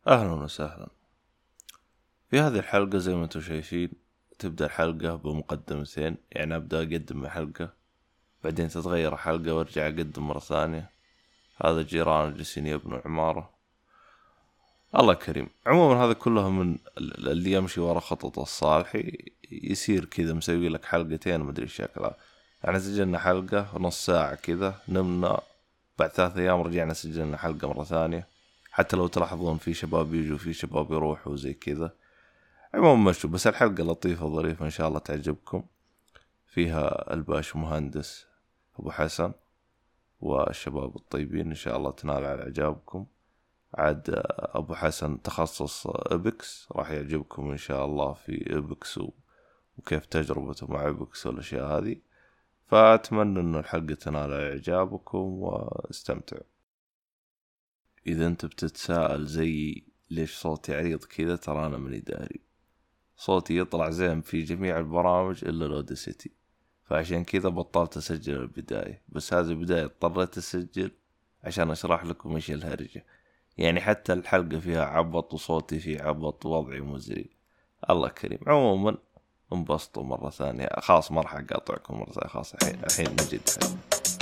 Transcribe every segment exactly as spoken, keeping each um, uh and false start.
أهلا وسهلا. في هذه الحلقة زي ما انتم شايفين تبدأ الحلقة بمقدمتين، يعني أبدأ أقدم حلقة بعدين تتغير حلقة وارجع أقدم مرة ثانية. هذا جيران جالسين يبنوا عمارة، الله كريم. عموما هذا كلها من اللي يمشي ورا خطط الصالحي يصير كذا مسوي لك حلقتين مدري شكلها. يعني سجلنا حلقة نص ساعة كذا، نمنا بعد ثلاثة أيام رجعنا سجلنا حلقة مرة ثانية. حتى لو تلاحظون في شباب يجوا في شباب يروحوا زي كذا. عموما مشوا، بس الحلقة لطيفة ظريفة إن شاء الله تعجبكم. فيها الباش مهندس أبو حسن والشباب الطيبين، إن شاء الله تنال على إعجابكم. عاد أبو حسن تخصص إبكس، راح يعجبكم إن شاء الله في إبكس وكيف تجربته مع إبكس والأشياء هذه. فأتمنى أن الحلقة تنال على إعجابكم واستمتعوا. إذا أنت بتتساءل زي ليش صوتي عريض كذا، ترى أنا من داري. صوتي يطلع زين في جميع البرامج إلا الأوداسيتي، فعشان كذا بطلت أسجل البداية. بس هذه البداية اضطريت أسجل عشان أشرح لكم إيش الهرجة. يعني حتى الحلقة فيها عبط وصوتي فيه عبط ووضعي مزري، الله كريم. عموما انبسطوا مرة ثانية، خلاص ما راح أقاطعكم مرة ثانية، خلاص الحين الحين نجد حلو.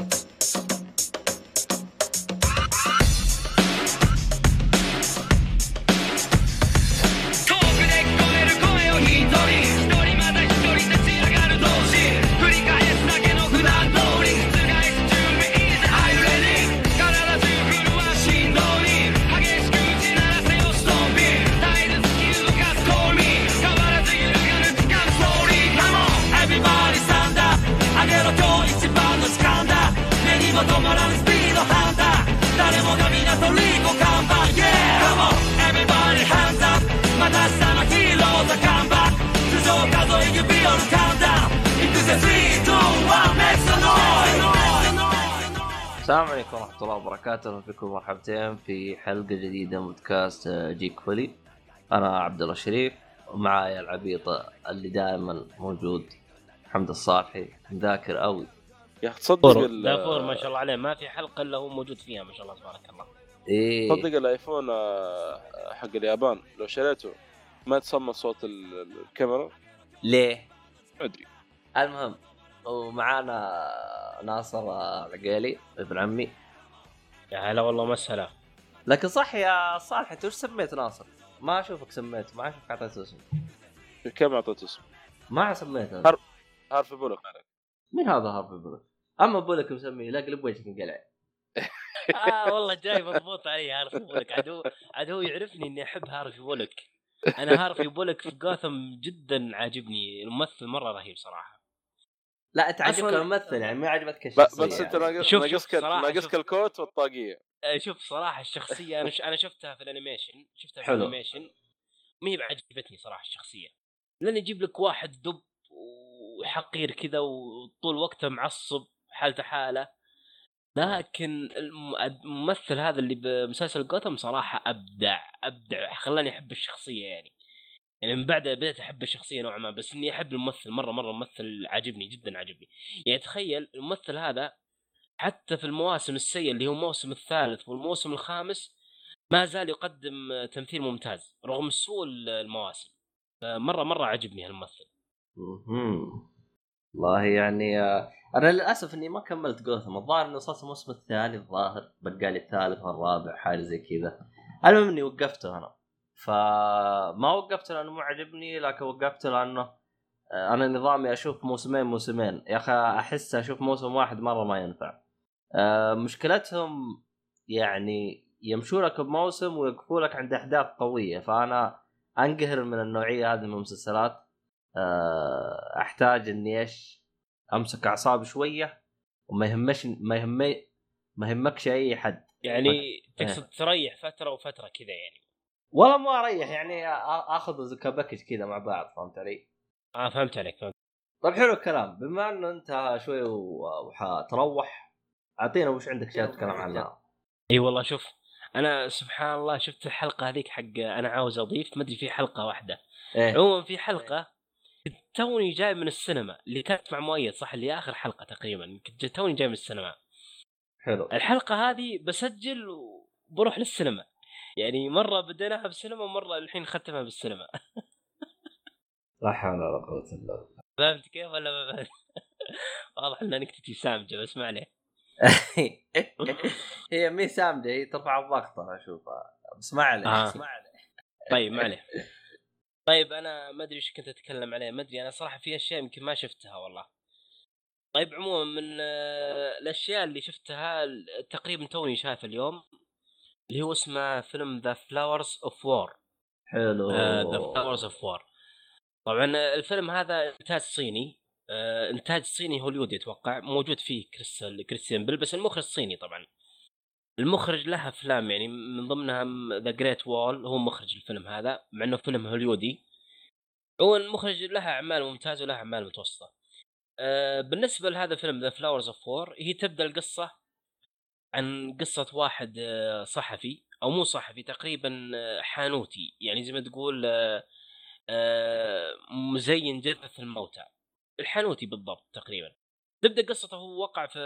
السلام عليكم ورحمة الله وبركاته، فيكم مرحبتين في حلقة جديدة من بودكاست جيك فولي. أنا عبد الله الشريف ومعايا العبيط اللي دائما موجود حمد الصالحي، مذاكر قوي يا تصدق دافور ما شاء الله عليه، ما في حلقة إلا هو موجود فيها ما شاء الله تبارك الله. إيه تصدق الايفون حق اليابان لو شريته ما تصمم صوت الكاميرا ليه؟ أدري. المهم ومعانا ناصر عقيلي ابن عمي. يا هلا والله مسهلا. لكن صح يا صالح، انت وش سميت ناصر؟ ما اشوفك سميت، ما اشوفك اعطيته اسم. كم اعطيته اسم؟ ما سميته. هر... هارف بولك. مين هذا هارف بولك؟ اما بولك مسميه لا قلب وجهك انقلع. اه والله جاي مضبوط علي هارف بولك. عدو عدو يعرفني اني احب هارف بولك. انا هارف بولك في غاثم جدا عاجبني، الممثل مره رهيب صراحه. لا انت عجبك الممثل يعني ما عجبتك الشخصيه. بس انت يعني. ناقصك ناقصك الكوت والطاقيه. شوف صراحه الشخصيه انا ش... انا شفتها في الانيميشن، شفتها في حلو. الانيميشن ما هي بعجبتني صراحه الشخصيه، لان يجيب لك واحد دب وحقير كذا وطول وقته معصب حالته حاله. لكن الممثل هذا اللي بمسلسل غوثم صراحه ابدع ابدع خلاني احب الشخصيه. يعني يعني من بعدها بدأت أحب الشخصية نوعا ما، بس إني أحب الممثل مرة مرة. ممثل عجبني جدا عجبني. يعني تخيل الممثل هذا حتى في المواسم السيئة اللي هو الموسم الثالث والموسم الخامس ما زال يقدم تمثيل ممتاز رغم سوء المواسم. مرة مرة عجبني هالممثل. والله يعني أنا للأسف إني ما كملت غوثم، الظاهر إنه وصلت الموسم الثاني، الظاهر بقالي الثالث والرابع حاجة زي كذا. المهم إني وقفته أنا، فما وقفت لأنه مو عجبني، لكن وقفت لأنه أنا نظامي أشوف موسمين موسمين يا أخي، أحس أشوف موسم واحد مرة ما ينفع. مشكلتهم يعني يمشوا لك بموسم ويقفوا لك عند أحداث قوية، فأنا أنقهر من النوعية هذه من المسلسلات. أحتاج إني إيش أمسك أعصابي شوية وما يهمش ما يهمي ما يهمكش أي حد. يعني تقصد تريح فترة وفترة كذا يعني؟ ولا ما اريح يعني اخذ زي باكج كذا مع بعض، فهمت علي؟ اه فهمت عليك فهمت. طيب حلو الكلام. بما انه انت شوي وحتروح اعطينا وش عندك شيء تتكلم عنها. اي والله شوف انا سبحان الله شفت الحلقه هذيك حق انا عاوز اضيف، ما ادري في حلقه واحده إيه؟ عموما في حلقه توني جاي من السينما اللي كانت مع مؤيد، صح اللي اخر حلقه تقريبا كنت توني جاي من السينما. حلو. الحلقه هذه بسجل وبروح للسينما، يعني مره بديناها بالسينما ومره الحين ختمها بالسينما. لا حول ولا قوه الا بالله. فهمت كيف ولا ما فهمت؟ واضح ان نكتتي سامجه بس ما عليه. هي مي سامجه، هي ترفع الضغط انا اشوفها بس ما عليه. آه. طيب ما عليه. طيب انا ما ادري ايش كنت اتكلم عليه، ما ادري انا صراحه في اشياء يمكن ما شفتها والله. طيب عموما من آه، الاشياء اللي شفتها تقريبا توني شايف اليوم اللي هو اسمه فيلم ذا فلاورز اوف وور. حلو. ذا فلاورز اوف وور. طبعا الفيلم هذا انتاج صيني، آه، انتاج صيني هوليودي اتوقع، موجود فيه كريستيان كريستيان بيل بس المخرج صيني طبعا. المخرج له افلام يعني من ضمنها ذا جريت وول، هو مخرج الفيلم هذا مع انه فيلم هوليودي. هو المخرج له اعمال ممتازه وله اعمال متوسطه. أه بالنسبه لهذا الفيلم ذا فلاورز اوف وور، هي تبدا القصه عن قصه واحد أه صحفي او مو صحفي تقريبا أه حانوتي، يعني زي ما تقول أه أه مزين جثث الموتى، الحانوتي بالضبط تقريبا. تبدا قصته هو وقع في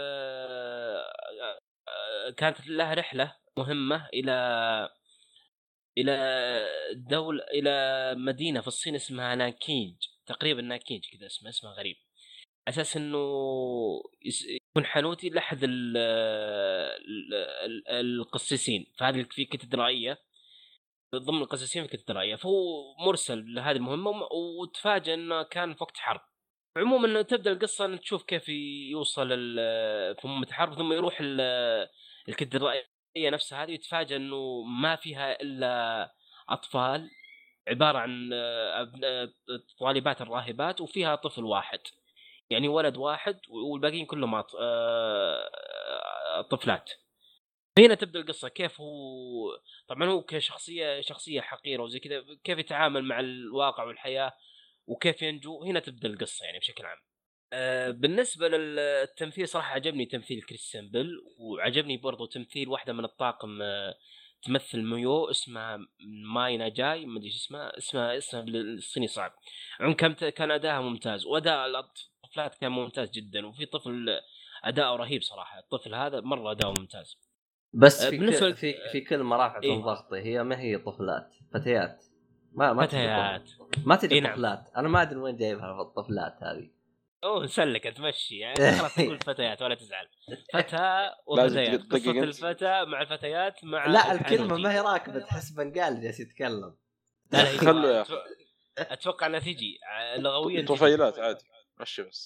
أه كانت له رحله مهمه الى الى دولة الى مدينه في الصين اسمها ناكينج تقريبا، ناكينج كذا اسمه اسمه غريب، اساس انه يكون حانوتي لاحد القسيسين فهذه في كاتدرائيه ضمن القسيسين في كاتدرائيه، فهو مرسل لهذه المهمه وتفاجئ انه كان في وقت حرب. عموما انه تبدا القصه ان تشوف كيف يوصل في مهمه حرب ثم يروح الكاتدرائيه نفسها هذه يتفاجئ انه ما فيها الا اطفال عباره عن طالبات الراهبات وفيها طفل واحد، يعني ولد واحد والباقيين كلهم أط... آه... طفلات. هنا تبدا القصه كيف هو طبعا هو كشخصيه شخصيه حقيره وزي كذا كيف يتعامل مع الواقع والحياه وكيف ينجو. هنا تبدا القصه يعني بشكل عام. آه بالنسبه للتمثيل صراحه عجبني تمثيل كريستيان بيل، وعجبني برضو تمثيل واحده من الطاقم آه تمثل ميو اسمها ماينا جاي ما ادري اسمها اسمها اسمها بالصيني صعب. عم كان كان اداءها ممتاز واداء الطفلات كان ممتاز جدا، وفي طفل اداءه رهيب صراحه، الطفل هذا مره اداؤه ممتاز. بس في بالنسبه كل في في كلمه رافعه إيه؟ ضغطي، هي ما هي طفلات فتيات ما ما فتيات ما تدري إيه طفلات نعم. انا ما ادري وين جايبها في الطفلات هذه. اوه نسلك تمشي يعني خلاص تقول فتيات ولا تزعل. فتى وفتيات قصة الفتى مع الفتيات مع لا الكلمة ما هي راكبة تحس بنقال جالس يتكلم. لا لا خلوا يا اخي اتوقع انها تجي لغويا طفيلات عادي مشي بس.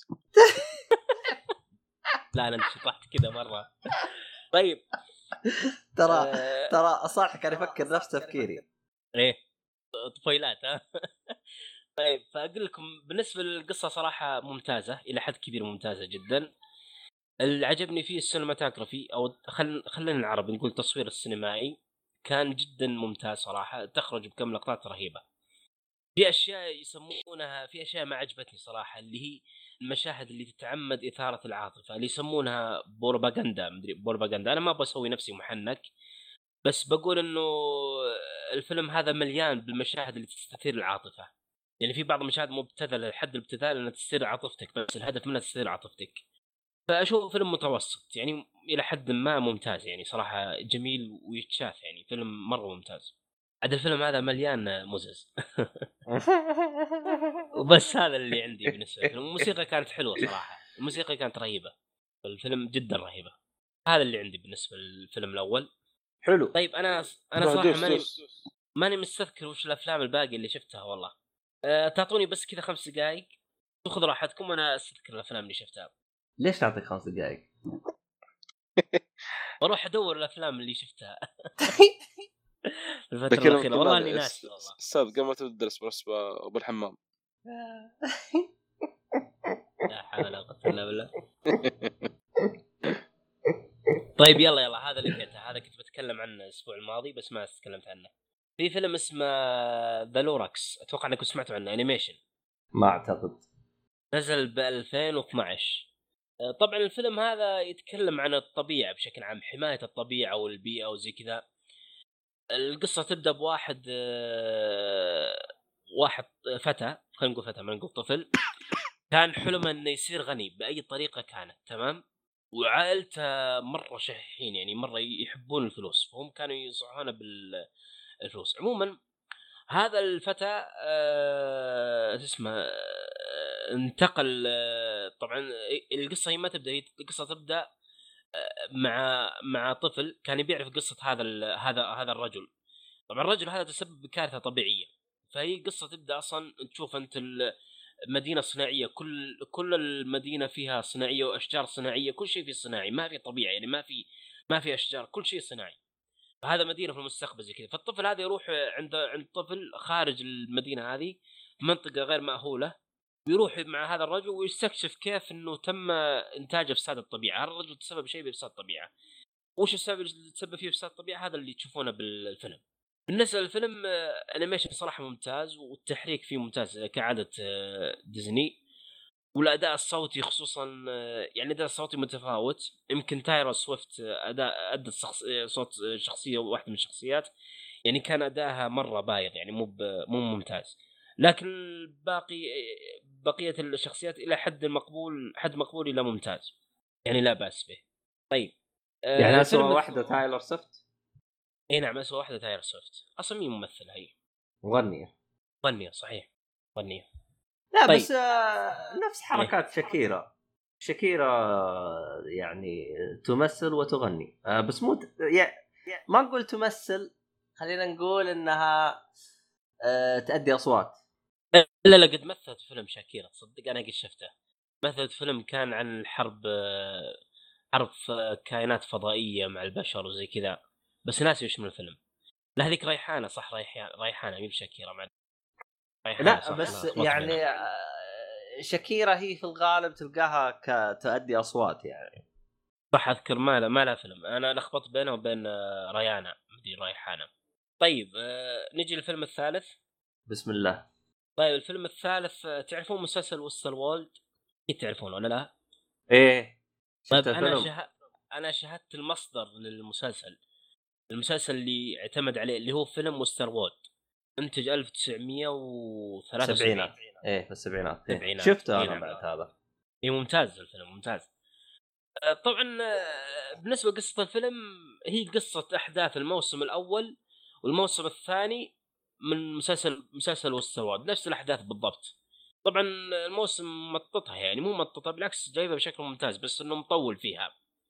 لا لا انت شطحت كذا مرة. طيب ترى ترى صالح كان يفكر نفس تفكيري. ايه طفيلات ها. طيب فاقول لكم بالنسبه للقصه صراحه ممتازه الى حد كبير، ممتازه جدا. اللي عجبني فيه السينماتوجرافي او خل خلينا العربي نقول التصوير السينمائي كان جدا ممتاز صراحه، تخرج بكم لقطات رهيبه. في اشياء يسمونها في اشياء ما عجبتني صراحه اللي هي المشاهد اللي تتعمد اثاره العاطفه اللي يسمونها بروباغندا، مدري بروباغندا، انا ما بسوي نفسي محنك بس بقول انه الفيلم هذا مليان بالمشاهد اللي تستثير العاطفه. يعني في بعض المشاهد مبتذله لحد الابتذال انها تستثير عاطفتك بس الهدف منها تستثير عاطفتك. فاشوف فيلم متوسط يعني الى حد ما ممتاز، يعني صراحه جميل ويتشاف، يعني فيلم مره ممتاز. عاد الفيلم هذا مليان مزز. وبس هذا اللي عندي بالنسبه للفيلم. الموسيقى كانت حلوه صراحه، الموسيقى كانت رهيبه، الفيلم جدا رهيبه. هذا اللي عندي بالنسبه للفيلم الاول. حلو. طيب انا انا صراحه ماني ماني مستذكر وش الافلام الباقي اللي شفتها والله. أه تعطوني بس كذا خمس دقائق تاخذ راحتكم وانا استذكر الافلام اللي شفتها. ليش تعطيك خمس دقائق؟ بروح ادور الافلام اللي شفتها. الفتره الاخيره والله اني ناسي والله. استاذ قبل ما تدرس بس بالحمام. لا حول ولا قوه الا بالله. طيب يلا يلا هذا اللي كنت هذا كنت بتكلم عنه الاسبوع الماضي بس ما تكلمت عنه. في فيلم اسمه ذا لوراكس، اتوقع انكم سمعتوا عنه، انيميشن. ما اعتقد. نزل ب ألفين واثني عشر. طبعا الفيلم هذا يتكلم عن الطبيعه بشكل عام، حمايه الطبيعه والبيئه وزي كذا. القصه تبدا بواحد واحد فتى، خلينا نقول فتى ما نقول طفل، كان حلمه انه يصير غني باي طريقه كانت، تمام؟ وعائلته مره شحيحين يعني مره يحبون الفلوس، فهم كانوا ينصحونه بال الفلوس. عموما هذا الفتى آه اسمه آه انتقل آه طبعا القصه هي ما تبدا، هي القصه تبدا آه مع مع طفل كان بيعرف قصه هذا هذا هذا الرجل. طبعا الرجل هذا تسبب بكارثه طبيعيه، فهي قصه تبدا اصلا تشوف انت المدينه الصناعيه، كل كل المدينه فيها صناعيه واشجار صناعيه، كل شيء فيه صناعي، ما في طبيعي يعني، ما في ما في اشجار، كل شيء صناعي. هذا مدينه في المستقبل زي كذا. فالطفل هذا يروح عند عند طفل خارج المدينه هذه في منطقه غير مأهوله، ويروح مع هذا الرجل ويستكشف كيف انه تم انتاج افساد الطبيعه. هذا الرجل تسبب شيء بافساد الطبيعه. وش السبب اللي تسبب فيه افساد الطبيعه؟ هذا اللي تشوفونه بالفيلم. بالنسبه للفيلم انيميشن صراحه ممتاز، والتحريك فيه ممتاز كعاده ديزني، والاداء الصوتي خصوصا يعني الاداء الصوتي متفاوت. يمكن تايلور سويفت اداء ادى صوت شخصيه واحده من الشخصيات يعني كان اداها مره بايظ يعني مو مو ممتاز، لكن باقي بقيه الشخصيات الى حد مقبول، حد مقبول الى ممتاز يعني لا باس به. طيب يعني اسوء واحده تايلور سويفت؟ اي نعم اسوء واحده تايلور سويفت. اصلا مين ممثل؟ هي مغنيه. مغنيه صحيح، مغنيه. لا طيب. بس آه نفس حركات شاكيرا. شاكيرا يعني تمثل وتغني آه بس مو يعني ما نقول تمثل، خلينا نقول انها آه تأدي اصوات. لا لا قد مثلت فيلم شاكيرا، تصدق انا قد شفته. مثلت فيلم كان عن الحرب، حرب كائنات فضائيه مع البشر وزي كذا، بس ناسي وش من الفيلم. لا هذيك ريحانه صح، ريحانه ريحانه مي بشاكيرا مع لا صح. بس يعني شاكيرا هي في الغالب تلقاها كتأدي اصوات يعني. صح اذكر ما لا ما لها فيلم، انا لخبطت بينه وبين ريانا مدري ريحانه. طيب آه نجي للفيلم الثالث. بسم الله. طيب الفيلم الثالث تعرفون مسلسل وستر وولد؟ اكيد تعرفونه ولا لا؟ ايه طيب انا شه... انا شاهدت المصدر للمسلسل، المسلسل اللي اعتمد عليه اللي هو فيلم وستر وولد، انتج ألف وتسعمية وثلاثة وسبعين. ايه في السبعينات. إيه. شفته انا بعد هذا. اي ممتاز الفيلم ممتاز. طبعا بالنسبه لقصه الفيلم هي قصه احداث الموسم الاول والموسم الثاني من مسلسل مسلسل وستر وولد، نفس الاحداث بالضبط. طبعا الموسم مططها يعني مو مططها، بالعكس جايبها بشكل ممتاز، بس انه مطول فيها.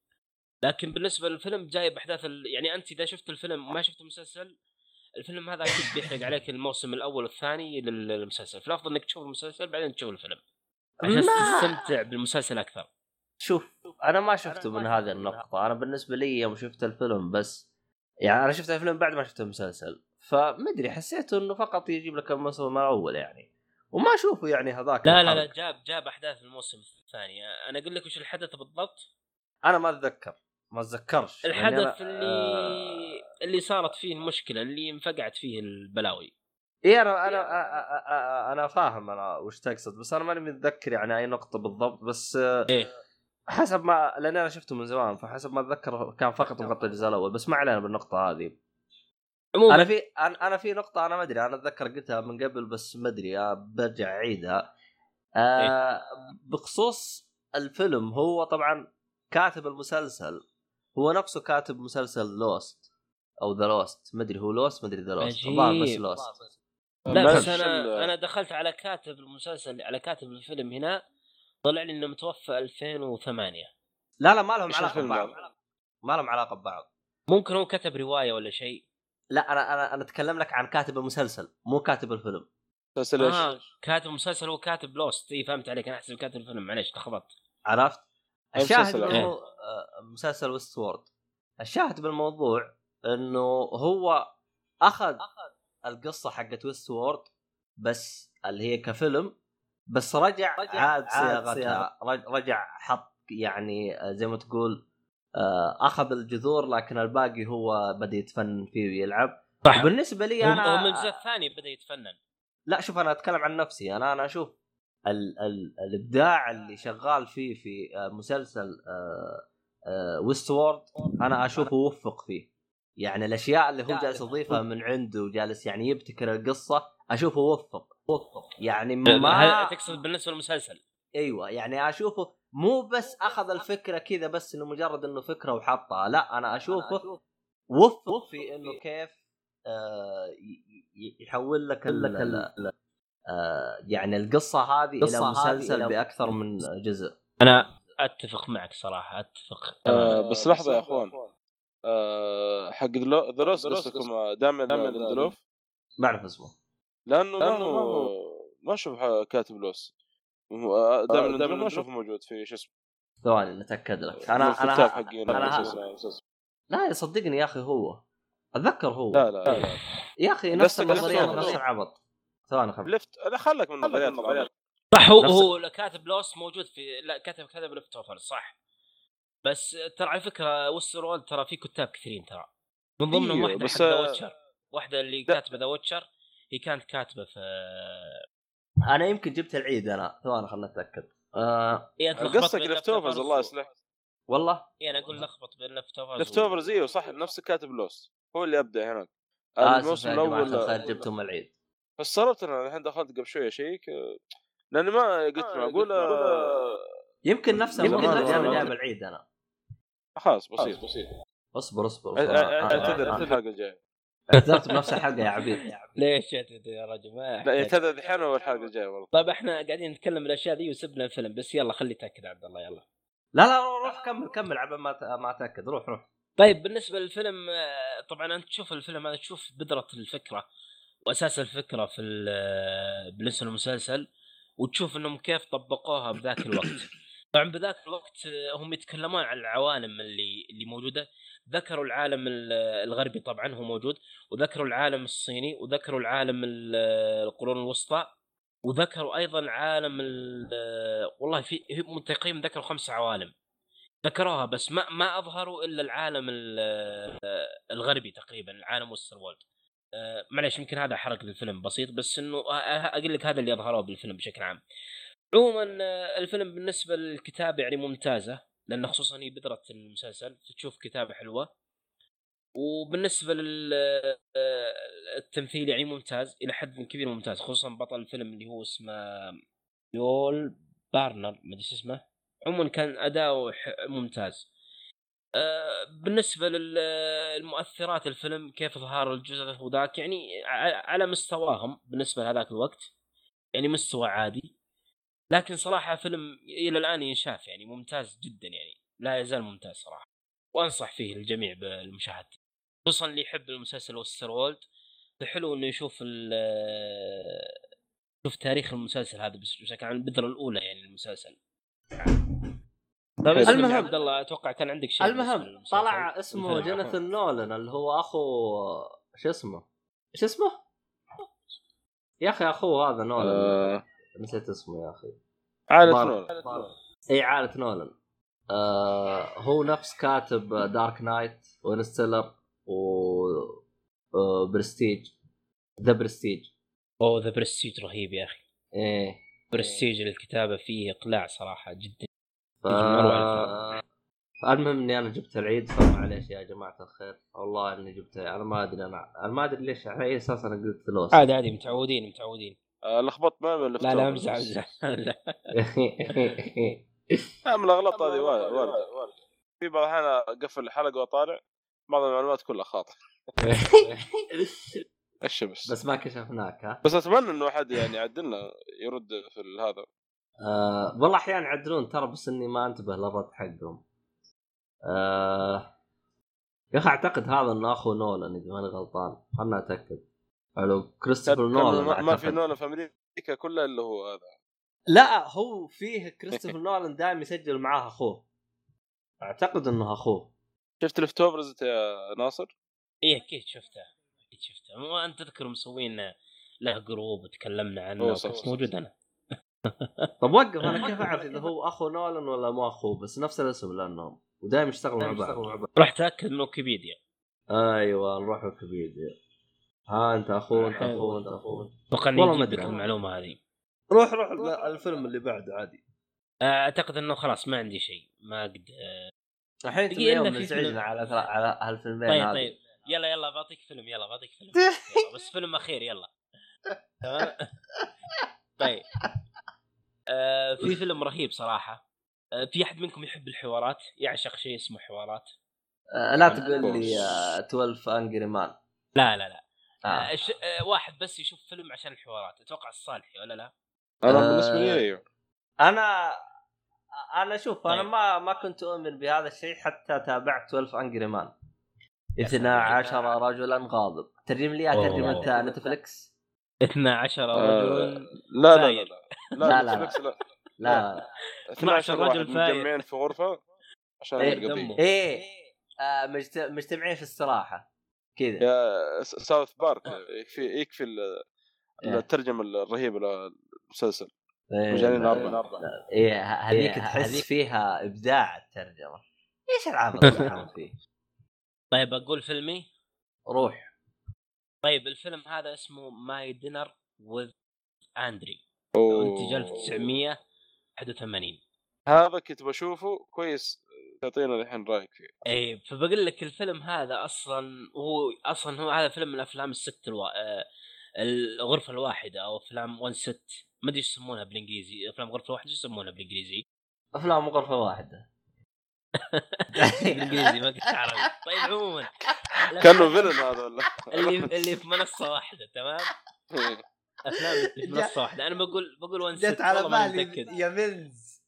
لكن بالنسبه للفيلم جايب احداث ال... يعني انت اذا شفت الفيلم وما شفت المسلسل، الفيلم هذا اكيد بيحرق عليك الموسم الاول والثاني للمسلسل، فالافضل انك تشوف المسلسل بعدين تشوف الفيلم عشان تستمتع بالمسلسل اكثر. شوف انا ما شفته من هذه النقطه. انا بالنسبه لي يوم شفت الفيلم بس يعني انا شفت الفيلم بعد ما شفت المسلسل، فمدري حسيته انه فقط يجيب لك الموسم الاول يعني، وما اشوفه يعني هذاك. لا لا لا جاب جاب احداث الموسم الثاني. انا اقول لك وش الحدث بالضبط. انا ما اتذكر ما اتذكرش الحدث اللي آه... اللي صارت فيه المشكله اللي انفقعت فيه البلاوي. ايه انا انا انا, أنا فاهم انا وش تقصد، بس انا ماني متذكر يعني اي نقطه بالضبط. بس إيه؟ حسب ما لان انا شفته من زمان، فحسب ما اتذكر كان فقط مغطي الجزء الاول، بس ما علينا بالنقطه هذه. عموما انا في انا انا في نقطه انا ما ادري، انا اتذكر قلتها من قبل بس ما ادري برجع اعيدها. آه بخصوص الفيلم، هو طبعا كاتب المسلسل هو نفسه كاتب مسلسل لوست او ذا لوست، ما ادري هو لوست ما ادري ذا لوست، الظاهر بس لوست. لا بس انا انا دخلت على كاتب المسلسل على كاتب الفيلم هنا طلع لي انه متوفى ألفين وثمانية. لا لا ما لهم علاقه ببعض، ما لهم علاقه ببعض. ممكن هو كتب روايه ولا شيء. لا انا انا انا اتكلم لك عن كاتب المسلسل مو كاتب الفيلم. مسلسل ايش؟ آه كاتب المسلسل هو كاتب لوست. اي فهمت عليك، انا احسب كاتب الفيلم معليش تخبطت. عرفت الشاهد بالمو... مسلسل ويست وورد. الشاهد بالموضوع انه هو اخذ القصه حقت ويست وورد بس اللي هي كفيلم، بس رجع عاد صياغتها، رجع حط يعني زي ما تقول اخذ الجذور لكن الباقي هو بدا يتفنن فيه ويلعب. بالنسبه لي انا هو من الجزء الثاني بدا يتفنن. لا شوف انا اتكلم عن نفسي، انا انا اشوف ال ال الابداع اللي شغال فيه في مسلسل ويست وورد انا اشوفه وفق فيه. يعني الاشياء اللي هو جالس يضيفها من عنده وجالس يعني يبتكر القصه اشوفه وفق وفق يعني ما تقصد بالنسبه للمسلسل. ايوه يعني اشوفه مو بس اخذ الفكره كذا بس انه مجرد انه فكره وحطها، لا انا اشوفه وفق في انه كيف آه يحول لك ال آه يعني القصة هذه إلى مسلسل بأكثر من جزء. أنا أتفق معك صراحة أتفق. آه بس لحظة يا أخوان، آه حق دروس قصدكم دامين ليندلوف؟ ما أعرف اسمه لأنه ما هو ما أشوف كاتب لوس دامين ليندلوف، ما أشوف موجود في شو اسمه. ثواني نتأكد لك. أنا أنا أنا لا يصدقني يا أخي، هو أتذكر هو لا لا, لا. يا أخي نفس النظريات نفس العبط. ثواني خلف لفت أنا خلك من النظريات. صح هو هو كاتب لوس موجود في لا كاتب كاتب لفت اوفر صح، بس ترى على فكره وسترول ترى في كتاب كثيرين ترى من ضمنهم واحده بس ذا ويتشر، واحده اللي كاتبه ذا ويتشر هي كانت كاتبه في. انا يمكن جبت العيد انا ثواني خلنا نتاكد. آه... قصتك لفت اوفرز الله يصلح والله يعني اقول لخبط بين لفت اوفرز لفت اوفرز ايوه صح نفس كاتب لوس هو اللي ابدا هناك. الموسم الاول خير جبتهم العيد بس صرت انا الحين دخلت قبل شويه شيك لاني ما قلت معقول يمكن نفسه يمكن انا جايب العيد انا خلاص بسيط بسيط اصبر اصبر اعتذر الحلقه الجايه اعتذرت بنفس الحلقه يا عبيد. ليش اعتذر يا رجل؟ ما لا اعتذر الحين ولا الحلقه الجايه والله. طيب احنا قاعدين نتكلم الاشياء دي وسبنا الفيلم بس يلا خلي تاكد عبد الله يلا. لا لا روح كمل كمل عبد ما ما تاكد روح روح. طيب بالنسبه للفيلم طبعا انت تشوف الفيلم هذا تشوف بذره الفكره واساس الفكره في بالنسبه للمسلسل وتشوف انهم كيف طبقوها بذاك الوقت. طبعا بذاك الوقت هم يتكلمون عن العوالم اللي اللي موجوده، ذكروا العالم الغربي طبعا هو موجود، وذكروا العالم الصيني، وذكروا العالم القرون الوسطى، وذكروا ايضا عالم والله في تقريبا ذكروا خمس عوالم ذكروها بس ما ما اظهروا الا العالم الغربي تقريبا العالم وسترولد. أه معليش يمكن هذا حرق للفيلم بسيط بس انه اقول لك هذا اللي اظهروه بالفيلم بشكل عام. عموما الفيلم بالنسبه للكتابه يعني ممتازه لان خصوصا هي بذره المسلسل تشوف كتابه حلوه، وبالنسبه للتمثيل يعني ممتاز الى حد كبير ممتاز خصوصا بطل الفيلم اللي هو اسمه يول بارنر ما ادري اسمه. عموما كان اداؤه ممتاز. بالنسبة للمؤثرات الفيلم كيف ظهر الجزء وذاك يعني على مستواهم بالنسبة لهذاك الوقت يعني مستوى عادي، لكن صراحة فيلم إلى الآن ينشاف يعني ممتاز جدا يعني لا يزال ممتاز صراحة، وأنصح فيه الجميع بالمشاهدة خصوصا اللي يحب المسلسل وسترولد. حلو إنه يشوف يشوف تاريخ المسلسل هذا بشكل عام البذرة الأولى يعني المسلسل. المهم عبد الله اتوقع كان عندك شيء. المهم طلع اسمه جوناثان نولان اللي هو اخو شو اسمه ايش اسمه يا اخي اخوه هذا نولان أه... نسيت اسمه يا اخي. عائلة نولان. اي عائلة نولان. آه هو نفس كاتب دارك نايت وانستيلر و برستيج ذا برستيج. اوه ذا برستيج رهيب يا اخي. ايه برستيج الكتابة فيه اقلاع صراحة جدا. ف... المهم اني انا جبت العيد فمعليش يا جماعه الخير والله اني جبت. انا ما ادري انا انا ما ادري ليش على اي اساس انا قلت فلوس عادي عادي متعودين متعودين آه لخبطت ما بين لا لا امزح امزح لا من الاغلاط هذه وارد في بعض الاحيان اقفل الحلقه وطالع بعض المعلومات كلها خاطئه ايش بس بس ما كشفناك ها. بس اتمنى انه احد يعني يعدلنا يرد في هذا. أه والله احيانا يعدلون ترى بس اني ما انتبه للرد حقهم. أه يا اخي اعتقد هذا انه اخو نولان اذا ماني غلطان خلنا اتاكد. الو كريستوفر نولان ما في نولان في امريكا كلها اللي هو هذا. لا هو فيه كريستوفر نولان دائما يسجل معاه اخوه اعتقد انه اخوه. شفت لفتوفرز يا ناصر؟ ايه اكيد شفته اكيد شفته مو انت تذكر مسوين له جروب وتكلمنا عنه بس موجود انا. طب وقف انا كيف اعرف اذا هو اخو نولان ولا مو اخوه بس نفس الاسم لانهم ودائما يشتغلوا مع بعض. راح تاكد من ويكيبيديا. ايوه نروح ويكيبيديا. ها انت اخوه انت اخوه انت اخوه والله ما ادري المعلومه هذه. روح روح الفيلم اللي بعده عادي. اعتقد انه خلاص ما عندي شيء ما قد الحين اليوم نزعجنا على على هالفيلمين طيب هذه. طيب يلا يلا بعطيك فيلم يلا بعطيك فيلم يلا بس فيلم اخير يلا تمام. طيب آه في فيلم رهيب صراحه. آه في احد منكم يحب الحوارات يعشق شيء اسمه حوارات؟ آه لا تقول لي آه اثنا عشر انجري مان. لا لا لا آه. ش... واحد بس يشوف فيلم عشان الحوارات، اتوقع الصالحي ولا لا؟ انا آه. بالنسبه لي ايوه انا انا شوف انا طيب. ما ما كنت اؤمن بهذا الشيء حتى تابعت اثنا عشر انجري مان. يا اثنا سلام. عشر رجلا غاضب. ترجم لي أوه. ترجمه نتفليكس. اثنا عشر آه، رجل لا لا لا فاير. لا لا، لا لا، نتفليكس لا لا لا اثنا عشر اثنا عشر واحد رجل فاير. مجمعين في غرفه عشان إيه، هي القضيه. دمه. ايه آه مجت... مجتمعين في استراحه كذا. يا س- ساوث بارك يكفي يكفي ال- إيه. الترجمه الرهيبه للمسلسل. إيه، مجانين لا، أربعة. لا. ايه ه- هذيك تحس فيها ابداع الترجمه. ايش العبط اللي فيه؟ طيب اقول فيلمي. روح. طيب الفيلم هذا اسمه ماي دينر وذ اندري، أوه. انتج ألف وتسعمية وواحد وثمانين. هذا كنت بشوفه كويس، تعطينا الحين رايك فيه. اي فبقول لك الفيلم هذا اصلا هو اصلا هو هذا فيلم من الافلام الست الوا... آه، الغرفه الواحده او افلام وان ست، ما ادري ايش يسمونها بالانجليزي. افلام غرفه واحده ايش يسمونها بالانجليزي؟ افلام غرفه واحده بالانجليزي ما قلت عربي. طيب عموما كانوا فيلن هذا ولا اللي اللي في منصه واحده تمام. افلام اللي في منصه واحده. انا بقول بقول وان ست جت على والله ما بالي متأكد. يا منز.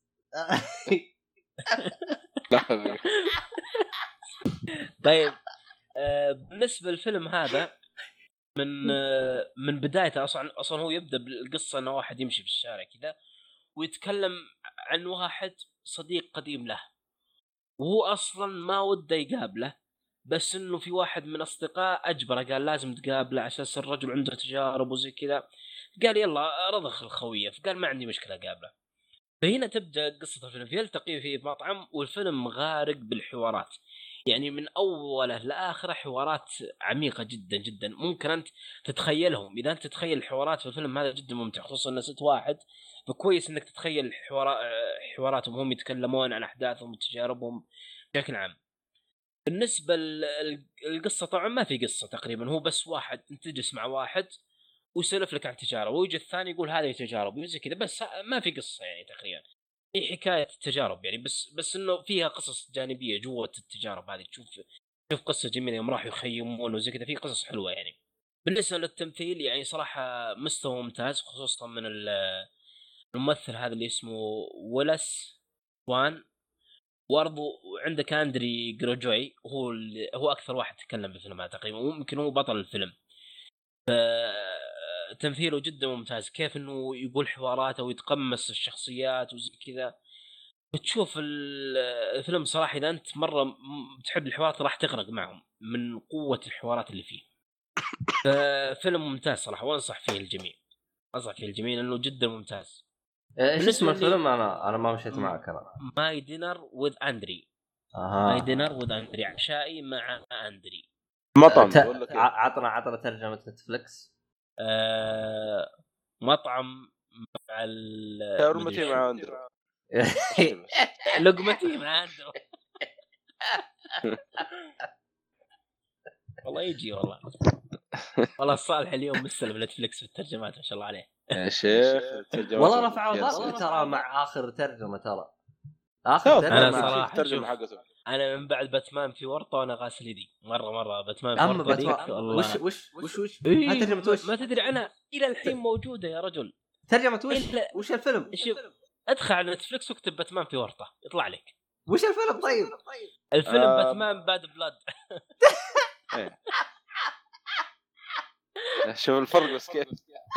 طيب آه بالنسبه للفيلم هذا من آه من بدايته اصلا اصلا هو يبدا بالقصه انه واحد يمشي في الشارع كذا ويتكلم عن واحد صديق قديم له، وهو اصلا ما وده يقابله، بس انه في واحد من اصدقاء اجبره قال لازم تقابله عشان الرجل عنده تجارب وزي كذا. قال يلا رضخ الخويه، فقال ما عندي مشكله اقابله. فهنا تبدا قصه الفيلم، يلتقي في مطعم والفيلم غارق بالحوارات، يعني من اوله لاخره حوارات عميقه جدا جدا ممكن انت تتخيلهم. اذا انت تتخيل الحوارات في الفيلم هذا جدا ممتع، خصوصا ان ست واحد، فكويس انك تتخيل حوارات حواراتهم هم يتكلمون عن احداثهم وتجاربهم بشكل عام. بالنسبه للقصه طبعا ما في قصه تقريبا، هو بس واحد انت تجلس مع واحد ويسولف لك عن تجارب ويجي الثاني يقول هذه تجارب وزي كذا، بس ما في قصه يعني تقريبا. هي حكايه تجارب يعني، بس بس انه فيها قصص جانبيه جوه التجارب هذه. تشوف شوف قصه جميله يوم راحوا يخيمون وزي كذا، في قصص حلوه يعني. بالنسبه للتمثيل يعني صراحه مستوى ممتاز، خصوصا من الممثل هذا اللي اسمه ويلس وان، وارضو عندك اندري جروجوي، هو هو اكثر واحد تكلم بالفيلم هذا تقريبا، ممكن هو بطل الفيلم. تمثيله جدا ممتاز، كيف انه يقول حواراته ويتقمص الشخصيات وزي كذا. بتشوف الفيلم صراحه اذا انت مره تحب الحوارات راح تغرق معهم من قوه الحوارات اللي فيه. فيلم ممتاز صراحه وانصح فيه الجميع، انصح فيه الجميع لانه جدا ممتاز. ايش اسم الفيلم؟ انا انا ما مشيت معك انا. ماي دينر وذ اندري. اها ماي دينر وذ اندري، عشائي مع اندري. مطعم ت... ولا كيف؟ عطنا عطنا ترجمه نتفلكس. آه... مطعم مع ال لقمتي مع اندرو. لقمتي مع اندرو. والله يجي والله. والله الصالح اليوم مستلم نتفلكس في الترجمات ما شاء الله عليه يا شيخ والله رفعوا ضغط ترى مع اخر ترجمه. ترى اخر ترجمه انا صراحه ترجمه حقته. انا من بعد باتمان في ورطه وانا غاسل يدي مره مره. باتمان في اما ورطه باتمان وش وش وش وش إيه ها ترجمه وش؟ ما تدري عنها الى الحين موجوده يا رجل. ترجمه وش؟ وش الفيلم؟ شوف ادخل على نتفلكس واكتب باتمان في ورطه يطلع لك. وش الفيلم طيب؟ الفيلم آه... باتمان باد بلاد. شوف الفرق بس كيف.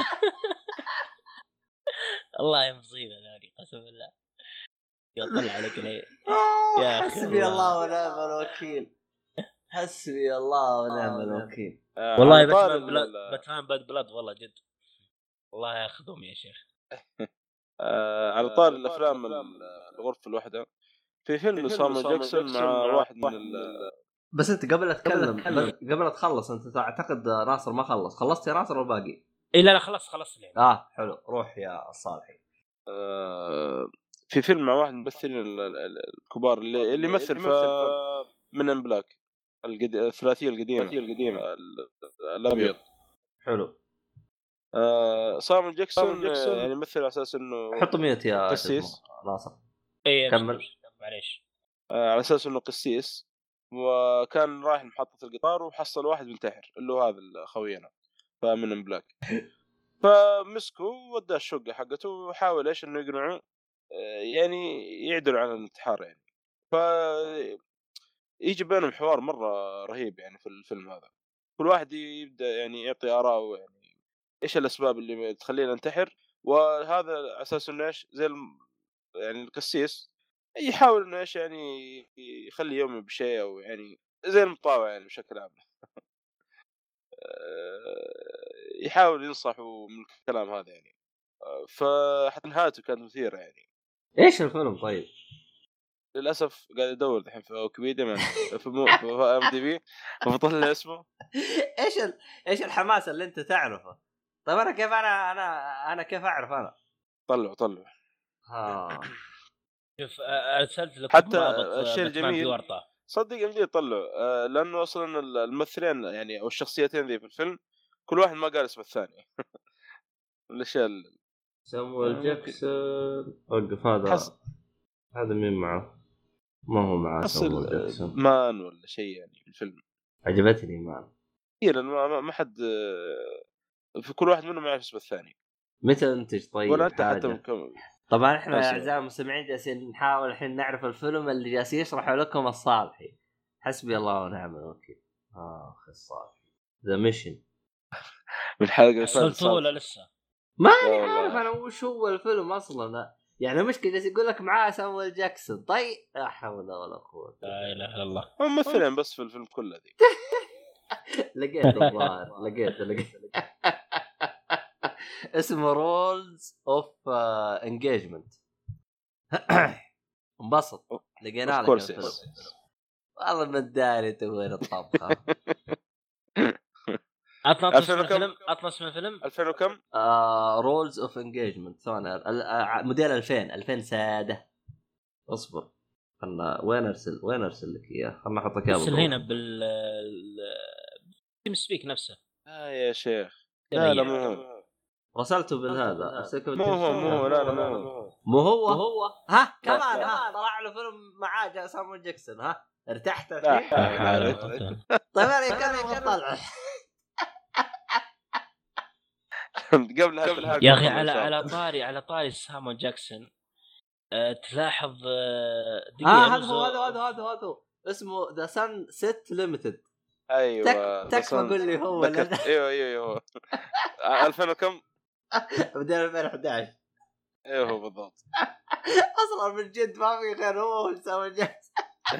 الله يا مصيبه ذولي قسم بالله. يطلع عليك ليه يا حسبي الله ونعم الوكيل. حسبي الله ونعم الوكيل. والله باتمان بلاد باتمان باد بلاد والله جد والله ياخذهم يا شيخ. آه على طار الافلام الغرفه الواحده، في فيلم سامو جاكسون مع واحد من ال... بس انت قبل اتكلم قبل اتخلص انت تعتقد ناصر ما خلص؟ خلصت يا ناصر وباقي؟ اي لا لا خلص خلص يعني. اه حلو روح يا الصالحي. آه في فيلم مع واحد من الممثلين الكبار اللي اللي مثل في من ان بلاك القد... الثلاثيه القديمه القديمه الابيض. حلو. آه سامو جاكسون, جاكسون يعني مثل على اساس انه حط ميوت يا قسيس ناصر. اي كمل معليش. آه على اساس انه قسيس، وكان رايح محطه القطار وحصل واحد منتحر اللي هو هذا خوينا. فمن ان بلاك. فمسكوا وداه الشقه حقته وحاول ايش انه يقنعه يعني يعدلوا عن الانتحار يعني. ف يجي بينهم حوار مره رهيب يعني في الفيلم هذا. كل واحد يبدا يعني يعطي اراءه يعني ايش الاسباب اللي تخلينا ننتحر، وهذا على اساس انه ايش زي الم... يعني القسيس يحاول انه ايش يعني يخلي يومه بشيء، او يعني زي المطاوع يعني بشكل عام. يحاول ينصحوا من الكلام هذا يعني. فحتى نهايته كانت مثيرة يعني. ايش الفيلم طيب؟ للاسف قاعد ادور الحين في ويكيبيديا من في مو في ام دي بي وبطلع اسمه. ايش ال... ايش الحماس اللي انت تعرفه؟ طيب انا كيف انا انا انا كيف اعرف انا؟ طلعوا طلعوا ها شوف ارسلت لك حتى رابط الشيء باتمان في الجميل ورطه. صدق يمدي يطلعوا لانه اصلا الممثلين يعني او الشخصيتين ذي في الفيلم كل واحد ما قال اسم الثاني. الاشياء سامويل جاكسون وقف هذا حس... هذا مين معه؟ ما هو معه سامويل جاكسون مان ولا شيء يعني في الفيلم. عجبتني مان كثير إيه ما ما حد في كل واحد منهم يعرف اسم الثاني. متى انتج طيب ولا انت حاجة. حتى مكمل. طبعا احنا يا اعزائي المستمعين جالسين نحاول الحين نعرف الفيلم اللي جالس يشرح لكم الصالحي. حسبي الله ونعم الوكيل. اه اخي الصالحي ذا ميشن من الحلقه وصلت ولا لسه؟ ما انا عارف انا وش هو الفيلم اصلا. يعني مشكلة جالس يقول لك معاه سامويل جاكسون. طيب لا حول ولا قوة لا اله الا الله. هم ممثلين بس في الفيلم كله ذي. لقيت الظاهر لقيت لقيت اسمه رولز اوف انجيجمنت. انبسط لقينا لك الفيلم. والله ما داري توين الطبخه. اطلس من الفيلم اطلس من الفيلم ألفين وكم؟ رولز اوف انجيجمنت ثواني موديل ألفين ألفين ساده. اصبر خلنا وين ارسل وين ارسل لك اياه. خلنا احطك اياه ارسل هنا بال تيم سبيك نفسه. اه يا شيخ لا لا مو هو. رسلته بالهذا مو هو مو هو لا لا مو هو مو هو هو ها كمان ها طلع له فيلم معاه جاء سامويل جاكسون. ها ارتحت الحين؟ طيب انا كان طلع قبل قبل يا اخي على على طاري على طاري سامويل جاكسون. أه تلاحظ اه هذا هو هذا هذا هذا هذا اسمه ذا سان سيت ليميتد. ايوه تكفى قول لي هو ايوه ايوه ايوه ألفين وكم؟ بدل ألفين وأحد عشر. ايوه هو بالضبط. اصلا من جد ما في غير هو وسامويل جاكسون.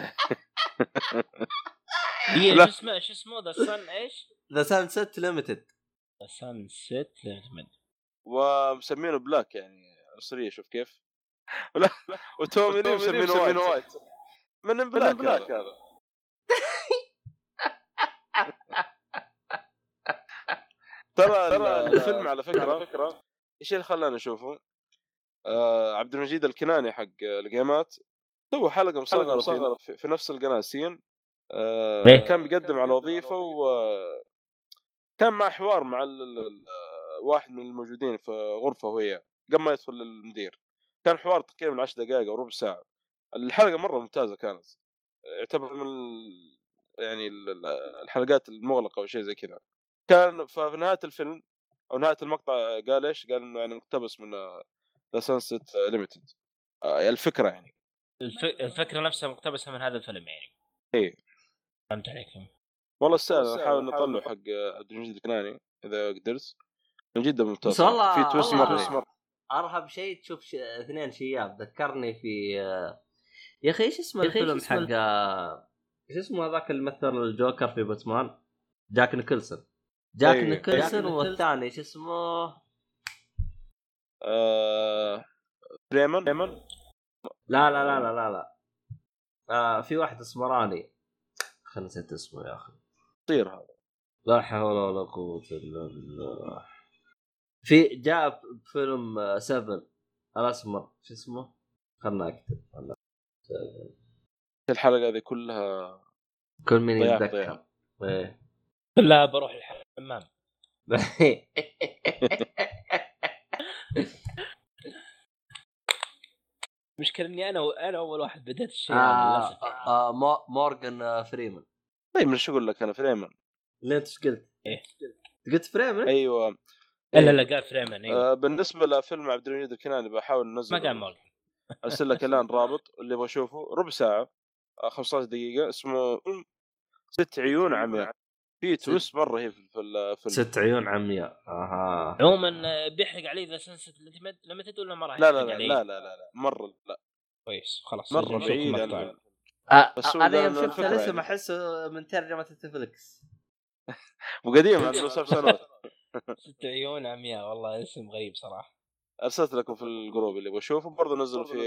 ايش اسمه ايش اسمه ذا سان ايش ذا سان سيت ليميتد. ذا سان سيت ليميتد ومسمينه بلاك يعني عنصريه. شوف كيف. ولا وتومي لي مسمينه وايت من بلاك, بلاك هذا. ترى الفيلم على فكره ايش اللي خلاني اشوفه آه عبد المجيد الكناني حق الجيمات سوى حلقه مصغره في, في نفس القناه سين. آه كان بيقدم على وظيفه وكان مع حوار مع واحد من الموجودين في غرفه وهي قبل ما يدخل المدير. كان حوار تقريبا عشر دقائق او ربع ساعه. الحلقه مره ممتازه كانت. يعتبر من يعني الحلقات المغلقه او شيء زي كذا. كان في نهايه الفيلم او نهايه المقطع قال ايش قال انه يعني مقتبس من ذا سانست ليميتد. الفكره يعني الف... الفكره نفسها مقتبسه من هذا الفيلم يعني. ايه فهمت عليكم. والله السؤال نحاول نطلع حق عبد المجيد الكناني اذا قدرت من جدا ممتاز. بس والله في تويست مره ارهب شيء تشوف ش... اثنين شياب ذكرني في يا اخي ايش اسمه الفيلم حق ايش اسمه هذاك الممثل الجوكر في باتمان جاك نيكلسون. جاك أيه. نيكلسون والثاني ايش اسمه آه... بريمن بريمن لا لا لا لا لا, لا. آه في واحد اسمراني خلنا نسيت اسمه يا اخي. طير هذا لا حول ولا قوة الا بالله. في جاء فيلم سبعة الاسمر شو اسمه خلنا اكتب الحلقة هذه كلها كل من يتذكر ايه لا بروح الحمام. مشكلة اني انا انا اول واحد بديت الشيء آه آه آه مورغان فريمان. طيب مش اقول لك انا فريمان ليه انت ايش قلت؟ ايه قلت فريمن؟ ايوه لا لا قال فريمن. ايوه آه بالنسبه لفيلم عبد المجيد الكناني بحاول ننزل ما قال مول. ارسل لك الان رابط اللي ابغى اشوفه، ربع ساعه آه خمسة عشر دقيقه، اسمه ست عيون عمياء. في تويست مره رهيب في الفيلم. ست عيون عمياء. اها عموما بيحرق علي اذا سنست لما تقول له ما راح لا لا يحرق لا, علي. لا لا لا لا مره لا كويس خلاص مره بعيد عن الفيلم. بس انا يوم الفكرة شفت الاسم يعني. احسه من ترجمه نتفلكس وقديم عنده سبع سنوات. ست عيون عمياء والله اسم غريب صراحه. ارسلت لكم في الجروب اللي بشوفه، برضه نزلوا في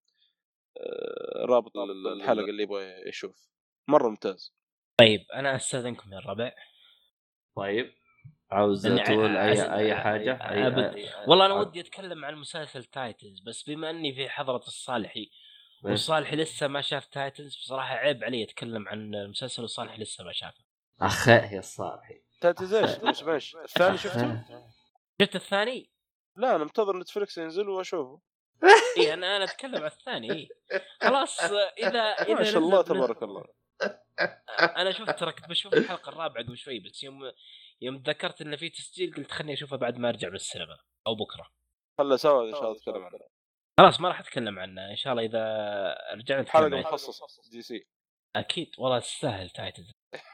رابط الحلقه اللي يبغى يشوف. مره ممتاز. طيب انا استاذنكم يا الربع. طيب عاوز إني تقول ع- اي عس- اي حاجه أي أبد. أي- والله انا أي- ودي اتكلم عن مسلسل تايتنز، بس بما اني في حضره الصالحي إيه. والصالحي لسه ما شاف تايتنز، بصراحه عيب علي اتكلم عن المسلسل والصالحي لسه ما شافه. اخ يا الصالحي تاتيزيش مش ماشي. الثاني شفته؟ شفت الثاني؟ لا انا منتظر نتفلكس ينزل واشوفه. اي انا انا اتكلم عن الثاني. إيه. خلاص اذا اذا ما شاء الله نزل- تبارك الله. انا شفت ترى كنت بشوف الحلقه الرابعه قبل شوي، بس يوم يوم تذكرت ان في تسجيل قلت خلني اشوفها بعد ما ارجع من السينما او بكره. خلنا سوا ان شاء الله نتكلم عنه. خلاص ما راح اتكلم عنه ان شاء الله اذا رجعنا نتكلم حلقه عنه. مخصصه دي سي. اكيد والله تستاهل تايتنز.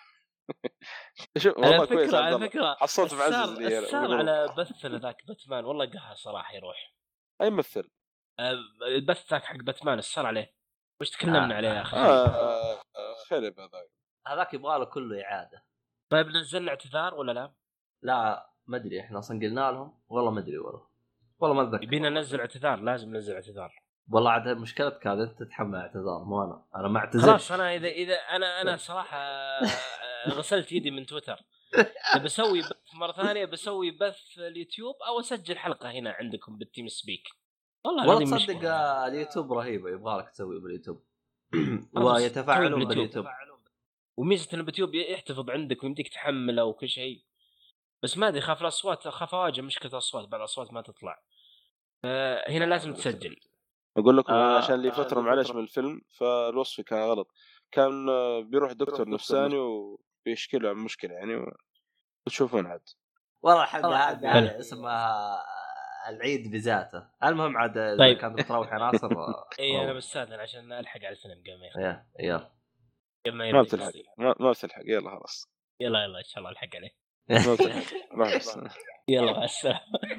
شوف على والله كويس فكره عبد على الله. فكره حصلت معزز السار لي السار بالغلط. على بثنا ذاك باتمان والله قهر صراحه يروح. اي مثل أه، البث ذاك حق باتمان السار عليه وش تكلمنا آه. عليه يا اخي. آه آه آه خرب هذا. هذاك يبغى له كله اعاده. طيب نزلنا اعتذار ولا لا؟ لا ما ادري احنا اصلا قلنا لهم والله ما ادري والله والله ما اتذكر. يبينا ننزل اعتذار، لازم ننزل اعتذار. والله عاد مشكلتك هذا انت تتحمل اعتذار مو انا. انا ما اعتذرت. خلاص انا اذا اذا انا انا صراحه غسلت يدي من تويتر. بسوي بث مره ثانيه، بسوي بث اليوتيوب او اسجل حلقه هنا عندكم بالتيم سبيك. والله والله هذه تصدق مشكلة. آه، اليوتيوب رهيبه يبغى لك تسوي باليوتيوب خلاص، ويتفاعلون سوي باليوتيوب. وميزه ان اليوتيوب يحتفظ عندك ويمديك تحمله وكل شيء، بس ما ادري خاف الاصوات، خاف اواجه مشكله الاصوات، بعض الاصوات ما تطلع. هنا لازم تسجل. اقول لكم آه عشان لي فتره معلش من الفيلم فالوصف كان غلط. كان آه، بيروح دكتور نفساني وبيشكله عن مشكله يعني وتشوفون عاد. والله الحلقه هذه حلو. اسمها العيد بذاته. المهم عاد إذا طيب. كانت بتروح يا ناصر. اي انا بستاذن عشان الحق على الفيلم قبل ما يخلص. يا يلا قبل ما ما يبدأ بتلحق التصوير. ما, ما بتلحق يلا خلاص يلا يلا ان شاء الله الحق عليه. ما بتلحق روح بس. يلا مع السلامه.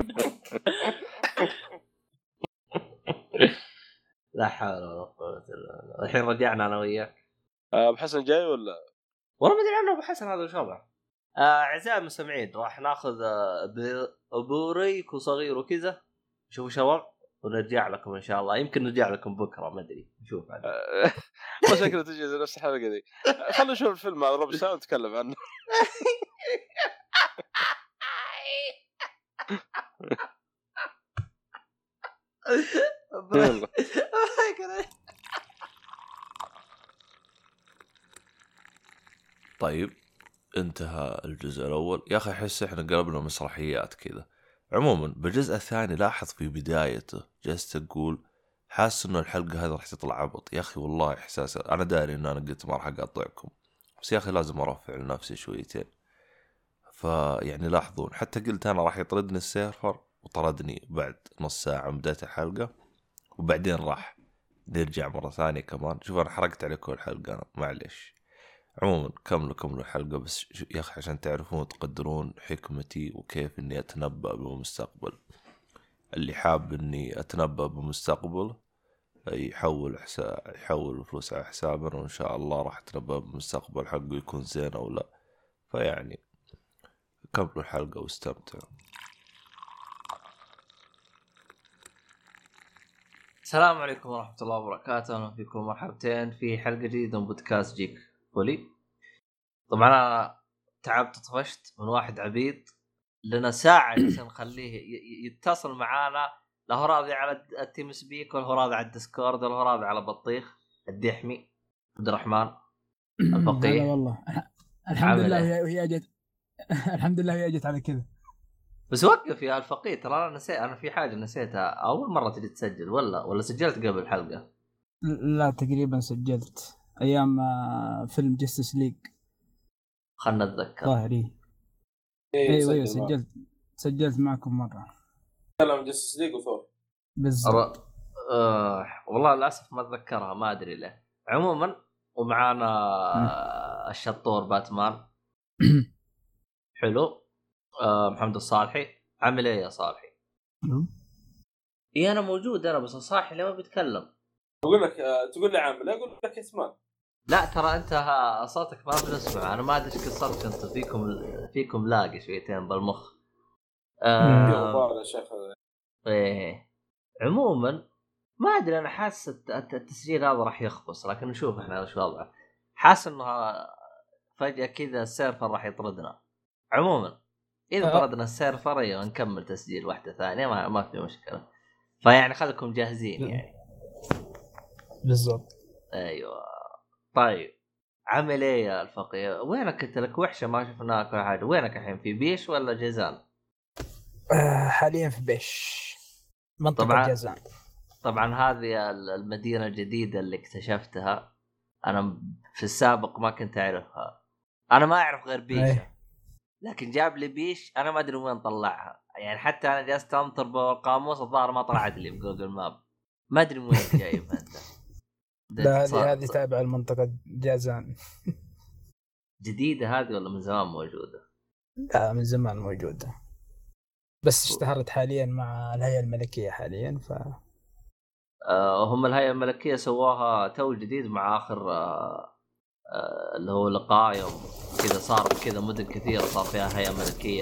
لا حول ولا قوه الا بالله. الحين رجعنا انا وياك. آه، ابو حسن جاي ولا؟ والله ما ادري عنه ابو حسن هذا وشوبه. آه، اعزائي المستمعين راح ناخذ آه، بوريك وصغير وكذا شوفوا شباب ونرجع لكم ان شاء الله. يمكن نرجع لكم بكره ما ادري نشوف عاد. ما شكله تجي زي نفس الحلقه دي. خلينا نشوف الفيلم مع ربع ساعه ونتكلم عنه. يلا. طيب انتهى الجزء الأول. يا أخي أحس إحنا قلبنا مسرحيات كذا. عموما بالجزء الثاني لاحظ في بدايته جلست أقول حاسس إنه الحلقة هذه راح تطلع عبط. يا أخي والله إحساس أنا داري إن أنا قلت ما راح أقاطعكم، بس يا أخي لازم أرفع لنفسي شويتين. فيعني لاحظون حتى قلت أنا راح يطردني السيرفر وطردني بعد نص ساعة من بداية الحلقة، وبعدين راح نرجع مرة ثانية كمان. شوف أنا حرقت عليكم الحلقة أنا معلش. عموما كملوا كملوا الحلقة بس يا أخي عشان تعرفون تقدرون حكمتي وكيف إني أتنبأ بالمستقبل. اللي حاب إني أتنبأ بالمستقبل يحول حساب يحول الفلوس على حسابنا، وإن شاء الله راح أتنبأ بالمستقبل حقه يكون زين أو لا. فيعني كملوا الحلقة واستمتعوا. السلام عليكم ورحمة الله وبركاته. أهلا فيكم مرحبتين في حلقة جديدة من بودكاست جيك بولي. طبعا أنا تعبت طفشت من واحد عبيد لنا ساعة عشان نخليه يتصل معانا، لا هو راضي على التيم سبيك ولا هو راضي على الديسكورد ولا هو راضي على بطيخ الدحمي عبد الرحمن الفقيه. والله الحمد لله وهي اجت. الحمد لله وهي اجت على كذا. بس وقف يا الفقيه، ترى انا نسيت، انا في حاجه نسيتها. اول مره تجي تسجل ولا ولا سجلت قبل الحلقه؟ لا تقريبا سجلت ايام فيلم جاستس ليج. خلنا نتذكر. ظاهري ايوه ايوه سجلت سجلت معكم مره. تكلم جاستس ليج وثور بالضبط. آه والله للاسف ما اتذكرها، ما ادري ليه. عموما ومعانا الشطور باتمان. حلو. آه محمد الصالحي عامل ايه يا صالحي؟ اي انا موجود انا، بس الصالحي ليه ما بيتكلم؟ اقول لك آه تقول لي عامل، اقول لك اسمع. لا ترى انت ها صوتك ما بنسمع، انا ما ادري ايش قصتك انت، فيكم فيكم لاقي شويتين بالمخ. آه... ايه عموما ما ادري، انا حاسس التسجيل هذا راح يخبص، لكن نشوف احنا ايش وضعه. حاسس انه فجأة كذا السيرفر راح يطردنا. عموما اذا طردنا السيرفر ايوه نكمل تسجيل واحدة ثانية، ما, ما في مشكلة. فيعني خليكم جاهزين يعني. بالضبط. ايوه طيب عامل ايه يا الفقيه؟ وينك انت؟ لك وحشه ما شفناك ولا حاجه. وينك الحين؟ في بيش ولا جيزان؟ آه حاليا في بيش منطقه طبعا جيزان. طبعا هذه المدينه الجديده اللي اكتشفتها، انا في السابق ما كنت اعرفها. انا ما اعرف غير بيشه، لكن جاب لي بيش انا ما ادري وين طلعها يعني. حتى انا جالس انطر بالقاموس الظاهر ما طلعت لي بجوجل ماب، ما ادري وين جايبها انت. لا هذه هذه تابعه المنطقه جازان. جديده هذه ولا من زمان موجوده؟ لا من زمان موجوده، بس اشتهرت حاليا مع الهيئه الملكيه حاليا. ف آه هم الهيئه الملكيه سواها تو جديد مع اخر آه آه اللي هو لقاء يوم كذا صار كذا مدن كثيره صار فيها هيئه ملكيه.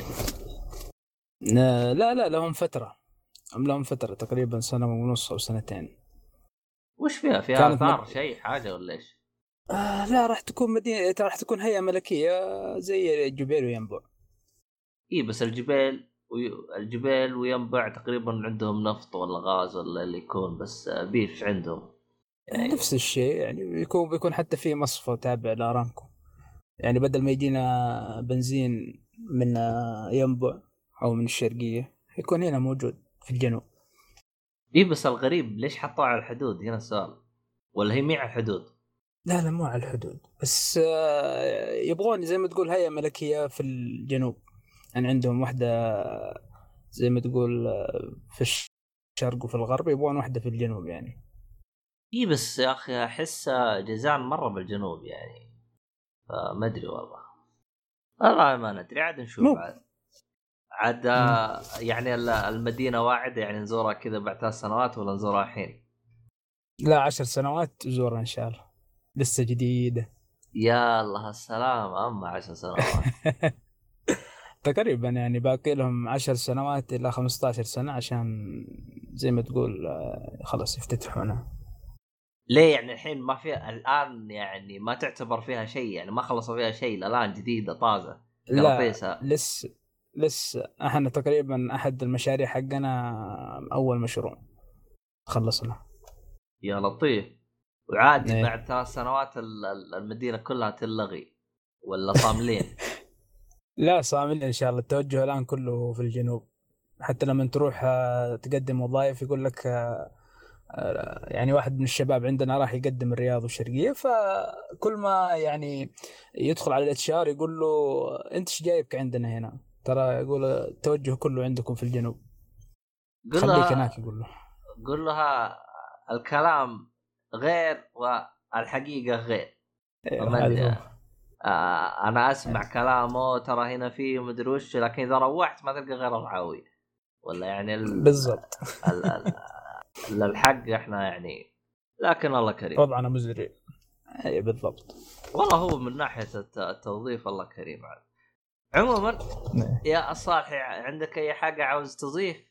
لا لا لهم فتره، هم لهم فتره تقريبا سنه ونص او سنتين. وش فيها؟ فيها اثار مد... شيء حاجه ولا ايش؟ آه لا راح تكون مدينه، راح تكون هيئه ملكيه زي الجبيل وينبع. اي بس الجبال وي... الجبال وينبع تقريبا عندهم نفط ولا غاز ولا اللي يكون، بس بيش عندهم يعني نفس الشيء يعني. بيكون بيكون حتى في مصفى تابع لارامكو يعني، بدل ما يجينا بنزين من ينبع او من الشرقيه يكون هنا موجود في الجنوب. اي بس الغريب ليش حطوه على الحدود؟ هنا السؤال. ولا هي مي على الحدود؟ لا لا مو على الحدود، بس يبغون زي ما تقول هيئة ملكية في الجنوب يعني. عندهم واحدة زي ما تقول في الشرق وفي الغرب، يبغون واحدة في الجنوب يعني. اي بس يا اخي احس جيزان مرة بالجنوب يعني، فما ادري والله والله ما ندري. عاد نشوف مو. عاد عاد يعني المدينة واعدة يعني نزورها كذا بعد ثلاث سنوات ولا نزورها الحين؟ لا عشر سنوات زورها ان شاء الله، لسه جديدة. يا الله السلام. اما عشر سنوات تقريبا يعني باقي لهم عشر سنوات الى خمسة عشر سنة عشان زي ما تقول خلاص يفتتحونها. ليه يعني الحين ما فيها الان يعني؟ ما تعتبر فيها شيء يعني؟ ما خلصوا فيها شيء الان؟ جديدة طازة لا لسه لسه احنا تقريبا احد المشاريع حقنا اول مشروع خلصنا. يا لطيف. وعادي بعد ثلاث سنوات المدينة كلها تلغي ولا صاملين؟ لا صاملين ان شاء الله. التوجه الان كله في الجنوب، حتى لما تروح تقدم وظائف يقول لك يعني واحد من الشباب عندنا راح يقدم الرياض والشرقية، فكل ما يعني يدخل على الاتش ار يقول له انت ايش جايبك عندنا هنا؟ ترى يقول التوجه كله عندكم في الجنوب، خليك هناك. يقول له قل لها الكلام غير والحقيقة غير. آه انا اسمع كلامه ترى هنا فيه مدري وش، لكن اذا روحت ما تلقى غير العاوي ولا يعني ال... بالضبط ال... ال... الحق احنا يعني. لكن الله كريم، وضعنا مزري. اي بالضبط والله هو من ناحية التوظيف الله كريم عاد. عموما يا الصالحي عندك اي حاجة عاوز تضيف؟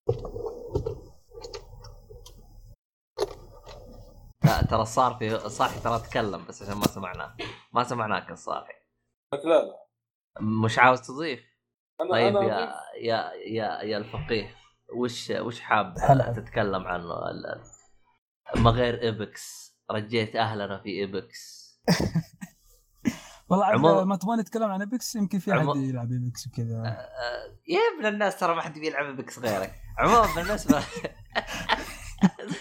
لا ترى صار في صالحي ترى تكلم بس عشان ما سمعناه ما سمعناك الصالحي. لا لا مش عاوز تضيف؟ أنا طيب أنا يا يا يا يا الفقيه وش وش حاب تتكلم عنه؟ ما غير إيبكس، رجيت أهلنا في إيبكس. والله عمو... ما تبغى نتكلم عن إيبكس؟ يمكن في عمو... أحد يلعب إيبكس وكذا. أه... يا ابن الناس ترى ما حد بيلعب إيبكس غيرك. عموما بالنسبة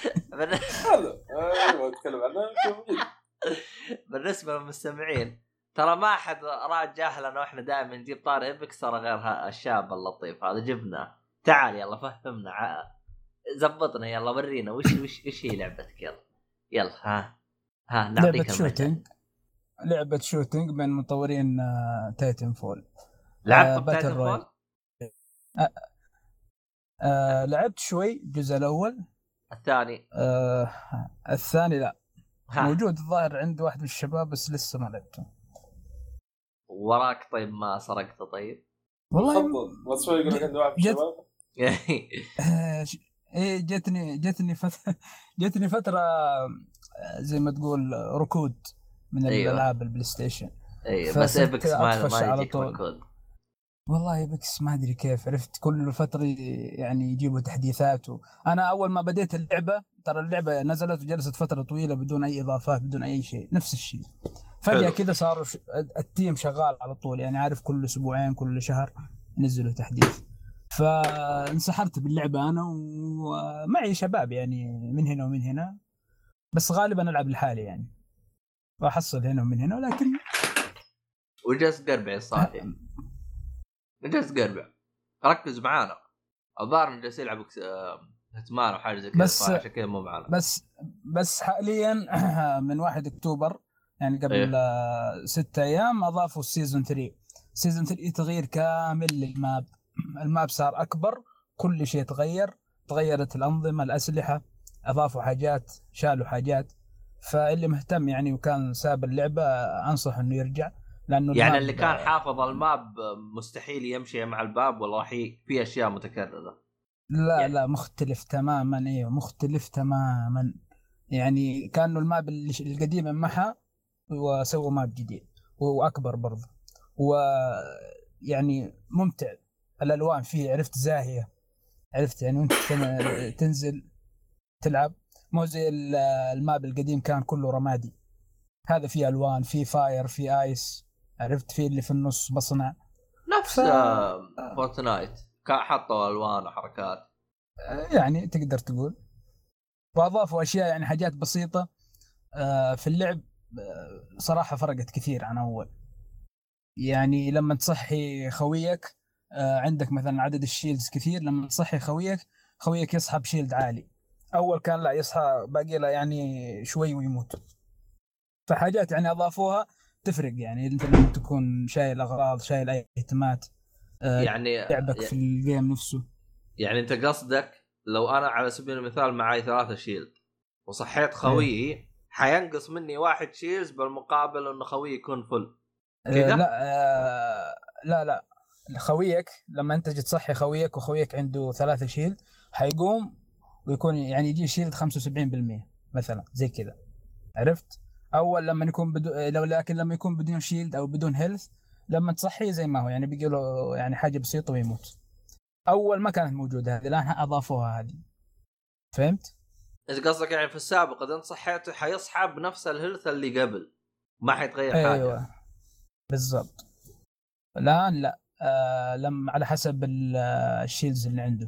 هذا ايوه اتكلم عنه. بالنسبه للمستمعين ترى ما أحد راجع لنا وإحنا دائما نجيب طاري إبكس ترى غير الشاب اللطيف هذا جبناه. تعال يلا فهمنا ع... زبطنا يلا ورينا وش وش وش هي لعبتك يلا يلا ها ها نعطيك لعبة شوتينج لعبة شوتينج من مطورين تايتن فول. لعبت تايتن فول؟ أه أه لعبت شوي الجزء الأول. الثاني أه الثاني لا ها. موجود الظاهر عند واحد من الشباب بس لسه ما لعبته. وراك طيب ما سرقته طيب والله ما تسوي يقول لك عنده واحد من الشباب. ايه جتني جتني فترة جتني فترة زي ما تقول ركود من أيوة. الألعاب البلاي ستيشن. ايوه بس ايبكس ما ما يجيك ركود والله. ايبكس ما ادري كيف عرفت كل فترة يعني يجيبوا تحديثات و... انا اول ما بديت اللعبة ترى اللعبة نزلت وجلست فترة طويلة بدون اي اضافات بدون اي شيء نفس الشيء. فجأة كذا صاروا ش... التيم شغال على طول يعني عارف كل اسبوعين كل شهر ينزلوا تحديث. فانسحرت باللعبة أنا ومعي شباب يعني من هنا ومن هنا بس غالبا ألعب لحالي يعني وأحصل هنا ومن هنا ولكن وجلس قربع الصافي جلس قربع ركز معانا الظاهر جالس يلعب هتمان وحاجة زي كذا عشان كذا مو معانا. بس بس حاليا من واحد أكتوبر يعني قبل إيه؟ ستة أيام أضافوا السيزون ثري. سيزون ثري تغيير كامل للماب. الماب صار أكبر كل شيء تغير تغيرت الأنظمة الأسلحة أضافوا حاجات شالوا حاجات. فاللي مهتم يعني وكان ساب اللعبة أنصح إنه يرجع لأنه يعني اللي كان حافظ الماب مستحيل يمشي مع الباب والله في أشياء متكررة. لا يعني. لا مختلف تماما. أيوه مختلف تماما يعني كانوا الماب القديم محى وسووا ماب جديد وأكبر برضه ويعني ممتع. الألوان فيه عرفت زاهية عرفت يعني وانت تنزل تلعب مو زي الماب القديم كان كله رمادي. هذا فيه ألوان فيه فاير فيه آيس عرفت فيه اللي في النص بصنع نفس ف... فورتنايت حطوا ألوان وحركات يعني تقدر تقول. وأضافوا أشياء يعني حاجات بسيطة في اللعب صراحة فرقت كثير عن أول. يعني لما تصحي خويك عندك مثلا عدد الشيلدز كثير لما تصحي خويك خويك يصحى بشيلد عالي. أول كان لا يصحى باقي له يعني شوي ويموت. فحاجات يعني أضافوها تفرق يعني أنت لما تكون شايل أغراض شايل أي اهتمامات يعني لعبك في الجيم نفسه. يعني أنت قصدك لو أنا على سبيل المثال معي ثلاثة شيلد وصحيت خويي أه. حينقص مني واحد شيلز بالمقابل إنه خوي يكون فل كذا؟ أه لا أه لا لا خويك لما أنت جيت تصحي خويك وخويك عنده ثلاثة شيلد حيقوم ويكون يعني يجي شيلد خمسة وسبعين بالمية مثلا زي كذا عرفت. أول لما يكون بدو... لو لكن لما يكون بدون شيلد أو بدون هيلث لما تصحي زي ما هو يعني بيجي له يعني حاجة بسيطة ويموت. أول ما كانت موجودة هذه الآن أضافوها هذه فهمت؟ إيش قصدك يعني في السابق إذا أنت صحيته حيصحى بنفس الهيلث اللي قبل ما حيتغير أيوة. حاجة. أيوة بالضبط. الآن لا آه لما على حسب الشيلز اللي عنده.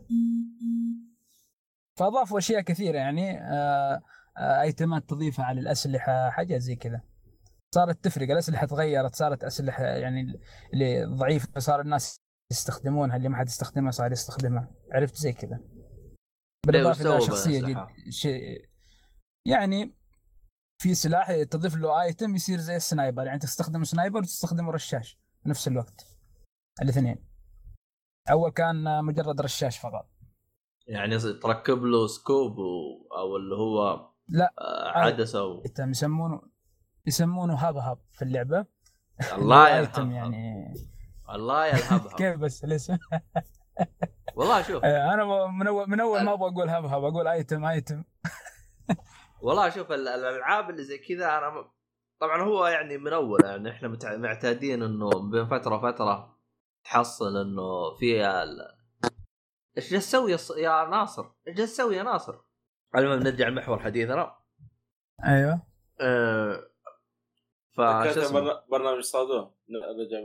فأضافوا أشياء كثيرة يعني آه آه ايتمات تضيفها على الأسلحة حاجة زي كذا صارت تفرق. الأسلحة تغيرت صارت أسلحة يعني اللي ضعيفة صار الناس يستخدمونها اللي ما حد يستخدمها صار يستخدمها عرفت زي كذا. بالإضافة إلى شخصية جد شيء يعني في سلاح تضيف له آيتم يصير زي السنايبر يعني تستخدم سنايبر وتستخدم رشاش في نفس الوقت الاثنين. أول كان مجرد رشاش فقط يعني تركب له سكوب أو اللي هو لا عدسة و... يسمونه يسمونه هاب هاب في اللعبة. الله يا الهب يعني الله يا الهب هب كيف بس الاسم والله شوف أنا من أول من أول ما أبغى أقول هاب هاب أقول آيتم آيتم. والله شوف الألعاب اللي زي كذا أنا طبعا هو يعني من أول يعني إحنا معتادين إنه بين فترة وفترة تحصل إنه في ال... إيش تسوي يا ناصر إيش تسوي يا ناصر. المهم نرجع لمحور حديثنا. أيوة أه... فش اسمه برنامج صادوه رجع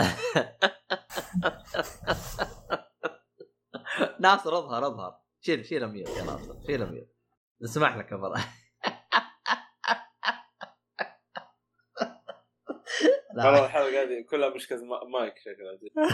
ناصر اظهر اظهر شيل شيل ميوت يا ناصر شيل ميوت نسمح لك برا. والله الحلقه هذه كلها مشكله مايك شكلها.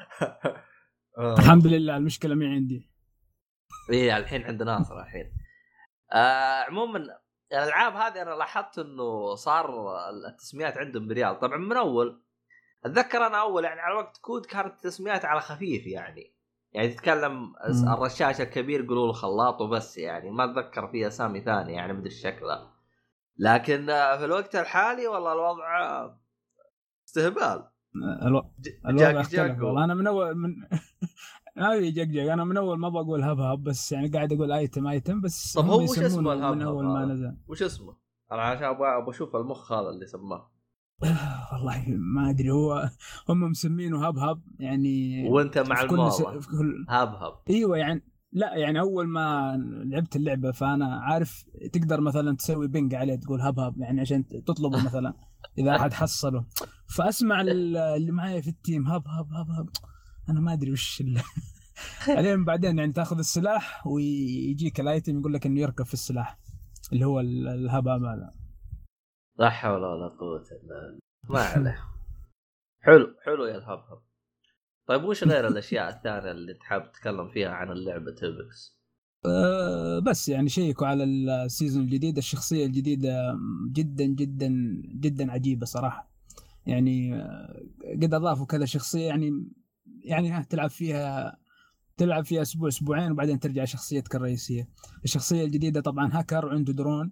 الحمد لله المشكله مي عندي. ايه الحين عند ناصر الحين. آه عموما الالعاب هذه انا لاحظت انه صار التسميات عندهم بريال. طبعا من اول اتذكر انا اول يعني على وقت كود كانت التسميات على خفيف يعني يعني تتكلم الرشاش الكبير يقولوا له خلاط وبس يعني ما اتذكر فيها اسامي ثانيه يعني مثل شكلها. لكن في الوقت الحالي والله الوضع استهبال. الو... الوضع اختلف والله. انا من اول من هاي جقجق انا من اول ما بقول هب هب بس يعني قاعد اقول ايتم ايتم بس. طب هو وش اسمه الهب من اول ما نزل وش اسمه؟ انا عشان ابغى اشوف المخ هذا اللي سماه. والله ما ادري. هو هم مسمينه هب هب يعني. وانت مع الموضوع س... كل... هب هب. ايوه يعني لا يعني اول ما لعبت اللعبه فانا عارف تقدر مثلا تسوي بنج عليه تقول هب هب يعني عشان تطلبه مثلا اذا احد حصله. فاسمع اللي معايا في التيم هب هب هب هب انا ما ادري وش اللي عليهم. بعدين يعني تاخذ السلاح ويجيك الايتم يقول لك انه يركب في السلاح اللي هو الهب هب هذا. لا حول ولا قوه الا بالله. ما عليه. حلو حلو يا الهب هب. طيب وش غير الاشياء الثانيه اللي تحب تتكلم فيها عن اللعبه ايبكس؟ أه بس يعني شيكوا على السيزون الجديد. الشخصيه الجديده جدا جدا جدا عجيبه صراحه يعني. قد اضافوا كذا شخصيه يعني يعني تلعب فيها تلعب فيها اسبوع اسبوعين وبعدين ترجع شخصيتك الرئيسيه. الشخصيه الجديده طبعا هاكر وعنده درون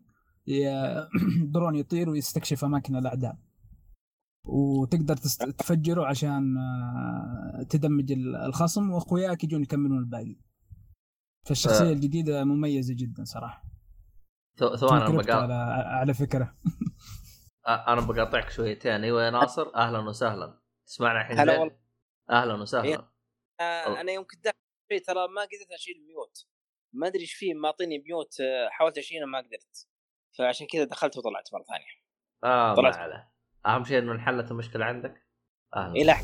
درون يطير ويستكشف اماكن الاعداء وتقدر تفجره عشان تدمج الخصم واخوياك يجون يكملون الباقي. فالشخصيه أه. الجديده مميزه جدا صراحه. ثواني انا بقاطع على على فكره. انا بقاطعك شويتين. ايوه يا ناصر اهلا وسهلا. تسمعنا الحين؟ هلا والله. اهلا وسهلا. آه انا يوم كنت ترى ما قدرت اشيل الميوت ما ادري ايش فيه معطيني ميوت. حاولت اشيله ما قدرت فعشان كذا دخلت وطلعت مره ثانيه. اه طلعت. ما عليه. اهم شيء انه انحلت المشكله عندك. اهلا. الى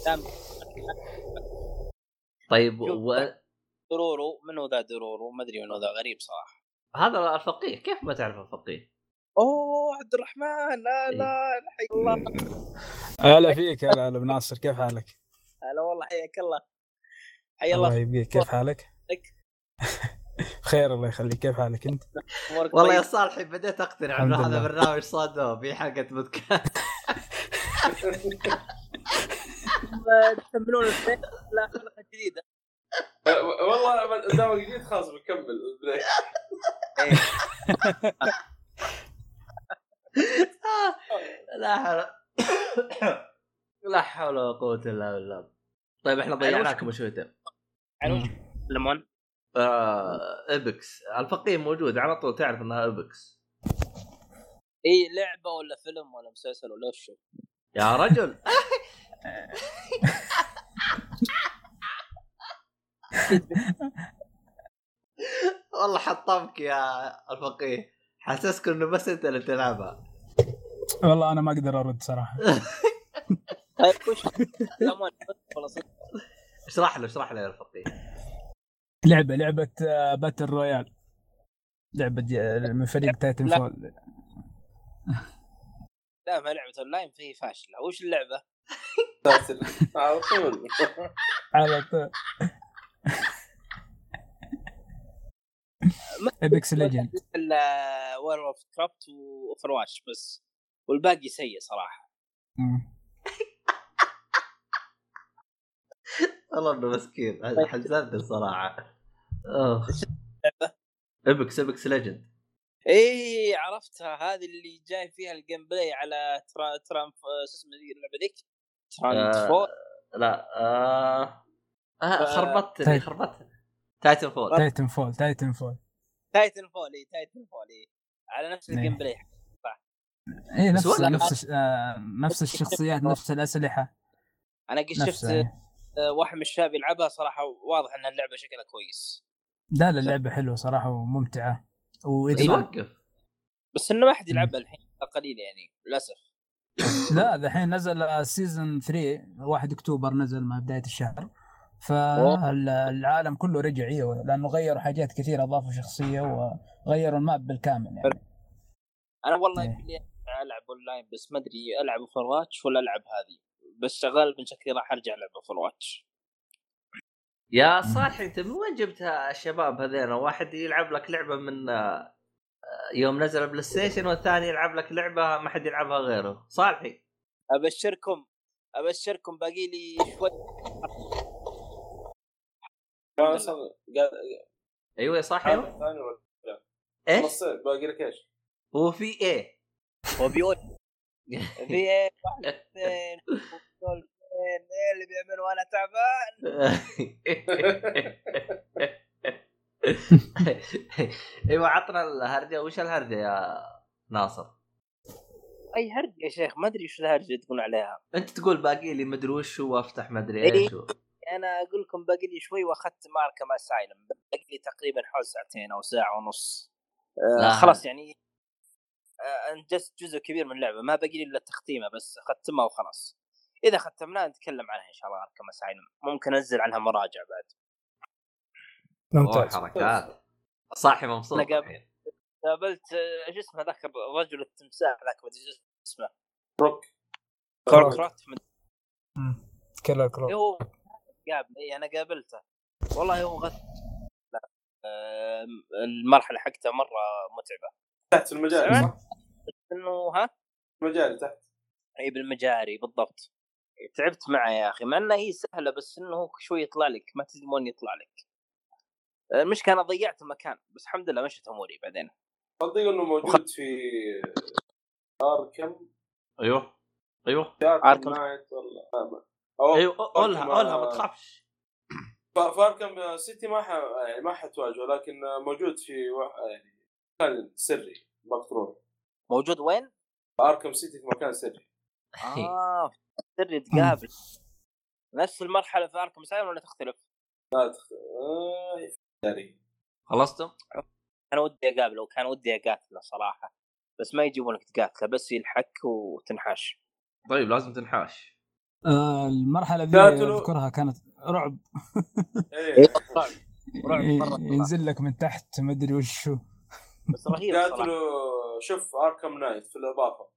طيب و... درورو منو ذا درورو ما ادري منو ذا غريب صراحه. هذا الفقيه كيف ما تعرف الفقيه؟ اوه عبد الرحمن لا لا حي الله. هلا فيك. هلا هلا بناصر كيف حالك؟ هلا والله حياك الله. حي الله. الله يبقيك. كيف حالك؟ بخير الله يخليك. كيف حالك انت؟ والله يا صالحي بديت اقتنع انه هذا برنامج صادق في حلقه بودكاست. تكملون الفيلم لا حلقه جديده. والله دام جديد خلاص بكمل البريك. لا حول لا حول ولا قوه الا بالله. طيب احنا ضيعناكم شويتين. عنوش لمون آه إبكس الفقيه موجود على طول تعرف انها إبكس. اي لعبه ولا فيلم ولا مسلسل ولا شو يا رجل؟ والله حطمك يا الفقيه. حاسسك انه بس انت اللي تلعبها. والله انا ما اقدر ارد صراحه. طيب وش لمون اشرح له اشرح له يا الفقيه. لعبه لعبه باتل رويال. لعبه من فريق تايتن فول. لا ما لعبه اونلاين فيه فاشله. وش اللعبه؟ على طول على طول إبكس ليجند وورلد اوف كرافت واوفر واتش بس والباقي سيء صراحه. والله انه مسكين حزنت الصراحه. اه إبكس إبكس ليجند. اي عرفتها هذه اللي جاي فيها الجيم بلاي على ترا ترامب اسمه اللعبه ذيك ترامب فور. لا آه... آه خربطتني خربطتني. تايتن فول تايتن فول تايتن فول تايتن فول اي تايتن فول اي على نفس الجيم بلاي صح. اي نفس نفس آه نفس الشخصيات نفس الاسلحه. انا قد شفت آه واحد من الشباب يلعبها صراحه واضح ان اللعبه شكلها كويس. لا لا اللعبه حلوه صراحه وممتعه ويوقف بس انه ما حد يلعبها الحين قليل يعني للاسف. لا الحين نزل السيزون ثلاثة واحد أكتوبر نزل مع بداية الشهر. فالعالم كله رجع ايوه لانه غيروا حاجات كثيره اضافوا شخصيه وغيروا الماب بالكامل يعني. انا والله إيه. العب اونلاين بس ما ادري العب اوفرواتش ولا العب هذه بس غالبا شكلي راح ارجع العب اوفرواتش. يا صالح انت من وين جبت الشباب هذين؟ واحد يلعب لك لعبه من يوم نزل بلاي ستيشن والثاني يلعب لك لعبه ما حد يلعبها غيره. صالحي ابشركم ابشركم باقي لي شوي. ايوه صح ايوه ايش نصيت باقي لك ايش؟ هو في ايه هو بيقول في ايه واحد اثنين دول اثنين ايه اللي بيعملوا وانا تعبان. ايوه عطنا الهرجه. وش الهرجه يا ناصر؟ اي هرجه يا شيخ ما ادري وش الهرجه تقول عليها. انت تقول باقي لي مدري وش هو وافتح مدري إيه؟ ايش هو. انا اقول لكم باقي لي شوي واخذت ماركه مع سايلم باقي لي تقريبا حول ساعتين او ساعه ونص. آه خلاص يعني آه انجزت جزء كبير من اللعبه ما باقي لي الا التختيمه بس ختمها وخلاص. اذا ختمناها نتكلم عنها ان شاء الله ماركه مع سايلم ممكن انزل عنها مراجع بعد. ممتاز حركات صاحي مبسوط. الحين قابلت ايش اسمه ذاك الرجل التمساح ذاك ما ادري اسمه روك كروك كروت امم كيلر كروك هو قابل اي انا قابلته والله هو غث المرحله حقته مره متعبه تحت المجاري صح؟ انه ها المجاري تحت اي بالمجاري بالضبط. تعبت معه يا اخي مع انها هي سهله بس انه شوي يطلع لك ما تدري وين يطلع لك. مش كان ضيعت مكان بس الحمد لله مشت اموري بعدين. صدق انه موجود في اركم. ايوه ايوه اركم نايت ولا ايوه قولها قولها ما تخافش. فاركم سيتي ما ح... يعني ما حتواجه لكن موجود في و... يعني مكان سري مقطوع. موجود وين؟ اركم سيتي في مكان سري. اه سري تقابل نفس المرحله في اركم سايلم ولا تختلف؟ لا تختلف. آه... سري. خلصتم؟ كان ودي اقابله وكان ودي اقاتله صراحه بس ما يجيبونك تقاتله بس يلحق وتنحاش. طيب لازم تنحاش. آه المرحله اللي اذكرها كانت رعب. ايه رعب رعب ينزل لك من تحت ما ادري وش هو بس رهيب صراحه. شوف اركم نايت في الاضافه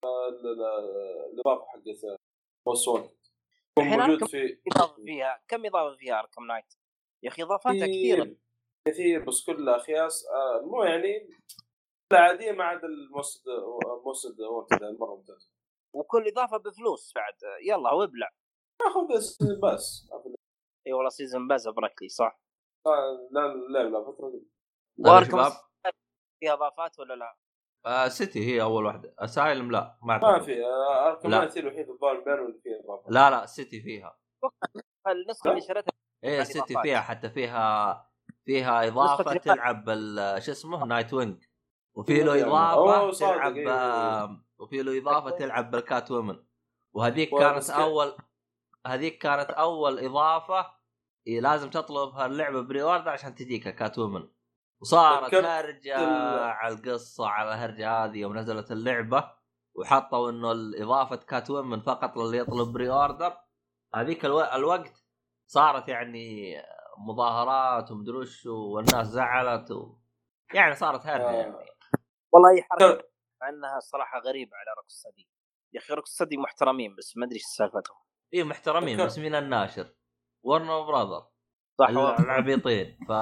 الاضافه حقت موسون موجود في اضافه فيها كم اضافه فيها اركم نايت يا اخي اضافاتها كثيره كثير بس كلها خياس. آه مو يعني العاديه ما عدا الموسد موسد وكذا مره ممتاز وكل اضافه بفلوس بعد يلا وابلع اخذ بس بس اي والله سيزن باز بركلي صح. آه لا لا لا فتره واركم فيها اضافات ولا لا؟ آه سيتي هي اول واحده. اسايلم لا ما ما في. آه اركم نايت الوحيد الظاهر بينهم اللي فيه اضافه. لا لا سيتي فيها النسخه اللي شريتها ايه سيتي فيها حتى فيها فيها اضافه تلعب شو اسمه نايت وينج وفي له اضافه تلعب إيه. وفي له اضافه تلعب بالكات وومن وهذيك كانت اول هذيك كانت اول اضافه إيه لازم تطلبها اللعبه بري اوردر عشان تجيك كات وومن. وصارت هرجه على القصه على الهرجه هذه يوم نزلت اللعبه وحطوا انه الاضافه كات وومن فقط للي يطلب بري اوردر. هذيك الو... الوقت صارت يعني مظاهرات ومدروش والناس زعلت و... يعني صارت هرجه آه. يعني والله هي حركه مع انها صراحه غريبه على روكستدي يا اخي. روكستدي محترمين بس ما ادري ايش سالفتهم. ايه محترمين بس مين الناشر؟ ورنر براذر صح العبيطين. ف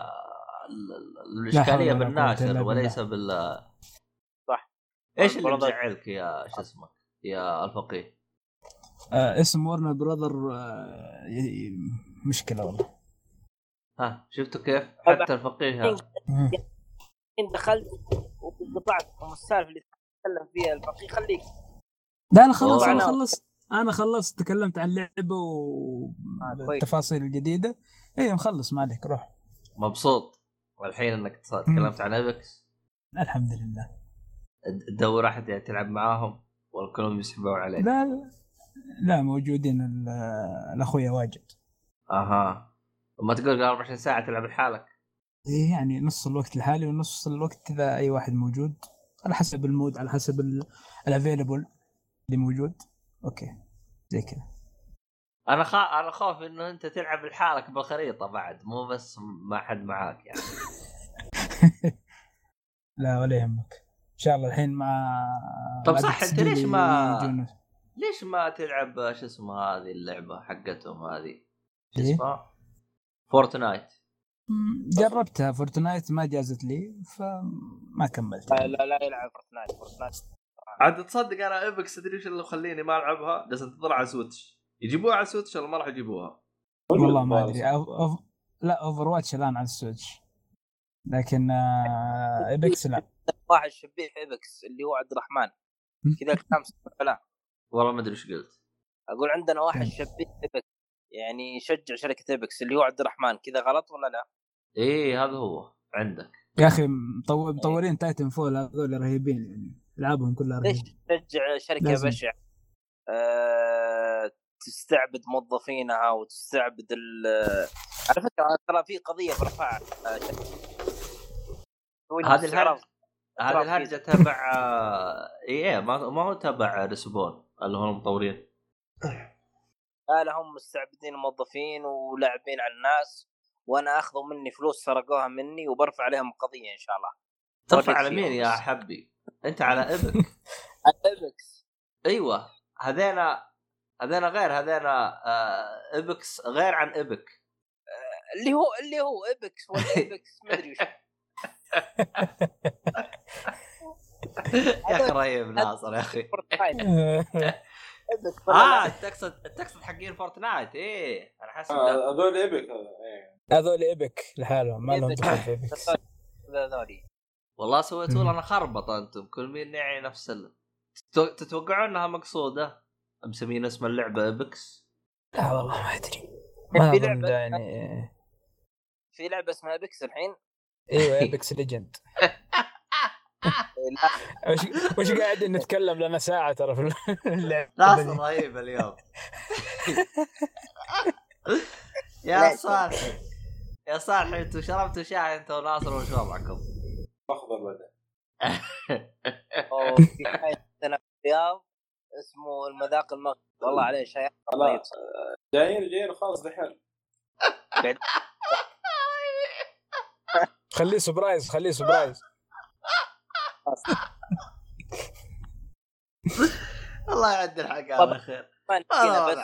الاشكاليه بالناشر وليس بال صح. ايش اللي مزعلك يا شو اسمك يا الفقيه؟ آه اسم ورنر براذر آه مشكله والله. ها شفتوا كيف حتى الفقيه انت دخلت وقطعت السالفه اللي تتكلم فيها الفقيه خليك. لا انا خلص انا خلصت انا خلصت تكلمت عن اللعبه والتفاصيل الجديده. ايه مخلص ما عليك روح. مبسوط والحين انك تكلمت عن ايبكس؟ الحمد لله. تدور احد يعني تلعب معاهم ولا كلهم يسحبون عليك؟ لا لا, لا موجودين الاخويا واجد. اها وما تقول أربعة وعشرين ساعه تلعب لحالك؟ ايه يعني نص الوقت لحالي ونص الوقت اذا اي واحد موجود على حسب المود على حسب الافيلبل اللي موجود. اوكي زي كذا. انا خا... انا خاف انه انت تلعب لحالك بالخريطه بعد مو بس ما حد معاك يعني. لا ولا يهمك. شاء الله الحين مع طب مع صح، انت التسجيل ليش ما يجون. ليش ما تلعب شو اسمها هذه اللعبه حقتهم هذه شو إيه؟ اسمها فورتنايت؟ مم، جربتها فورتنايت ما جازت لي فما كملت لا يعني. لا, لا يلعب فورتنايت فورتنايت عاد تصدق انا ايبكس تدري ايش اللي مخليني ما العبها؟ بس انتظر على سويتش يجيبوها على سويتش ولا ما راح يجيبوها؟ والله ما ادري أو... أو... لا اوفر واتش الان على السويتش، لكن آه... ايبكس لا. واحد شبيه في ايبكس اللي هو عبد الرحمن كذا الكلام لا والله ما ادري ايش قلت. اقول عندنا واحد شبيه في ايبكس يعني يشجع شركه ايبكس اللي هو عبد الرحمن، كذا غلط ولا لا؟ ايه هذا هو عندك يا اخي مطو... مطورين تايتن فول هذول رهيبين يعني، العابهم كلها ليش رهيبه. تشجع شركه بشعه أه... تستعبد موظفينها وتستعبد ال على فكره ترى في قضيه برفعها هذه الهرجه هذه الهرجه تبع ايه ما ما هو تبع ريسبون اللي هم المطورين. لا لهم مستعبدين الموظفين ولاعبين على الناس، وانا اخذوا مني فلوس سرقوها مني وبرفع عليهم قضيه ان شاء الله. ترفع على مين يا حبي؟ انت على ايبك. ايبكس ايوه هذينا هذينا غير هذينا آه ايبكس غير عن ايبك آه اللي هو اللي هو ايبكس ولا ايبكس ما ادري وش. يا اخي رهيب ناصر يا اخي. اه تقصد تقصد حقين فورتنايت. ايه انا حاسس هذول ايبك ايه هذول ايبك لحالهم ما لهم دخل في ايبك. هذول والله سويتوا لنا خربطه انتم كل مين يعني نفس ال... تتوقعون انها مقصوده مسمين اسم اللعبه ايبكس؟ لا والله ما ادري ما في لعبه يعني في لعبه اسمها ايبكس الحين. ايوه ايبكس ليجند. وش وش قاعدين نتكلم لنا ساعه ترى في اللعبه. ناصر رهيب اليوم. يا صالح يا صالح انتوا شربتوا شاي انت وناصر وش وضعكم؟ اخضر بدا. او في عندنا رياض اسمه المذاق المغربي والله عليه شيء طيب. جايين جايين خلاص دحين. خليه سبرايز خليه سبرايز. الله يعد الحق على خير. بس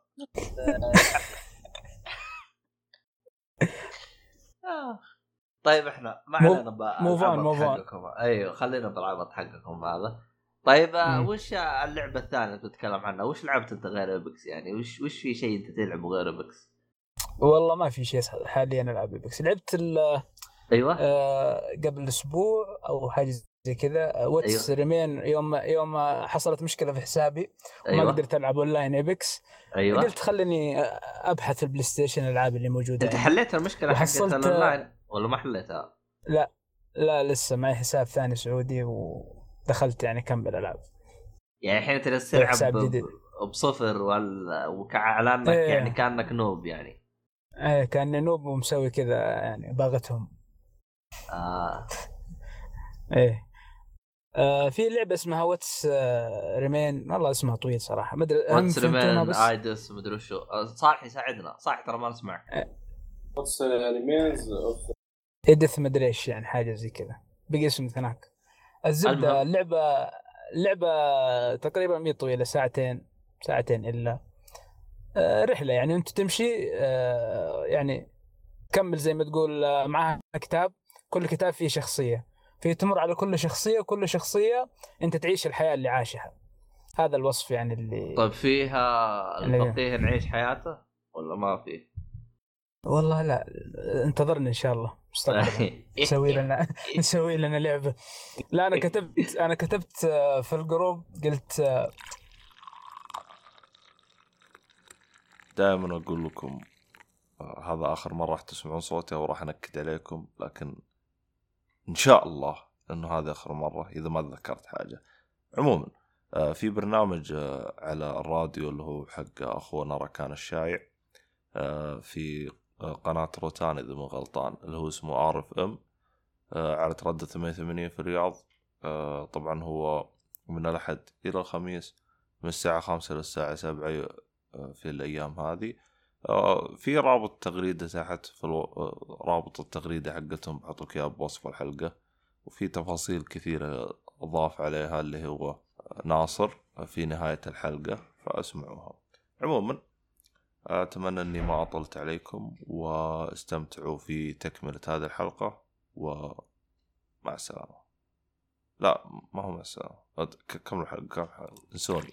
طيب احنا ما علينا بالعبط حقكم. ايوه خلينا بالعبط حقكم هذا. طيب مم. وش اللعبه الثانيه تتكلم عنها؟ وش لعبت انت غير ايبكس يعني؟ وش وش في شيء انت تلعبه غير ايبكس؟ والله ما في شيء حاليا العب ايبكس. لعبت ال ايوه آه قبل اسبوع او حاجه زي كذا واتس أيوة. ريمين يوم يوم حصلت مشكله في حسابي وما أيوة. قدرت العب اونلاين ايبكس. أيوة. قلت خليني ابحث البلاي ستيشن الالعاب اللي موجوده. انت حليت المشكله حقت الاونلاين ولا ما حليتها؟ لا لا لسه معي حساب ثاني سعودي ودخلت يعني كمل العاب. يعني الحين انت تلعب بصفر ولا وكاعلانك إيه. يعني كانك نوب يعني. ايه كان نوب ومسوي كذا يعني باغتهم. اه ايه آه في لعبه اسمها واتس آه ريمين والله اسمها طويل صراحه ما ادري. واتس ريمين ايدس ما ادري شو. صالح يساعدنا صح ترى ما نسمعك. واتس ريمين ايدث ما ادري ايش يعني حاجه زي كذا بقي اسم هناك. الزبده اللعبه اللعبه تقريبا مية طويله ساعتين ساعتين الا آه رحله يعني انت تمشي آه يعني كمل زي ما تقول آه معها كتاب كل كتاب فيه شخصيه في تمر على كل شخصيه وكل شخصيه انت تعيش الحياه اللي عاشها. هذا الوصف يعني اللي طيب فيها الفقيه نعيش حياته ولا ما فيه؟ والله لا انتظرني ان شاء الله مستقبلا نسوي لنا نسوي لنا لعبه. لا انا كتبت انا كتبت في الجروب قلت دائما اقول لكم هذا اخر مره راح تسمعون صوتي وراح انكد عليكم لكن ان شاء الله انه هذا اخر مره اذا ما تذكرت حاجه. عموما في برنامج على الراديو اللي هو حق اخونا ركان الشايع في قناه روتان اذا مو غلطان اللي هو اسمه ار اف ام على تردد ثمانية وثمانين في الرياض. طبعا هو من الاحد الى الخميس من الساعه خمسة للساعه سبعة في الايام هذه. في رابط تغريده تحت في رابط التغريده حقتهم بحطوا لك اياه بوصف الحلقه وفي تفاصيل كثيره ضاف عليها اللي هو ناصر في نهاية الحلقة، فاسمعوها. عموما أتمنى أني ما أطلت عليكم، واستمتعوا في تكملة هذه الحلقة، ومع السلامة. لا ما هو مع السلامة، كملوا الحلقة كم حلقة نسوني.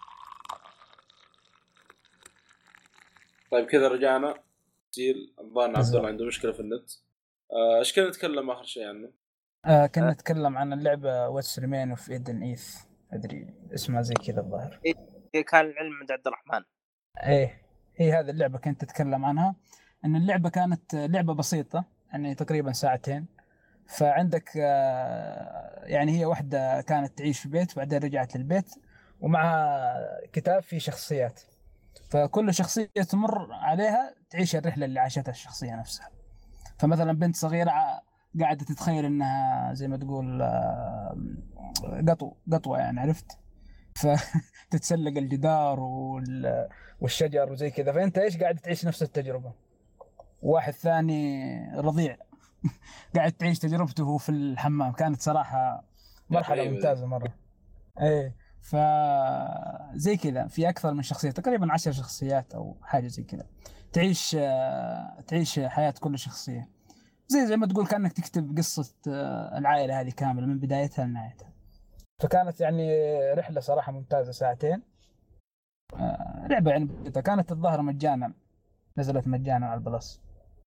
طيب كذا رجعنا تسجيل. الظاهر عبد الله عنده مشكلة في النت. ايش كنا نتكلم آخر شيء عنه؟ آه كنا نتكلم عن اللعبة واتس ريمين اوف ايدن ايث، ادري اسمها زي كذا الظاهر. إيه كان العلم عند عبد الرحمن. ايه هي هذه اللعبة كنت تتكلم عنها، ان اللعبة كانت لعبة بسيطة يعني تقريبا ساعتين. فعندك آه يعني هي واحدة كانت تعيش في بيت وبعدين رجعت للبيت، ومعها كتاب فيه شخصيات، فكل شخصية تمر عليها تعيش الرحلة اللي عاشتها الشخصية نفسها. فمثلا بنت صغيرة قاعدة تتخيل انها زي ما تقول قطو قطوة يعني، عرفت؟ فتتسلق الجدار والشجر وزي كذا، فانت ايش قاعد تعيش نفس التجربة. واحد ثاني رضيع قاعد تعيش تجربته في الحمام. كانت صراحة مرحلة ممتازة مرة. ايه فزي كذا في اكثر من شخصية، تقريبا عشر شخصيات او حاجة زي كذا، تعيش تعيش حياة كل شخصية زي زي ما تقول كأنك تكتب قصة العائلة هذه كاملة من بدايتها لنهايتها. فكانت يعني رحلة صراحة ممتازة ساعتين. لعبة يعني كانت الظاهرة مجانا، نزلت مجانا على البلس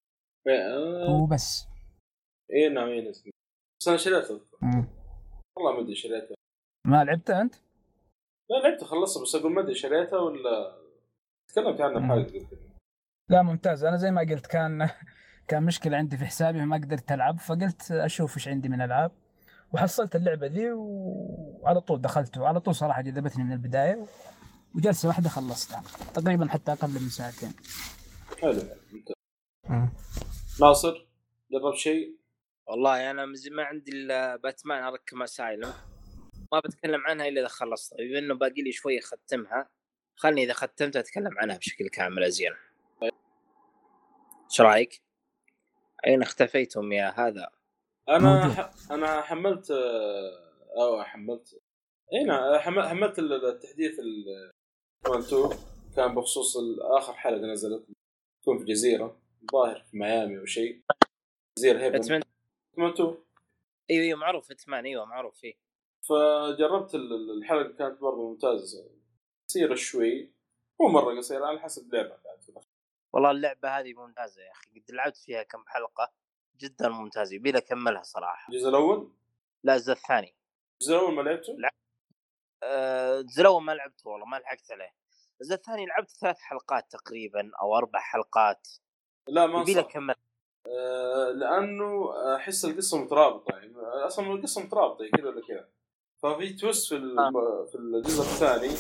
وبس. ايه نعم ايه نسمي. بس انا شريتها والله ما ادري شريتها. ما لعبتها انت؟ لا لعبتها خلصها، بس اقول ما ادري شريتها ولا تكلمت عنها بحلقة. لا ممتاز. انا زي ما قلت كان كان مشكلة عندي في حسابي ما قدرت ألعب، فقلت أشوف إيش عندي من ألعاب وحصلت اللعبة دي وعلى طول دخلت، وعلى طول صراحة جذبتني من البداية، وجلسة واحدة خلصتها تقريبا حتى أقل من ساعتين. حلو ممتاز. ناصر جرب شيء؟ والله أنا ما عندي إلا باتمان أركم أسايلم، ما بتكلم عنها إلا إذا خلصتها، بما إنه باقي لي شوية ختمها. خلني إذا ختمتها أتكلم عنها بشكل كامل أزين. إيش رأيك؟ أين اختفيتم يا هذا؟ أنا ح... أنا حملت أو حملت هنا حمل... حملت التحديث الكوانتو، كان بخصوص آخر حلقة نزلت تكون في جزيرة ظاهر في ميامي أو شيء، جزيرة هيفن كوانتو. أيوة أيوة معروف اتمان، أيوة معروف فيه. فجربت الحلقة كانت برضه ممتازة، قصيرة شوي مو مرة قصيرة على حسب لعبة. والله اللعبة هذه ممتازة يا أخي، قد لعبت فيها كم حلقة جدا ممتازة، يبي لك أكملها صراحة. الجزء الأول؟ لا الجزء الثاني. الجزء الأول ما لعبته؟ لعب... آه... الجزء الأول ما لعبته والله، ما لحقت عليه. الجزء الثاني لعبت ثلاث حلقات تقريبا أو أربع حلقات. لا ما يبي لك أكمل. آه... لأنه أحس القصة مترابطة، يعني أصلا القصة مترابطة كذا ولا كذا، ففي تويست في ال... آه. في الجزء الثاني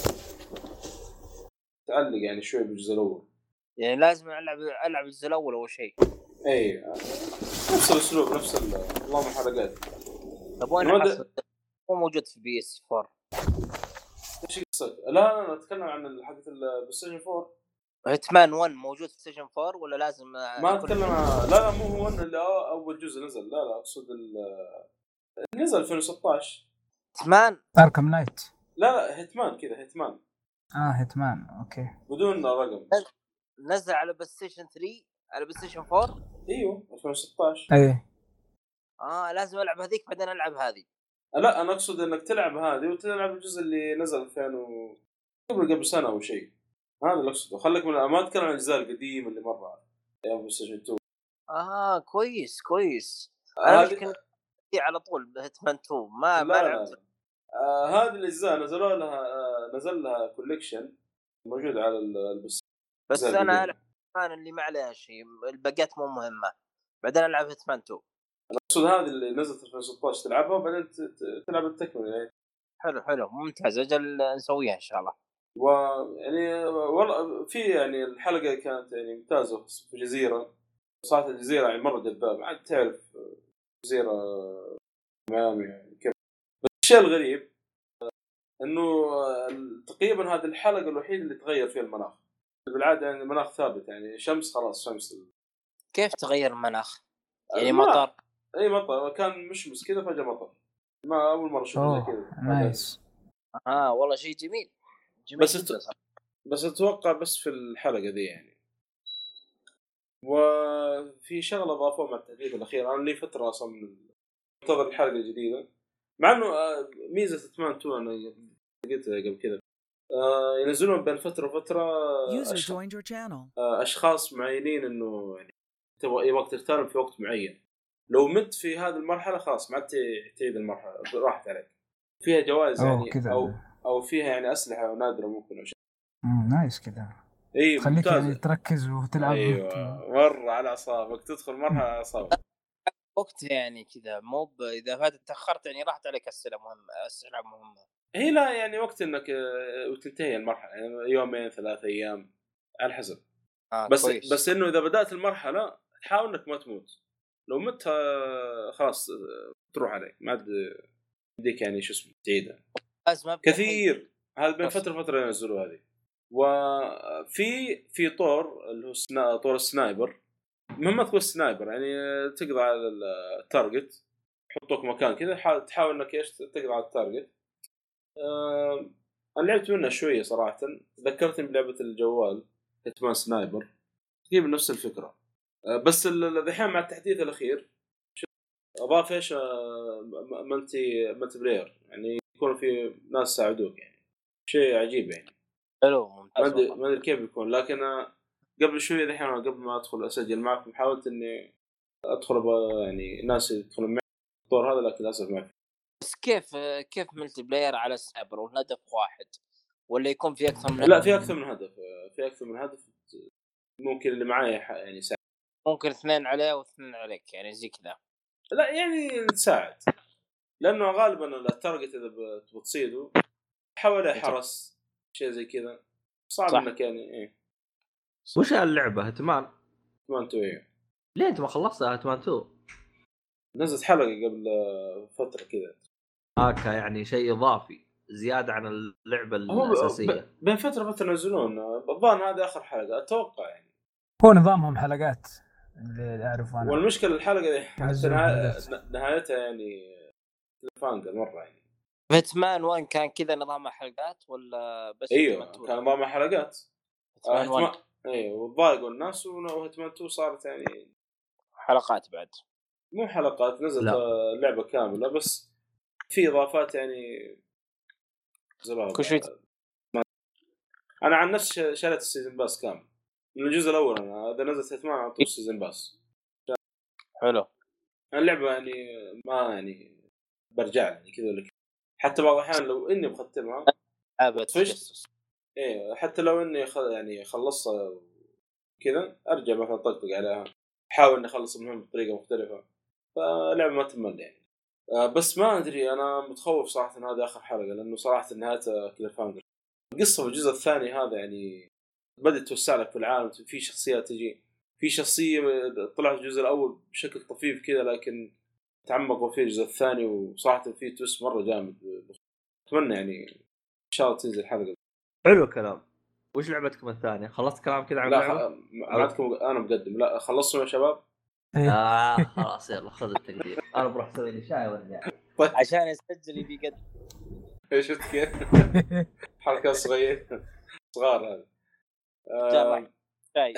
تعلق يعني شوي بالجزء الأول. يعني لازم ألعب ألعب الجزء الأول أول شيء. إيه نفس الأسلوب نفس نظام الحلقات. طب وين حصل؟ هو موجود في بي اس فور. إيش قصة؟ لا لا لا أتكلم عن حلقة البلايستيشن فور. هيتمان ون موجود في ستيشن فور ولا لازم؟ ما أتكلم عن... لا لا مو هو اللي أول جزء نزل، لا لا أقصد ال... نزل ألفين وستة عشر. هيتمان أركم نايت. لا لا هيتمان كذا هيتمان. آه هيتمان أوكي بدون رقم. نزل على بلاي ستيشن ثري على بلاي ستيشن فور. ايوه ألفين وستة عشر. ايه اه لازم العب هذيك بعدين العب هذه. لا انا اقصد انك تلعب هذه وتلعب الجزء اللي نزل ألفين و... قبل قبل سنه او شيء، هذا اللي اقصده. خليك من ما اتكلم عن الاجزاء القديمه اللي مره ايام بلاي ستيشن تو. اه كويس كويس. انا هذه... ممكن على طول هيتمان تو ما ما لعبت. آه هذه الاجزاء نزلوا لها آه نزل لها كوليكشن موجود على البس. بس انا العب اللي ما عليها شيء، الباقيات مو مهمه، بعدين العب هيتمان تو. انا اقصد هذه اللي نزلت ألفين وستة عشر تلعبها وبعدين تلعب التكمله يعني. حلو حلو ممتاز، اجل نسويها ان شاء الله. ويعني والله في يعني الحلقه كانت يعني ممتازه في جزيره، صارت الجزيره يعني مره جذابه، عاد تعرف جزيره ميامي يعني كيف. بس الشيء الغريب انه تقريبا هذه الحلقه الوحيده اللي تغير فيها المناخ. بالعاده يعني المناخ ثابت، يعني شمس خلاص شمس. كيف تغير المناخ؟ يعني مطر؟ اي مطر، كان مشمس كذا فجاه مطر. ما اول مره اشوف زي كذا. نايس. اه والله شيء جميل جميل بس جدا أت... بس اتوقع بس في الحلقه دي يعني. وفي شغله اضافوها مع التحديث الاخير، انا لي فتره اصلا منتظر الحلقه الجديده، مع انه ميزه اتمان تو انا قلتها قبل كذا، آه ينزلون بين فتره وفتره أشخ... اشخاص معينين انه يعني تبغى اي وقت تختارهم في وقت معين. لو مت في هذه المرحله خلاص ما تعيد المرحله، راحت عليك. فيها جوائز يعني كده. او او فيها يعني اسلحه نادره ممكن او شيء. امم نايس كذا. اي تخليك ممتاز. يعني تركز وتلعب. ايوه مره على اعصابك، تدخل مرحله على اعصابك وقت يعني كذا، مو ب... اذا فاتت تاخرت يعني راحت عليك اسئله مهمه، اسئله مهمه. هي لا يعني وقت انك وتنتهي المرحله يعني يومين ثلاث ايام على حسب. آه بس كويس. بس انه اذا بدات المرحله تحاول انك ما تموت. لو مت خلاص تروح عليك، ما عاد يديك يعني شو اسمه تعيدها كثير. هذا بين فتره فتره ينزلوا هذه. وفي في طور اللي هو سنا... طور السنايبر، مهمة تكون سنايبر يعني تقضي على التارجت، يحطوك مكان كذا تحاول انك ايش تقضي على التارجت. أه... انا لعبت منها شويه صراحه، ذكرتني بلعبه الجوال هيتمان سنايبر، تقريبا نفس الفكره. أه بس الحين مع التحديث الاخير اضاف ايش ملتي ملتي بلاير، يعني يكون في ناس يساعدوك، يعني شيء عجيب يعني. حلو ممتاز. ما ادري كيف بيكون، لكن قبل شويه الحين قبل ما ادخل اسجل معكم حاولت اني ادخل يعني ناس يدخلون معي الطور هذا، لكن للاسف ما في. بس كيف كيف ملتي بلاير على سنايبر والهدف واحد، ولا يكون في اكثر من لا في اكثر من هدف، في اكثر من هدف. ممكن اللي معايا يعني ساعد. ممكن اثنين عليه واثنين عليك يعني زي كذا. لا يعني تساعد، لانه غالبا التارجت اذا بتصيده حوالي حرس شيء زي كذا، صعب انك يعني ايه. وش اللعبه هتمان هتمان تو؟ ايه ليه انت ما خلصتها هتمان تو؟ نزلت حلقه قبل فتره كذا. اوكي يعني شيء اضافي زياده عن اللعبه الاساسيه. بين فتره فتره ينزلون الظاهر هذا اخر حلقه اتوقع يعني. هو نظامهم حلقات اللي اعرف انا. والمشكله الحلقه نهايتها يعني فانقل مره يعني. هيتمان وان كان كذا نظامها حلقات ولا بس؟ ايوه كان نظامها حلقات. هيتمان آه ايوه وضايقوا الناس، وهيتمان تو صارت يعني حلقات بعد، مو حلقات، نزلت لعبه كامله بس في اضافات يعني زباله. انا عن نفسي شريت السيزون باس كامل من الجزء الاول، انا اذا نزلت هيتمان على طول السيزون باس. حلو. اللعبه يعني ما يعني برجع يعني كذا ولا كذا، حتى بعض الاحيان لو اني بختمها ابد ايه، حتى لو اني خ... يعني خلصها كذا ارجع مثلا طقطق عليها، احاول اني اخلص المهمه بطريقه مختلفه، فلعبه ما تمل يعني. آه بس ما ادري، انا متخوف صراحه ان هذا اخر حلقه، لانه صراحه نهايتها كذا فانجر. القصه في الجزء الثاني هذا يعني بدأت توسع لك في العالم، في شخصيات تجي، في شخصيه طلعت الجزء الاول بشكل طفيف كذا لكن تعمقوا فيه الجزء الثاني، وصراحه فيه توست مره جامد. اتمنى يعني ان شاء الله تنزل حلقه. حلو كلام. وش لعبتكم الثانية؟ خلصت كلام كذا عن اللعبة؟ لا خ... معكم انا مقدم. لا خلصتوا يا شباب؟ آه خلاص يلا خذ التقدير. انا بروح اسوي لي شاي وارجع. طيب عشان يسجل يبي يقدم. ايش شفت كيف؟ حركه صغيره صغار هذا. آه... شاي.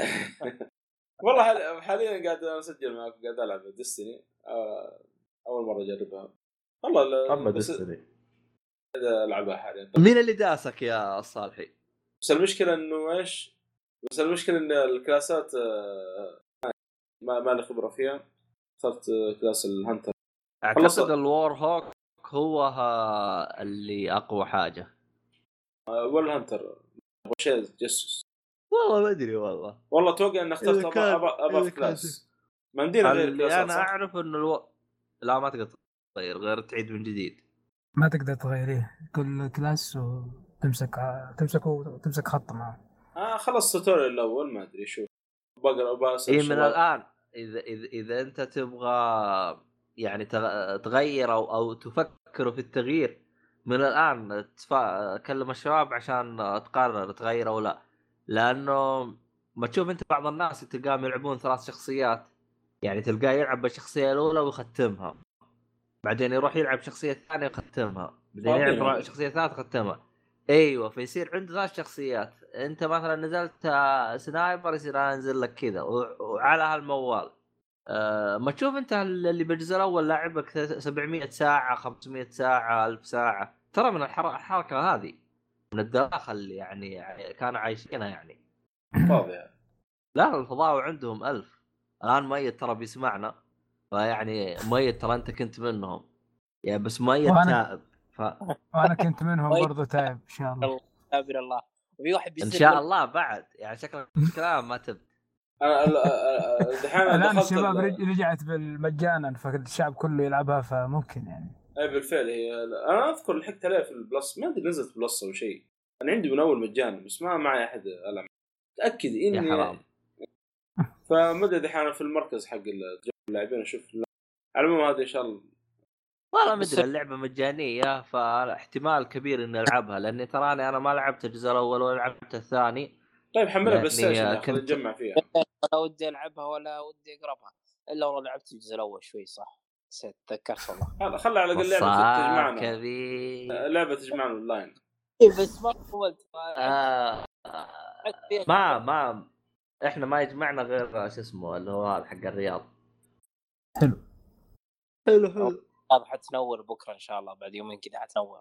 والله حاليا قاعد اسجل معكم، قاعد العب ديستني. آه... اول مره اجربها والله. اما ديستني العبها حاليا. مين اللي داسك يا صالحي؟ بس المشكله انه ايش بس المشكله ان الكلاسات ما ما له خبره فيها. اخترت كلاس الهانتر. اعتقد الوار هوك هو اللي اقوى حاجه ولا هانتر وشيء جسوس. والله ما ادري والله والله اتوقع ان اخترت ابا ابا كلاس. ما عندنا غير كلاس. انا اعرف انه الو... لا ما تقدر تغير غير تعيد من جديد. ما تقدر تغيريه كل كلاس وتمسك تمسكه وتمسك خط معه. اه خلص التوتوريال الاول ما ادري شو بقرا بس اي من الان اذا اذا اذا انت تبغى يعني تغير او او تفكر في التغيير من الان تفا... كلم الشباب عشان تقرر تغير او لا، لانه ما تشوف انت بعض الناس تلقاهم يلعبون ثلاث شخصيات، يعني تلقاه يلعب بالشخصيه الاولى ويختمها بعدين يروح يلعب شخصيه ثانيه يختمها، بعدين يلعب شخصيه ثالثه يختمها. ايوه فيصير عنده ثلاث شخصيات. انت مثلا نزلت سنايبر يصير انزل لك كذا وعلى هالموال. أه ما تشوف انت اللي بالجزء الاول لاعبك سبعمية ساعه خمسمية ساعه ألف ساعه، ترى من الحركه هذه من الداخل يعني, يعني كانوا عايشينها يعني فاضي. لا الفضاء عندهم ألف. الان ميت ترى بيسمعنا، فيعني ميت ترى انت كنت منهم يعني، بس ميت تائب ف... وانا كنت منهم برضو تائب ان شاء الله. تابر الله. وفي واحد ان شاء الله بعد يعني شكلك كلام ما تب. انا دحين الان الشباب رجعت بالمجانا فالشعب كله يلعبها فممكن يعني. اي بالفعل هي انا اذكر لحقت عليها في البلس، ما ادري نزلت بلس او شيء. انا عندي من اول مجانا بس ما معي احد العب. تاكد اني يا حرام. فما ادري دحين في المركز حق اللاعبين اشوف على العموم هذا ان شاء الله. والله مدري اللعبه مجانيه فاحتمال كبير اني العبها، لاني تراني انا ما لعبت الجزء الاول ولا لعبت الثاني. طيب حملها بلاي ستيشن كنت نجمع فيها. لا ودي العبها ولا ودي اقربها الا والله لعبت الجزء الاول شوي صح نسيت تذكرت والله. خلى على الاقل لعبه تجمعنا كذي. لعبه تجمعنا اونلاين. بس ما قلت آه ما ما احنا ما يجمعنا غير شو اسمه اللي هو هذا حق الرياض. حلو حلو حلو. هذا حتنور بكره ان شاء الله، بعد يومين كذا حتنور.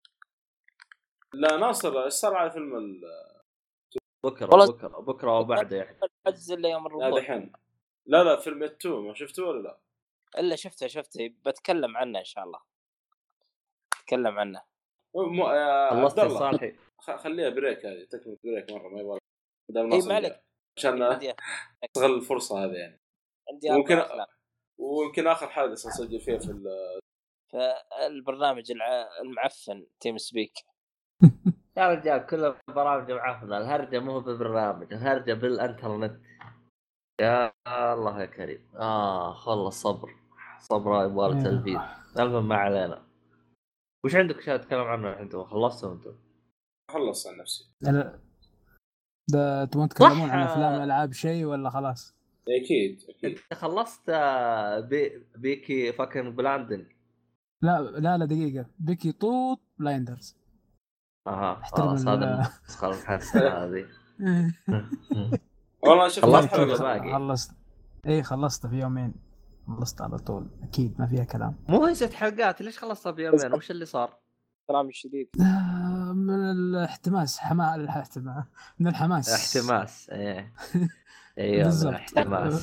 لا ناصر ايش صار على فيلم ال... بكره بكره بكره وبعده يعني حجز اللي يوم الربوع. لا دحين لا لا فيلم التو ما شفته ولا لا؟ الا شفته شفته بتكلم عنه ان شاء الله. اتكلم عنه. م... خلصت صالحي خ... خليها بريك هذه تكمل بريك مره ما يبغى دام ناصر. اي مالك عشان استغل الفرصه هذه يعني. ممكن ويمكن اخر حلقه سنسجل فيها في ال... في البرنامج المعفن تيم سبيك. يا رجال كل البرامج معفنه، الهرجه مو بالبرنامج، الهرجه بالانترنت. يا الله يا كريم. اه والله الصبر صبر يبغى تلفيز. المهم ما علينا. وش عندك اشياء تتكلم عنها انتم؟ خلصتوا انتم؟ خلص عن نفسي. لا ده تبون تتكلمون عن افلام العاب شيء ولا خلاص؟ اكيد اكيد. انت خلصت بي... بيكي فاكن بلاندنج؟ لا لا لا دقيقه بيكي طوط بلايندرز. اها خلاص هذا خلاص حسنا هذه. والله شفت خلصت باقي. خلصت ايه خلصت في يومين خلصت على طول اكيد ما فيها كلام. مو هي ست حلقات ليش خلصتها بيومين؟ وش اللي صار؟ كلام الشديد من الاحتماس حماء الاحتماس من الحماس احتماس ايه ايوه من الاحتماس.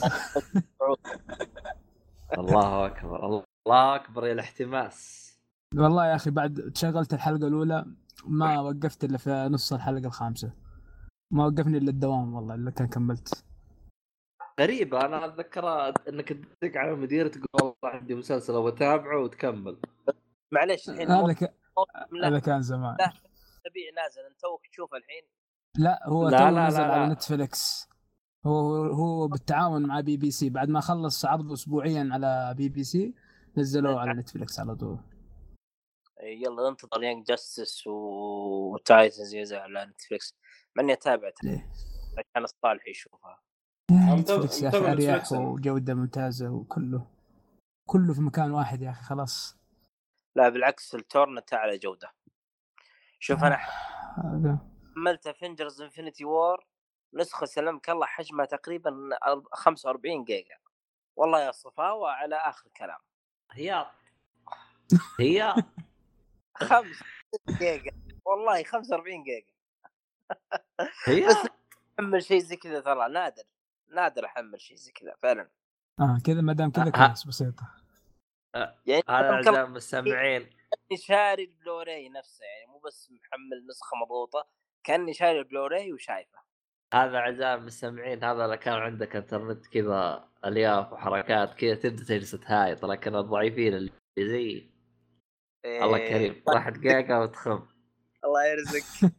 الله اكبر الله اكبر يا الاحتماس. والله يا اخي بعد تشغلت الحلقه الاولى ما وقفت الا في نص الحلقه الخامسه، ما وقفني الا الدوام والله الا كان كملت. غريبه انا اتذكر انك تدق على المدير تقول والله عندي مسلسل وتابعه وتكمل. معليش الحين هذا ك... هذا كان زمان. لا تبيع نازل انت توك تشوفه الحين. لا هو لا تو لا نزل لا على لا. نتفليكس. هو هو بالتعاون مع بي بي سي بعد ما خلص عرضه اسبوعيا على بي بي سي نزلوه على نتفليكس على طول. يلا انتظر يانج جاستس وتايتنز ينزل على نتفليكس. ماني تابعت عشان الصالح يشوفها. نتفليكس يا اخي اريح وجوده ممتازه وكله كله في مكان واحد يا اخي خلاص. لا بالعكس التورنت على جوده. شوف انا حملت افنجرز انفينيتي وور نسخه سلمك الله حجمها تقريبا خمسة وأربعين جيجا. والله يا صفاوه على اخر كلام. هي هي خمسة جيجا والله خمسة وأربعين جيجا. هي بس احمل شيء زي كذا ترى نادر نادر احمل شيء زي كذا فعلا. اه كذا ما دام كذا كويس بسيطه. يعني هذا اعزائي المستمعين شاري البلوراي نفسه يعني مو بس محمل نسخه مضبوطه، كاني شاري البلوراي وشايفه. هذا اعزائي المستمعين هذا اللي كان عندك انترنت كذا الياف وحركات كذا تبدا تجلس تهايط، لكن الضعيفين اللي زي إيه الله كريم واحد جيجا وتخم الله يرزق.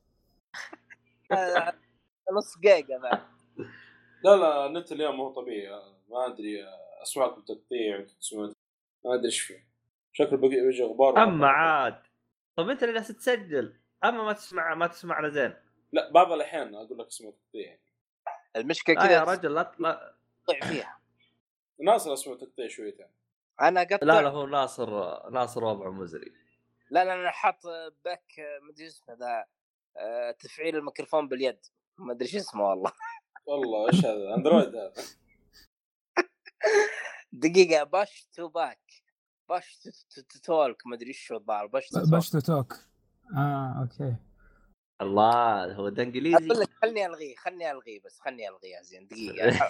نص جيجا بعد. لا لا النت اليوم مو طبيعي ما ادري اصوات بتقطيع وتصويت ما ادري ايش فيه شكل بقي وجه غبار. اما عاد طب انت اللي جالس تسجل اما ما تسمع ما تسمعنا زين. لا بعض الاحيان اقول لك اسمه تقطيع. المشكله كذا آه يا رجل لا تطلع فيها ناصر اسمه تقطيع شويتين انا قطع. لا لا هو ناصر ناصر وضعه مزري. لا لا انا حاط باك مدري اسمه ذا تفعيل الميكروفون باليد ما ادري ايش اسمه والله. والله ايش هذا اندرويد هذا؟ دقيقه باش تو باك باش تو تولك ما ادري ايش الظاهر باش تو باش تو توك. اه اوكي. الله هو ده انجليزي. اقول لك خلني الغيه خلني الغيه بس خلني الغيه زين دقيقه.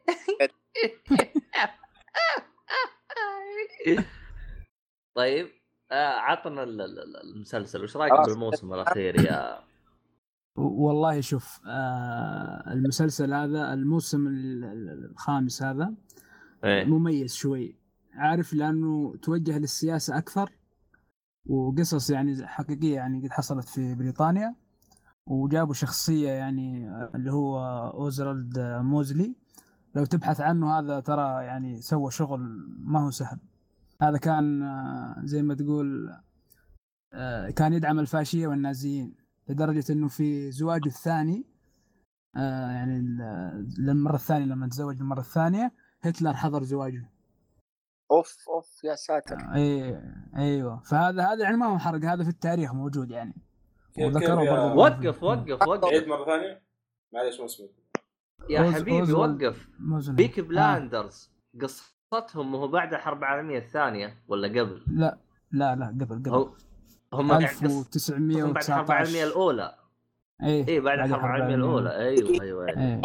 طيب عطنا المسلسل وش رايك بالموسم الاخير يا والله شوف آه المسلسل هذا الموسم الخامس هذا إيه؟ مميز شوي عارف لأنه توجه للسياسة أكثر وقصص يعني حقيقية يعني قد حصلت في بريطانيا وجابوا شخصية يعني اللي هو أوزرالد موزلي لو تبحث عنه هذا ترى يعني سوى شغل ما هو سهل. هذا كان زي ما تقول كان يدعم الفاشية والنازيين لدرجة انه في زواجه الثاني يعني للمرة الثانية لما تزوج المرة الثانية هتلر حضر زواجه. اوف اوف يا ساتر. اي ايوه فهذا هذا يعني ما هو حرق هذا في التاريخ موجود يعني. وذكروا برضه وقف وقف وقف عيد مرة ثانية معلش ما سمعت يا أوز حبيبي أوز وقف. بيك بلاندرز آه. قصتهم وهو بعد الحرب العالمية الثانية ولا قبل؟ لا لا لا قبل قبل هو هم ألف وتسعمية وتسعة عشر بعد الحرب العالمية الأولى. ايه ايه بعد الحرب العالمية الأولى. ايوه ايوه ايوه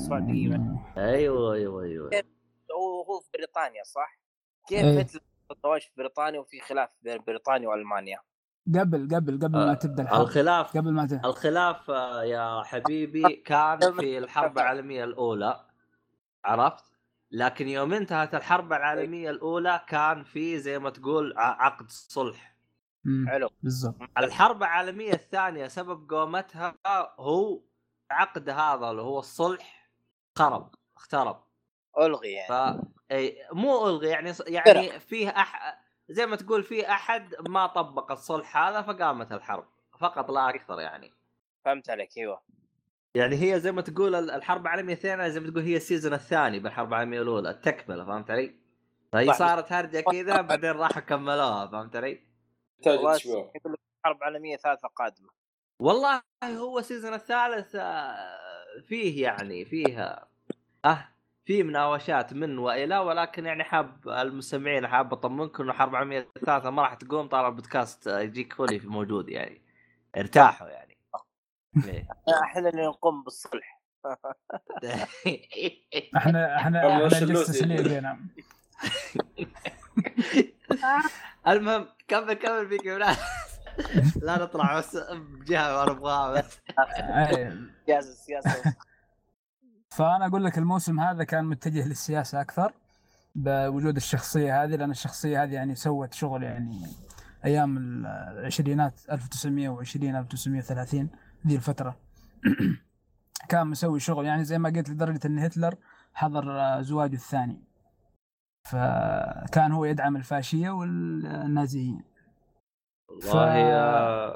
ايوه ايوه ايوه هو هو في بريطانيا صح؟ كيف هتلر تواجه في بريطانيا وفي خلاف بين بريطانيا والمانيا؟ قبل قبل قبل آه ما تبدا الحرب. الخلاف قبل ما تبدأ. الخلاف يا حبيبي كان في الحرب العالمية الأولى عرفت. لكن يوم انتهت الحرب العالمية الأولى كان في زي ما تقول عقد صلح. حلو بالضبط. الحرب العالمية الثانية سبب قومتها هو عقد هذا اللي هو الصلح خرب اخترب ألغي يعني. ف... أي مو ألغي يعني يعني فيه أح... زي ما تقول فيه أحد ما طبق الصلح هذا فقامت الحرب فقط لا أكثر يعني. فهمت عليك ايوه. يعني هي زي ما تقول الحرب العالمية الثانية زي ما تقول هي السيزون الثاني بالحرب العالمية الأولى التكملة فهمت علي؟ فهي صارت هرجة كذا بعدين راح كملوها فهمت علي؟ الحرب العالمية ثالثة قادمة. والله هو السيزون الثالث فيه يعني فيها اه في مناوشات من وإلى ولكن يعني حاب المستمعين حاب أطمنكم إنه الحرب العالمية الثالثة ما راح تقوم طالع البودكاست يجيك فولي في موجود يعني ارتاحوا يعني. احنا اللي نقوم بالصلح. احنا احنا احنا مستسلمين لنا. المهم كمل كمل فيك ولا لا نطلع بس بجهه ما نبغاها بس. سياسه السياسه. فانا اقول لك الموسم هذا كان متجه للسياسه اكثر بوجود الشخصيه هذه لان الشخصيه هذه يعني سوت شغل يعني ايام العشرينات ألف وتسعمية وعشرين ألف وتسعمية وثلاثين ذي الفتره. كان مسوي شغل يعني زي ما قلت لدرجه ان هتلر حضر زواجه الثاني فكان هو يدعم الفاشيه والنازيين. والله يا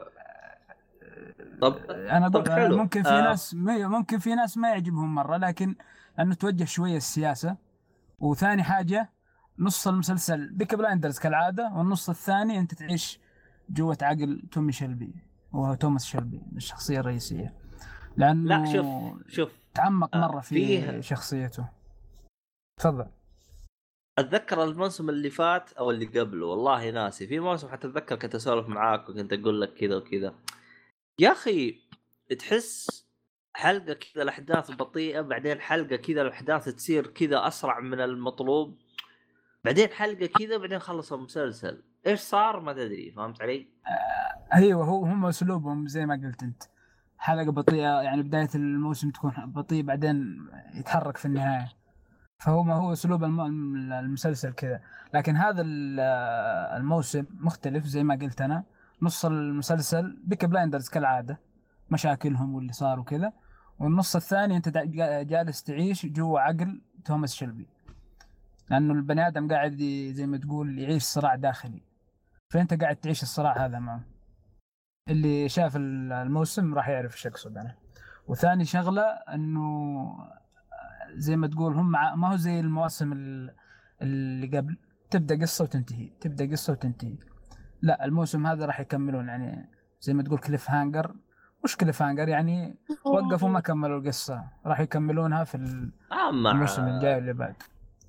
طب انا طب حلو. ممكن في آه. ناس ممكن في ناس ما يعجبهم مره لكن انه توجه شويه السياسه. وثاني حاجه نص المسلسل بيك بلايندرز كالعاده والنص الثاني انت تعيش جوه عقل تومي شيلبي وهو توماس شيلبي الشخصيه الرئيسيه لانه لا شوف شوف تعمق مره في فيه... شخصيته. تفضل. اتذكر الموسم اللي فات او اللي قبله والله ناسي في موسم حتى اتذكر كنت اسولف معاك وكنت اقول لك كذا وكذا يا اخي تحس حلقه كذا الاحداث بطيئه بعدين حلقه كذا الاحداث تصير كذا اسرع من المطلوب بعدين حلقه كذا بعدين خلص المسلسل ايش صار ما تدري فهمت علي؟ آه ايوه هو هم اسلوبهم زي ما قلت انت حلقه بطيئه يعني بدايه الموسم تكون بطيء بعدين يتحرك في النهايه فهو ما هو اسلوب المسلسل كذا. لكن هذا الموسم مختلف زي ما قلت انا نص المسلسل بيك بلايندرز كالعاده مشاكلهم واللي صار وكذا والنص الثاني انت جالس تعيش جوا عقل توماس شيلبي لانه البني ادم قاعد زي ما تقول يعيش صراع داخلي فانت قاعد تعيش الصراع هذا معه. اللي شاف الموسم راح يعرف ايش اقصد انا. وثاني شغله انه زي ما تقول هم ما هو زي المواسم اللي قبل تبدا قصه وتنتهي تبدا قصه وتنتهي. لا الموسم هذا راح يكملون يعني زي ما تقول كليف هانجر. وش كليف هانجر يعني؟ وقفوا ما كملوا القصه، راح يكملونها في الموسم الجاي اللي بعد.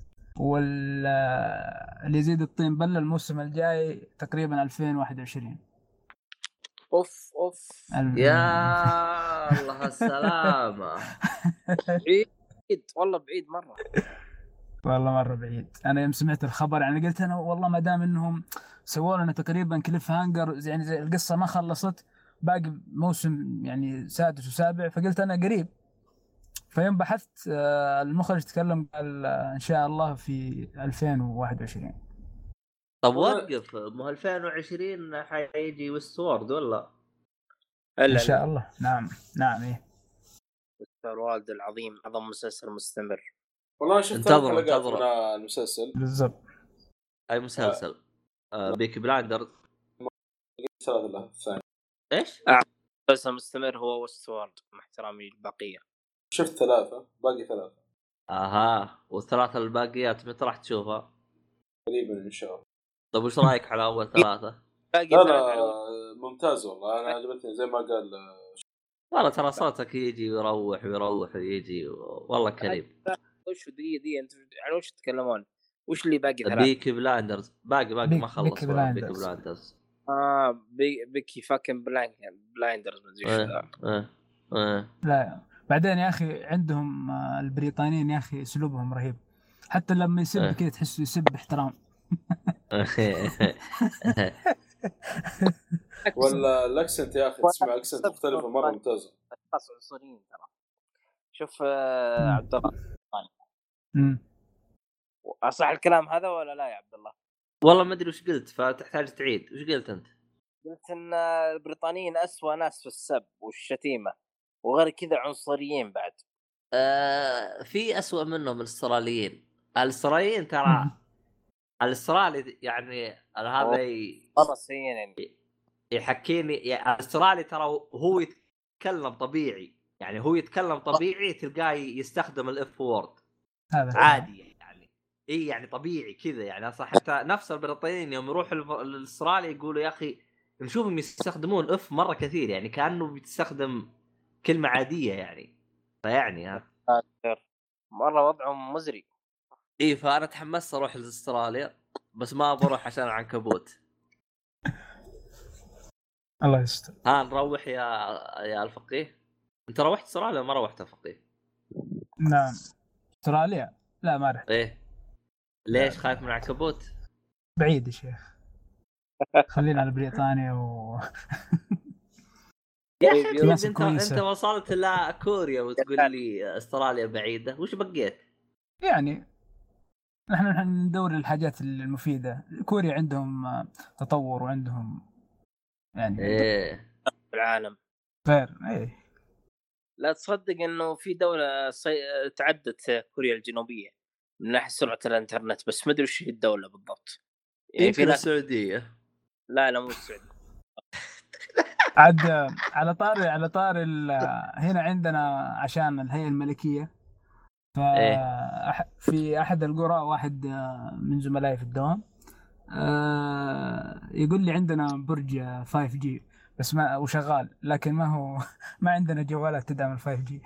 واللي يزيد الطين بله الموسم الجاي تقريبا ألفين وواحد وعشرين. اوف اوف ال... يا الله السلامه. بعيد والله، بعيد مره والله مره بعيد. انا يوم سمعت الخبر يعني قلت انا والله ما دام انهم سووا لنا تقريبا كليف هانجر يعني زي القصه ما خلصت، باقي موسم يعني سادس وسابع، فقلت انا قريب. فيوم بحثت المخرج تكلم قال ان شاء الله في ألفين وواحد وعشرين. طب وقف، مو ألفين وعشرين حيجي وستورد ولا؟ ان شاء الله. نعم نعم ايه وستورد العظيم، اعظم مسلسل مستمر. والله شفت انتظر حلقات انتظر من المسلسل بالضبط. اي مسلسل؟ آه. آه بيكي بلايندرز ثلاثة لا الثاني. ايش؟ مسلسل مستمر هو وستورد مع احترامي البقيه. شفت ثلاثة، باقي ثلاثة. اها، والثلاثة الباقيات متى راح تشوفها؟ قريبا ان شاء الله. طب وش رايك على اول ثلاثة؟ باقي لا ثلاثة لا ممتاز والله، انا عجبتني زي ما قال. والله ترى صوتك يجي ويروح ويروح ويجي، والله كريم. وش دي دي انت على وش تتكلمون؟ وش اللي باقي ثلاثة؟ بيكي بلايندرز باقي باقي بيك ما خلص. بيكي بلايندرز. بيكي بلايندرز اه بي بيكي فاكن بلايند بلايندرز ما ادري ايش ذا. اه اه لا بعدين يا اخي عندهم البريطانيين يا اخي اسلوبهم رهيب، حتى لما يسب اه. كذا تحسه يسب احترام. ولا الاكسنت يا اخي، تسمع اكسنت مختلفة مرة ممتازة. اشخاص عنصريين ترى. شوف آه عبد الله، امم اصح الكلام هذا ولا لا يا عبد الله؟ والله ما ادري وش قلت، فتحتاج تعيد. وش قلت انت؟ قلت ان البريطانيين اسوأ ناس في السب والشتيمه، وغير كذا عنصريين بعد. آه في أسوأ منهم الاستراليين. الاستراليين ترى الاسترالي يعني هذا والله سيئين يعني. يحكيني يعني الاسترالي ترى هو يتكلم طبيعي، يعني هو يتكلم طبيعي تلقاه يستخدم الاف وورد عادي يعني. اي يعني طبيعي كذا يعني. اصلا حتى نفس البريطانيين يوم يروح الاسترالي يقولوا يا اخي نشوفهم يستخدمون اف مره كثير، يعني كانه بيستخدم كلمه عاديه يعني. فيعني ها مره وضعهم مزري. اي فانا تحمست اروح لاستراليا، بس ما بروح عشان العنكبوت. الله يستر. ها نروح يا يا الفقيه. انت روحت استراليا ما روحت الفقيه؟ نعم استراليا لا ما رحت. ايه ليش خايف من العنكبوت؟ بعيد يا شيخ، خلينا على بريطانيا و يا اخي انت كويسة. انت وصلت لكوريا وتقول لي استراليا بعيده، وش بقيت؟ يعني نحن ندور الحاجات المفيده. كوريا عندهم تطور وعندهم يعني ايه في العالم غير. ايه لا تصدق انه في دوله صي... تعدت كوريا الجنوبيه من ناحيه سرعه الانترنت، بس ما ادري وش هي الدوله بالضبط. يعني في السعوديه. لا لا مو السعوديه. عاد على طاري على طاري هنا عندنا عشان الهيئه الملكيه، ف في احد القرى واحد من زملائي في الدوام يقول لي عندنا برج فايف جي بس ما وشغال، لكن ما هو ما عندنا جوالات تدعم الفايف جي.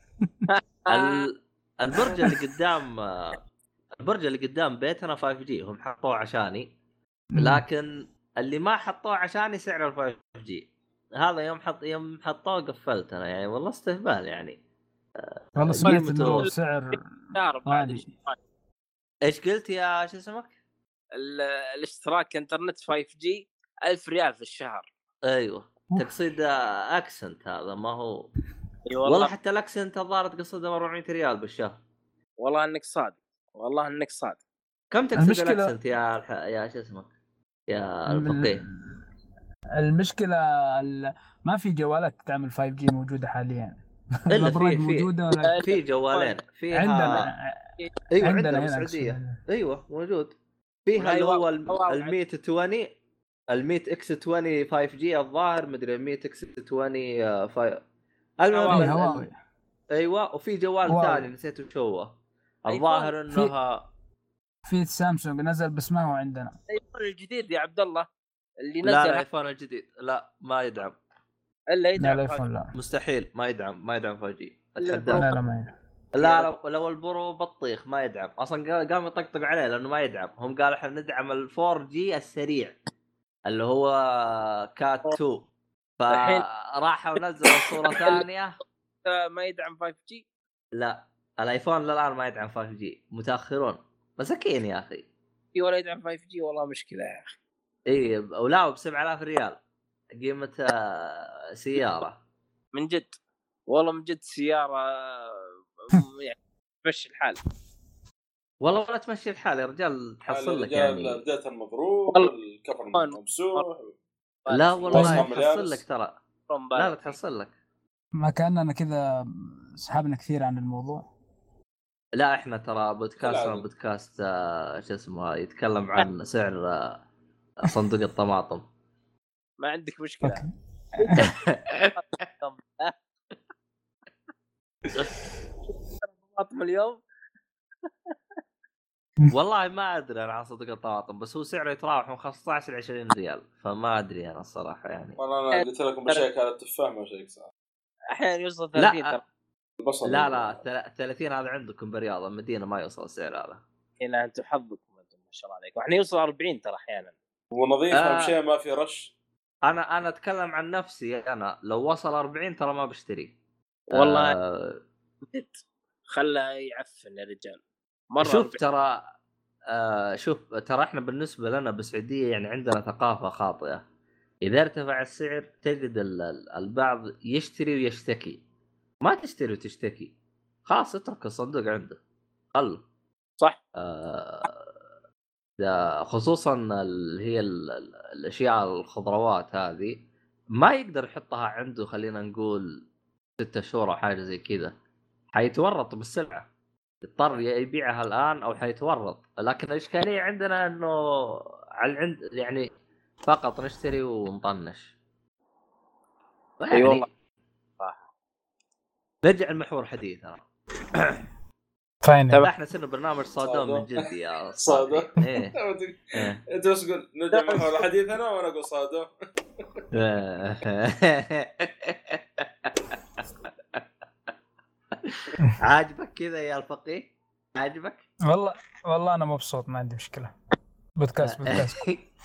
البرج اللي قدام البرج اللي قدام بيتنا فايف جي، هم حطوه عشاني، لكن اللي ما حطوه عشاني سعر الفايف جي هذا يوم حط يوم حطوه قفلت انا يعني. والله استهبال يعني. والله سمعت انه سعر غالي. ايش قلت يا شو اسمك؟ الاشتراك انترنت فايف جي ألف ريال في الشهر. ايوه تقصد اكسنت هذا ما هو. أيوة والله, والله حتى الاكسنت الظاهر تقصد أربعمية ريال بالشهر. والله انك صادق، والله انك صادق. كم تقصد الاكسنت يا الح... يا شو اسمك يا الفقيه؟ المشكله ما في جوالات تعمل فايف جي موجوده حاليا. الا في موجوده ولا في جوالين فيها عندنا. ايوه عندنا بالسعوديه. ايوه موجود فيها اللي هو ال مية وعشرين ال مية اكس عشرين فايف جي الظاهر مدري مية اكس عشرين فايف. المهم ايوه وفي جوال واو. ثاني نسيت وش هو الظاهر انها في سامسونج نزل بس ما هو عندنا. الايفون الجديد يا عبد الله اللي نزل. لا الايفون الجديد لا ما يدعم الا يدعم. لا الايفون لا مستحيل ما يدعم ما يدعم فايف جي. لا لا ما يدعم. لا لو, لو البرو بطيخ ما يدعم اصلا. قام يطقطق عليه لانه ما يدعم. هم قالوا احنا ندعم الفور جي السريع اللي هو كات تو. فراحوا ونزلوا صورة ثانية ما يدعم فايف جي. لا الايفون للان ما يدعم فايف جي. متاخرون مساكين يا اخي. اي ولا يدعم فايف جي والله مشكلة يا اخي. اي ولا ب سبعة آلاف ريال قيمة سيارة. من جد والله من جد سيارة يعني تمشي الحال. والله ولا تمشي الحال يا رجال. تحصل لك يعني بداية المضروب الكفر ممسوح. لا والله تحصل لك ترى. لا لا تحصل لك. ما كأننا كذا سحبنا كثير عن الموضوع. لا احنا ترى بودكاست بودكاست آه شو اسمه يتكلم عن سعر آه صندوق الطماطم. ما عندك مشكلة. طماطم اليوم والله ما ادري انا عن صندوق الطماطم بس هو سعره يتراوح من خمسة عشر ل عشرين ريال فما ادري انا الصراحه يعني. والله انا قلت لكم بشيك على التفاح ما شيك صح. احيانا يوصل ثلاثين لا ترى. لا لا ثلاثين هذا عندكم برياض. المدينه ما يوصل السعر هذا. هنا انتم حظكم انتم ما شاء الله عليكم. احنا يوصل أربعين ترى احيانا. ونظيف اهم شيء ما في رش. انا انا اتكلم عن نفسي. انا لو وصل أربعين ترى ما بشتري والله. آه خله يعفن يا رجال مره. شوف ترى آه شوف ترى احنا بالنسبه لنا بالسعوديه يعني عندنا ثقافه خاطئه. اذا ارتفع السعر تجد البعض يشتري ويشتكي. ما تشتري وتشتكي خلاص اترك الصندوق عنده خله. صح. آه خصوصا اللي هي الاشياء الخضروات هذه ما يقدر يحطها عنده. خلينا نقول ستة شهور او حاجه زي كذا حيتورط بالسلعه. يضطر يبيعها الان او حيتورط. لكن الاشكاليه عندنا انه على عند يعني فقط نشتري ونطنش. اي يعني والله. نرجع المحور حديثنا. فاين احنا صرنا برنامج صادوم من جد يا صادوم. ايه انت بس قول نرجع محور حديثنا وانا اقول صادوم. عاجبك كذا يا الفقيه؟ عاجبك؟ والله والله انا مبسوط ما عندي مشكله. بودكاست بودكاست.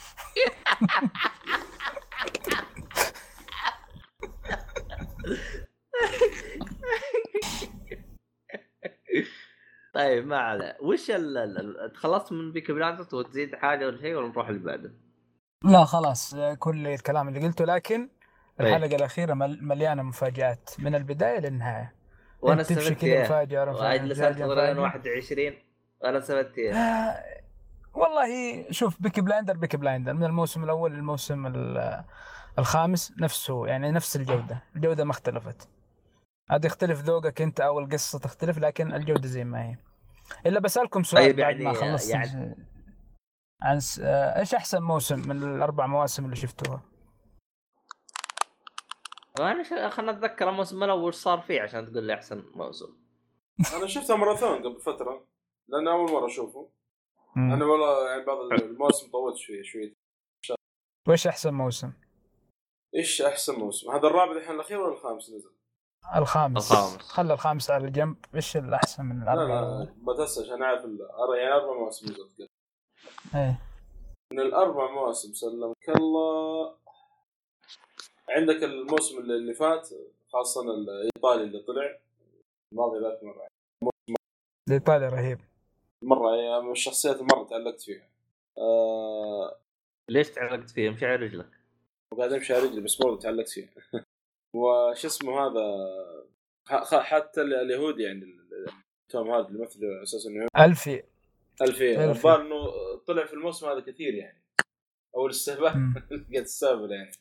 طيب ما عليه. وش ال تخلصت من بيك بلاندرز وتزيد حاجه ولا شيء ولا نروح اللي بعده؟ لا خلاص كل الكلام اللي قلته. لكن الحلقه الاخيره مليانه مفاجآت من البدايه للنهايه. وانا استفدت كذا مفاجاه رفاجاه جلست غير واحد وعشرين وانا استفدت آه والله. شوف بيك بلايندر بيك بلايندر من الموسم الاول للموسم الخامس نفسه يعني نفس الجوده. الجوده ما اختلفت. هذا يختلف ذوقك انت او القصه تختلف لكن الجوده زي ما هي. الا بسالكم سؤال طيب بعد يعني ما خلصت يعني... عن س... ايش احسن موسم من الاربع مواسم اللي شفتوها؟ انا ش... خلنا نتذكر الموسم الاول صار فيه عشان تقول لي احسن موسم. انا شفتها ماراثون قبل فتره لان اول مره اشوفه. انا والله يعني بعض المواسم طولت شويه شويه. وش احسن موسم؟ ايش احسن موسم؟ هذا الرابع الحين الاخير ولا الخامس نزل؟ الخامس. الخامس. خلى الخامس على جنب. ايش الاحسن من الاربعه؟ لا لا بتأسف عشان اعرف يعني اربع مواسم نزلت. ايه من الاربع مواسم سلمك الله. عندك الموسم اللي فات خاصه الايطالي اللي طلع الماضي ذاك مره. الايطالي رهيب مره يعني الشخصيات مره تعلقت فيها. آه... ليش تعلقت فيه؟ مشي على رجلك. وقاعد امشي على رجلي بس برضه تعلقت فيه. وش اسمه هذا حتى اليهودي يعني توم هارد اللي مثل اساسا انه الفي الفي الظاهر انه طلع في الموسم هذا كثير يعني او الاستهبال قد استهبل يعني.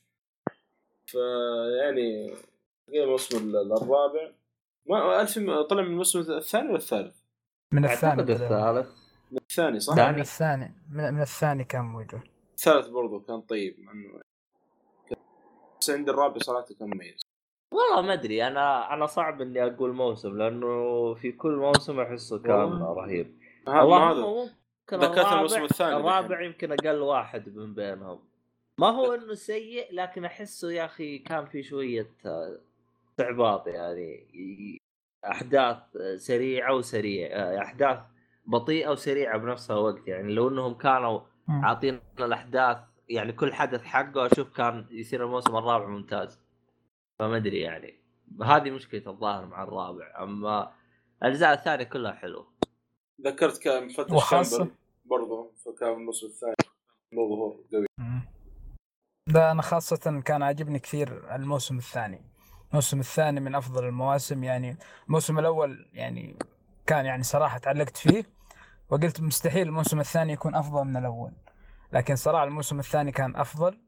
فيعني الموسم الرابع ما الفي طلع من الموسم الثاني ولا الثالث؟ من الثاني. الثالث. من الثاني صح؟ من الثاني من, من الثاني كان موجود. الثالث برضو كان طيب مع انه بس عند الرابع صراحه كان مميز. والله ما ادري انا انا صعب اني اقول موسم لانه في كل موسم احسه كان رهيب. اللهم ذكرت الموسم الثاني الرابع يمكن اقل واحد من بينهم. ما هو انه سيء لكن احسه يا اخي كان في شويه استعباط يعني احداث سريعه وسريعه احداث بطيئه وسريعه بنفس الوقت يعني لو انهم كانوا عاطين الاحداث يعني كل حدث حقه اشوف كان يصير الموسم الرابع ممتاز. فما ادري يعني هذه مشكله الظاهر مع الرابع. اما الاجزاء الثانيه كلها حلوه. ذكرت كان مفتش كامبل برضه فكان الموسم الثاني له ظهور قوي. ده انا خاصه كان عاجبني كثير الموسم الثاني. الموسم الثاني من افضل المواسم يعني. الموسم الاول يعني كان يعني صراحه تعلقت فيه وقلت مستحيل الموسم الثاني يكون افضل من الاول لكن صراحه الموسم الثاني كان افضل.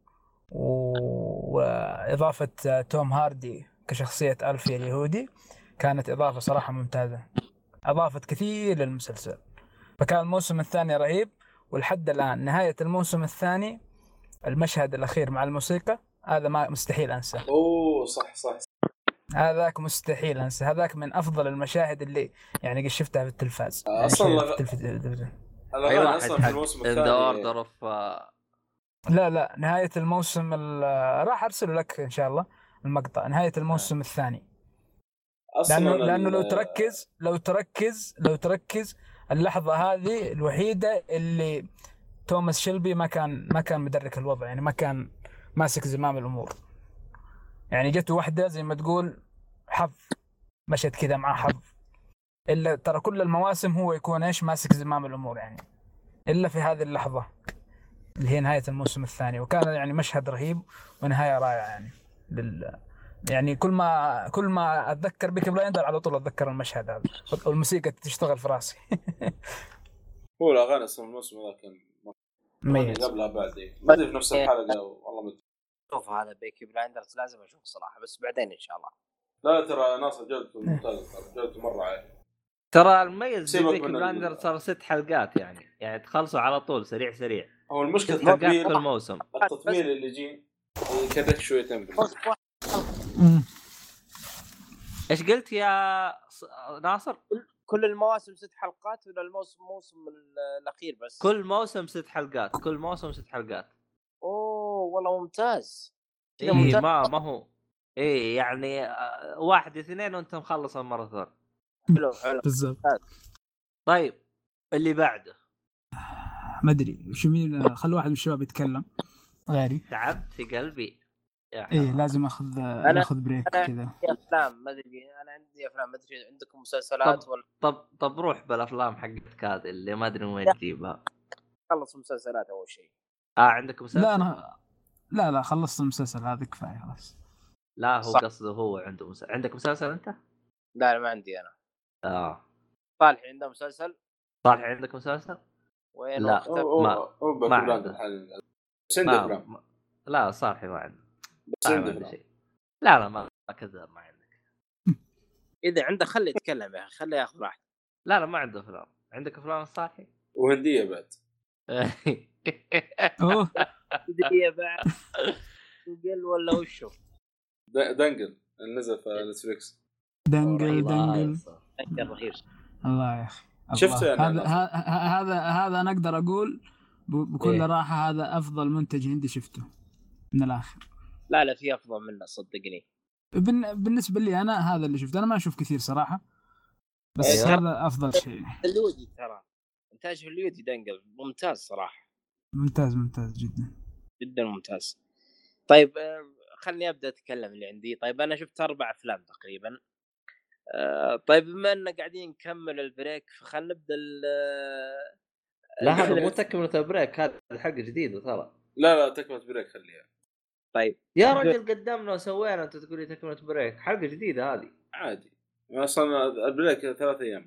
واضافه توم هاردي كشخصيه ألفي اليهودي كانت اضافه صراحه ممتازه اضافت كثير للمسلسل. فكان الموسم الثاني رهيب. ولحد الان نهايه الموسم الثاني المشهد الاخير مع الموسيقى هذا ما مستحيل انسى. اوه صح صح هذاك مستحيل انسى. هذاك من افضل المشاهد اللي يعني قد شفتها في التلفاز اصلا يعني لغ... التلفزيون. ايوه اصلا في الموسم الثاني لا لا نهايه الموسم راح ارسل لك ان شاء الله المقطع نهايه الموسم آه. الثاني لانه لانه لو تركز لو تركز لو تركز اللحظه هذه الوحيده اللي توماس شيلبي ما كان ما كان مدرك الوضع يعني ما كان ماسك زمام الامور يعني جته واحده زي ما تقول حظ مشت كذا مع حظ. الا ترى كل المواسم هو يكون ايش ماسك زمام الامور يعني الا في هذه اللحظه اللي هي نهايه الموسم الثاني. وكان يعني مشهد رهيب ونهايه رائعه يعني لل... يعني كل ما كل ما اتذكر بيكي بلايندر على طول اتذكر المشهد هذا والموسيقى تشتغل في راسي. هو الاغاني اصلا الموسم هذا كان مميز قبلها بعدين ما ادري في نفس الحلقه والله ما شوف هذا بيكي بلايندرز لازم اشوف صراحه بس بعدين ان شاء الله. لا ترى ناصر جودته ممتازه جودته مره عاليه. ترى المميز في بيكي بلايندرز صار ست حلقات يعني يعني تخلصوا على طول سريع سريع. هو المشكله التطبيل كل موسم التطبيل اللي يجي يكرك شويتين ايش قلت يا ناصر؟ كل المواسم ست حلقات ولا الموسم موسم الاخير بس؟ كل موسم ست حلقات كل موسم ست حلقات. اوه والله ممتاز. إيه ممتاز. ما ما هو ايه يعني واحد اثنين وانت مخلص الماراثون. حلو حلو بالضبط. طيب اللي بعده ما ادري شو مين خلوا واحد من الشباب يتكلم غيري. تعبت في قلبي ايه لازم اخذ اخذ بريك كذا. افلام ما ادري انا عندي افلام ما ادري عندكم مسلسلات طب ولا طب طب روح بالافلام حقتك هذه اللي ما ادري وين تجيبها. خلص مسلسلات اول شيء. اه عندك مسلسل؟ لا انا لا لا خلصت المسلسل هذا كفايه خلاص. لا هو قصده هو عنده مسلسل. عندك مسلسل انت؟ لا ما عندي انا. اه صالح عنده مسلسل. صالح عندك مسلسل؟ وين لا أو ما أو ما عنده. ما ما لا صالح ما عنده. ما عنده شيء. لا لا ما كذا ما عندك. اذا عنده خليه يتكلم يا اخي خليه ياخذ راحته. لا لا ما عنده افلام. عندك افلام صالح؟ وهنديه بعد. اوه هنديه بعد وقل ولا وشو دنجل نزل في نتفليكس. دنجل دنجل دنجل رهيب الله يا اخي. شفته هذا هذا هذا انا اقدر اقول بكل إيه؟ راحه هذا افضل منتج هندي شفته من الاخر. لا لا في افضل منه صدقني. بالنسبه لي انا هذا اللي شفته. انا ما اشوف كثير صراحه بس أيه. هذا افضل شيء. هوليودي ترى انتاج هوليودي دنجل ممتاز صراحه. ممتاز ممتاز جدا جدا ممتاز. طيب خلني ابدا اتكلم اللي عندي. طيب انا شفت اربع افلام تقريبا. طيب بما ان قاعدين نكمل البريك فخلنا نبدا. لا هذا مو تكمله البريك هذا حق جديد ترى. لا لا تكمله بريك خليها. طيب يا رجل قدمنا وسوينا انت تقولي تكمله بريك حلقه جديده هذه عادي اصلا البريك ثلاث ايام.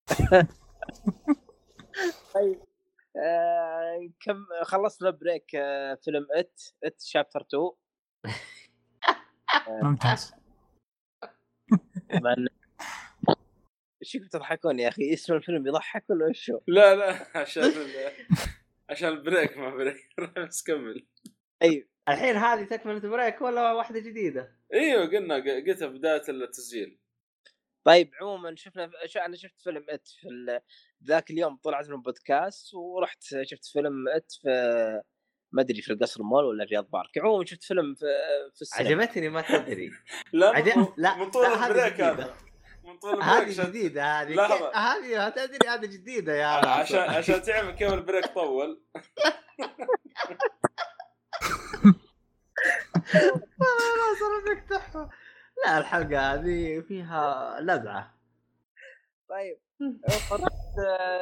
طيب آه، كم خلصنا بريك آه، فيلم ات ات شابتر تو. ممتاز. من شو بتضحكون يا اخي؟ اسم الفيلم يضحك ولا شو؟ لا لا عشان عشان البريك ما بريك بس كمل. ايوه الحين هذه تكمله بريك ولا واحده جديده؟ ايوه قلنا قلتها بدايه التسجيل. طيب عموما شفنا شو انا شفت فيلم ات في ال... ذاك اليوم طلعت من بودكاست ورحت شفت فيلم ات في ما ادري في القصر مول ولا رياض بارك. عموما شفت فيلم في في السينما. عجبتني ما تدري. لا عجب... من, لا من طول لا، هذه البريك جديدة. هذا من طول البريك هذه شت... جديدة هذه لحظة. هذه ما تدري هذه جديدة يا عشان ناصر. عشان تعرف كيف البريك طول. ناصر بدك تحفة. لا الحلقة هذه فيها لذعة. طيب رحت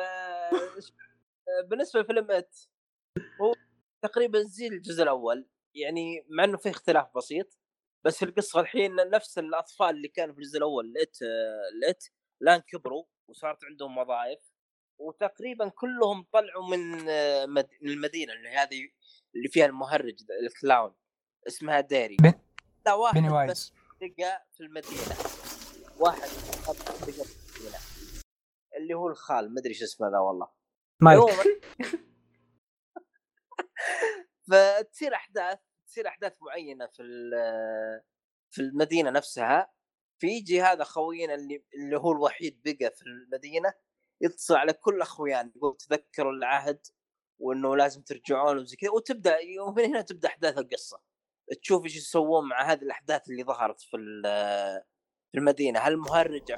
بالنسبة لفيلم ات هو تقريبا زي الجزء الأول، يعني مع إنه فيه اختلاف بسيط، بس القصة الحين نفس الأطفال اللي كانوا في الجزء الأول لإت لإت الآن كبروا وصارت عندهم وظائف، وتقريبا كلهم طلعوا من مد... من المدينة اللي هذه اللي فيها المهرج الكلاون اسمها ديري. بن... لا واحد بن بس بقى في المدينة، واحد بقى في المدينة اللي هو الخال ما أدري إيش اسمه ذا والله مايك. فتصير أحداث تصير أحداث معينة في في المدينة نفسها. فيجي هذا خوينا اللي اللي هو الوحيد بقى في المدينة يتصل على كل أخويان يقول تذكروا العهد وإنه لازم ترجعون وزي كذا، وتبدأ ومن هنا تبدأ أحداث القصة. تشوف إيش يسوون مع هذه الأحداث اللي ظهرت في في المدينة. هل مهرج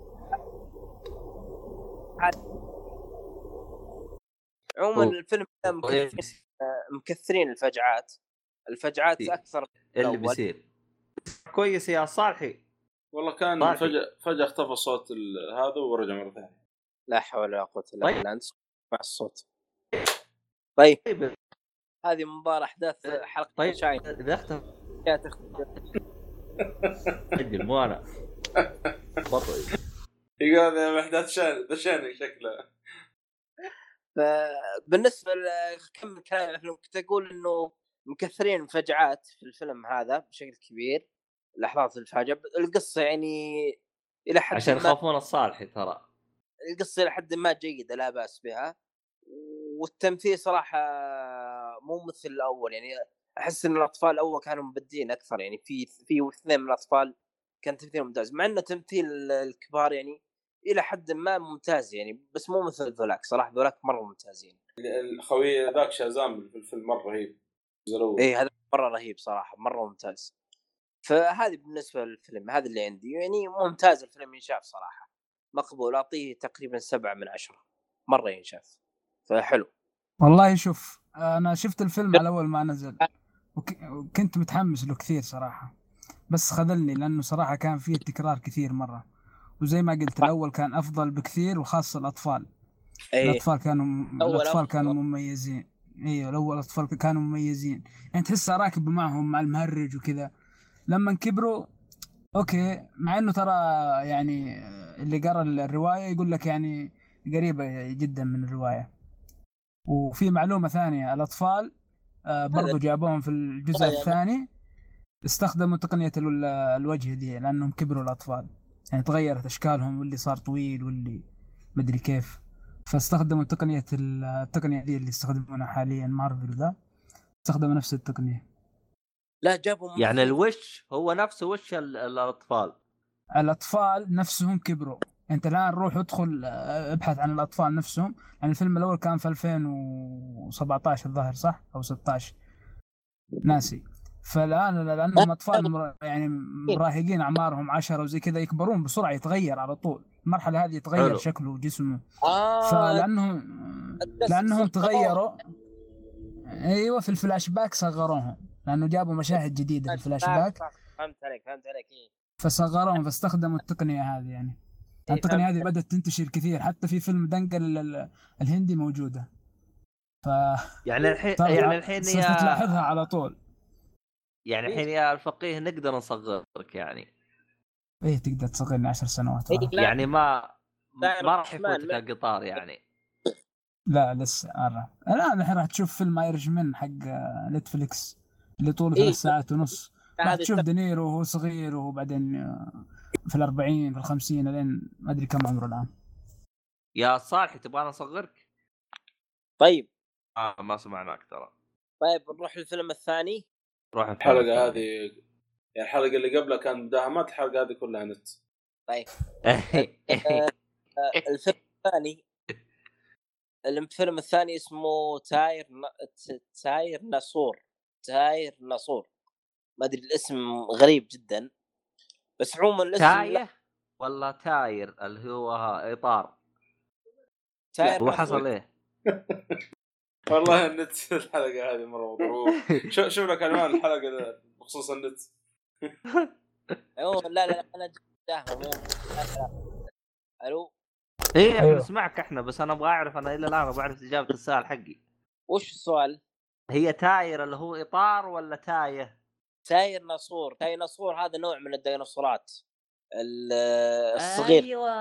عموما الفيلم مكثرين الفجعات الفجعات اكثر اللي بيصير كويس يا صالحي. والله كان صالحي. فجأة فجأة اختفى الصوت هذا ورجع مرة ثانية. لا حول ولا قوة الا بالله. انت مع الصوت. طيب هذه مباراة احداث حلقة طيب شاين اذا اختفى يا تختفي اجل مو انا بطل يقول هذا احداث شان بشان شكله. فبالنسبة لكم كلام كنت أقول إنه مكثرين فجعات في الفيلم هذا بشكل كبير. لحظات الفاجعة القصة يعني إلى حد عشان ما يخافون الصالحي ترى القصة إلى حد ما جيدة لا بأس بها، والتمثيل صراحة مو مثل الأول. يعني أحس إن الأطفال الأول كانوا مبدين أكثر، يعني في في اثنين من الأطفال كان تمثيل ممتاز، مع إنه تمثيل الكبار يعني إلى حد ما ممتاز يعني، بس مو مثل ذولاك صراحة. ذولاك مرة ممتازين. الخوي ذاك شازام في الفيلم مرة رهيب. إيه هذا مرة رهيب صراحة مرة ممتاز. فهذه بالنسبة للفيلم هذا اللي عندي، يعني ممتاز الفيلم ينشاف صراحة مقبول. أعطيه تقريبا سبعة من عشرة مرة ينشاف فحلو. والله شوف أنا شفت الفيلم على أول ما نزل وك... وكنت متحمس له كثير صراحة، بس خذلني لأنه صراحة كان فيه تكرار كثير مرة، وزي ما قلت الأول كان أفضل بكثير وخاصة الأطفال. أيه. الأطفال كانوا الأطفال كانوا مميزين. أيوة الأول الأطفال كانوا مميزين، يعني تحس راكب معهم مع المهرج وكذا. لما كبروا أوكي، مع إنه ترى يعني اللي قرأ الرواية يقول لك يعني قريبة جدا من الرواية. وفي معلومة ثانية الأطفال برضو جابوهم في الجزء الثاني استخدموا تقنية الوجه دي لأنهم كبروا الأطفال، يعني تغيرت أشكالهم واللي صار طويل واللي مدري كيف، فاستخدموا تقنية التقنية دي اللي يستخدمونها حاليا مارفل ذا، استخدموا نفس التقنية. لا جابوا يعني الوش هو نفسه وش الأطفال الأطفال نفسهم كبروا. أنت الآن روح ادخل ابحث عن الأطفال نفسهم. يعني الفيلم الأول كان في ألفين وسبعة عشر الظاهر صح أو ستة عشر ناسي. فالآن لأنهم أطفال يعني مراهقين أعمارهم عشرة وزي كذا يكبرون بسرعة يتغير على طول. المرحلة هذه يتغير حلو. شكله وجسمه آه فلأنهم لأنهم تغيروا. أيوة في الفلاش باك صغروهم لأنه جابوا مشاهد جديدة في الفلاش باك. فهمت عليك فهمت عليك إيه. فصغروهم فاستخدموا التقنية هذه. يعني إيه التقنية هذه بدأت تنتشر كثير حتى في فيلم دنقل الهندي موجودة. ف يعني الحين يعني الحين يا تلاحظها على طول. يعني الحين يا الفقيه نقدر نصغرك يعني ايه تقدر تصغرني عشر سنوات إيه يعني ما ما راح يفوتك القطار يعني. لا لسه أرى الآن الحين راح تشوف فيلم ايرش مان حق نتفليكس اللي طوله ثلاث ساعات ونص. راح تشوف دينيرو وهو صغير وبعدين في الأربعين في الخمسين لين ما أدري كم عمره الآن. يا صالح تبغى نصغرك؟ طيب آه ما سمعناك ترى. طيب نروح للفيلم الثاني. روح الحلقة هذه يعني الحلقة اللي قبلها كان مداهمات، الحلقة هذه كلها نت طيب الفيلم الثاني الفيلم الثاني اسمه تاير ن... تاير ناسور تاير ناسور ما ادري الاسم غريب جدا بس عموما الاسم تايه لا... ولا تاير اللي هو تاير اطار هو حصل ايه والله النت الحلقه هذه مره مضروب. شوف شوف لك عنوان الحلقه بخصوص النت. لا لا لا انا جاهم الو ايه احنا أيوه. نسمعك احنا بس انا ابغى اعرف انا الى الان ابغى اعرف اجابه السؤال حقي. وش السؤال؟ هي تاير اللي هو اطار ولا تايه؟ تاير ناسور تاير ناسور هذا نوع من الديناصورات الصغير. ايوه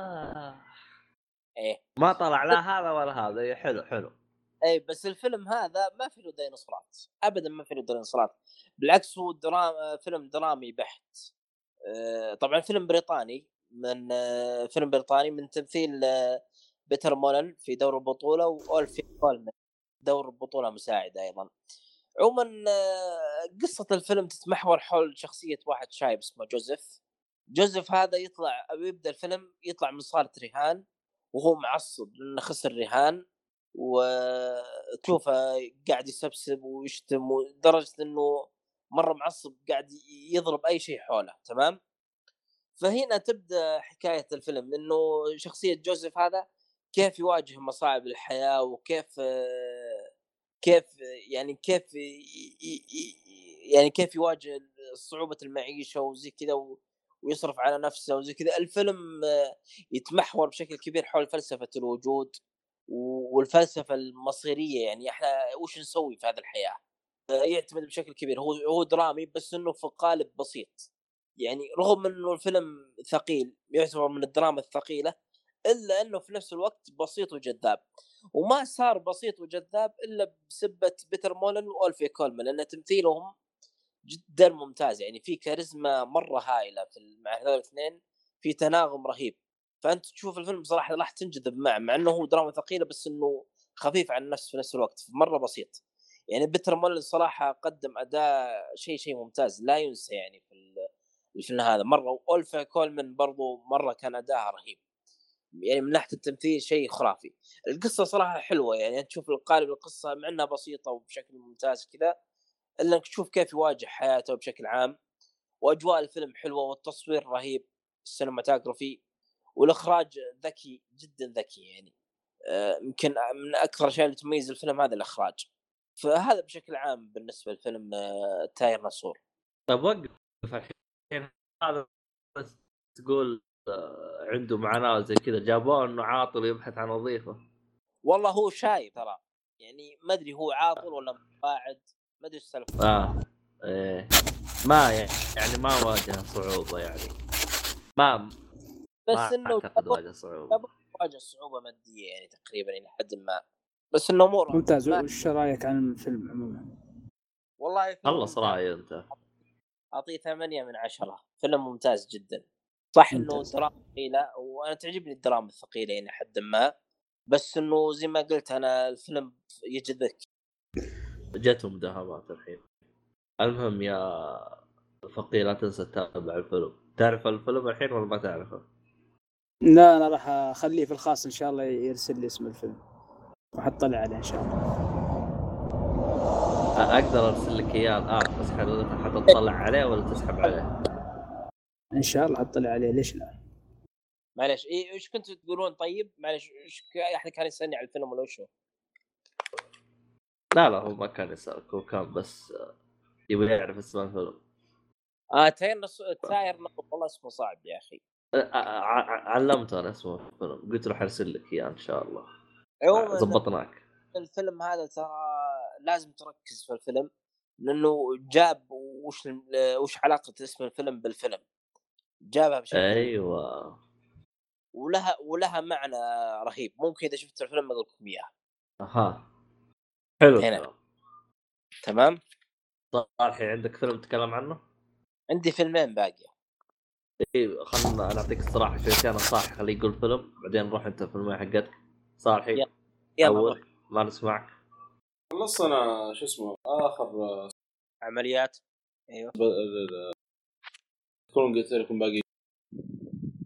ايه ما طلع لا هذا ولا هذا. إيه حلو حلو. اي بس الفيلم هذا ما فيه ديناصورات ابدا ما فيه ديناصورات بالعكس هو درام فيلم درامي بحت. طبعا فيلم بريطاني من فيلم بريطاني من تمثيل بيتر مولن في دور البطولة وأولفي كولمان دور البطولة مساعد أيضا. عموما قصة الفيلم تتمحور حول شخصية واحد شايب اسمه جوزيف. جوزيف هذا يطلع أو يبدأ الفيلم يطلع من صالة رهان وهو معصب لأنه خسر رهان وتشوفه قاعد يسبسب ويشتم لدرجة أنه مرة معصب قاعد يضرب أي شيء حوله. تمام. فهنا تبدأ حكاية الفيلم إنه شخصية جوزيف هذا كيف يواجه مصاعب الحياة وكيف كيف يعني كيف يعني كيف يواجه صعوبة المعيشة وزي كذا ويصرف على نفسه وزي كذا. الفيلم يتمحور بشكل كبير حول فلسفة الوجود والفلسفة المصيرية يعني إحنا وش نسوي في هذه الحياة. يعتمد بشكل كبير هو هو درامي بس إنه في قالب بسيط يعني رغم انه الفيلم ثقيل يعتبر من الدراما الثقيله الا انه في نفس الوقت بسيط وجذاب. وما صار بسيط وجذاب الا بسبه بيتر مولن واولفي كولمان لان تمثيلهم جدا ممتاز يعني في كاريزما مره هائله في مع هذول الاثنين في تناغم رهيب. فانت تشوف الفيلم بصراحه راح تنجذب معه مع انه هو دراما ثقيله بس انه خفيف على النفس في نفس الوقت مره بسيط. يعني بيتر مولن صراحه قدم اداء شيء شيء ممتاز لا ينسى يعني في الفيلم هذا مرة. وأولفا كولمان برضو مرة كان أداءها رهيب يعني من ناحية التمثيل شيء خرافي. القصة صراحة حلوة يعني تشوف القالب القصة مع أنها بسيطة وبشكل ممتاز كذا إلا أنك تشوف كيف يواجه حياته بشكل عام. وأجواء الفيلم حلوة والتصوير رهيب السينماتوغرافي والإخراج ذكي جدا ذكي يعني يمكن من أكثر الأشياء اللي تميز الفيلم هذا الإخراج. فهذا بشكل عام بالنسبة للفيلم تاير ناسور. طيب وقف الحين هذا بس تقول عنده معاناة زي كذا جابوه انه عاطل يبحث عن وظيفة. والله هو شايب ترى يعني ما ادري هو عاطل ولا مقاعد ما ادري ايش السالفه. اه ايه ما يعني ما واجه صعوبة يعني ما بس ما انه اعتقد واجه صعوبة واجه صعوبة مادية يعني تقريبا الى حد ما بس انه امور ممتاز. وش رايك عن الفيلم عموما؟ والله خلص رايي انت. اعطيه ثمانية من عشرة. فيلم ممتاز جدا صح ممتاز. انه دراما ثقيلة وانا تعجبني الدراما الثقيلة يعني حد ما بس انه زي ما قلت انا الفيلم يجذبك. جتهم دهمات الحين. المهم يا فقيه لا تنسى تتابع الفيلم. تعرف الفيلم الحين ولا ما تعرفه؟ لا انا راح اخليه في الخاص ان شاء الله يرسل لي اسم الفيلم وحطلع عليه ان شاء الله. اقدر ارسل لك اياه الان بس حتطلع عليه ولا تسحب عليه؟ ان شاء الله حطلع عليه ليش لا. معلش ايه ايش كنتوا تقولون؟ طيب معلش ايش احد كان يسالني على الفيلم ولا وشو؟ لا لا هو ما كان يسألك هو كان بس يبغى يعرف اسم الفيلم. اه تاير نص... تاير نص... والله اسمه صعب يا اخي. علمته انا اسمه الفيلم قلت له حرسل لك اياه ان شاء الله. زبطناك. الفيلم هذا ترى لازم تركز في الفيلم لانه جاب وش وش علاقه اسم الفيلم بالفيلم جابها بشكل ايوه ولها ولها معنى رهيب. ممكن اذا شفت الفيلم اقول لكم اياه. اها حلو هنا. تمام. صالحي عندك فيلم تتكلم عنه؟ عندي فيلمين باقيه. ايه خلنا نعطيك الصراحه شويتين نصائح. خليه يقول فيلم بعدين نروح انت الفيلم حقتك. صالحي اول ما نسمعك. خلصنا شو اسمه اخر عمليات. ايوه تكون قلت لكم باقي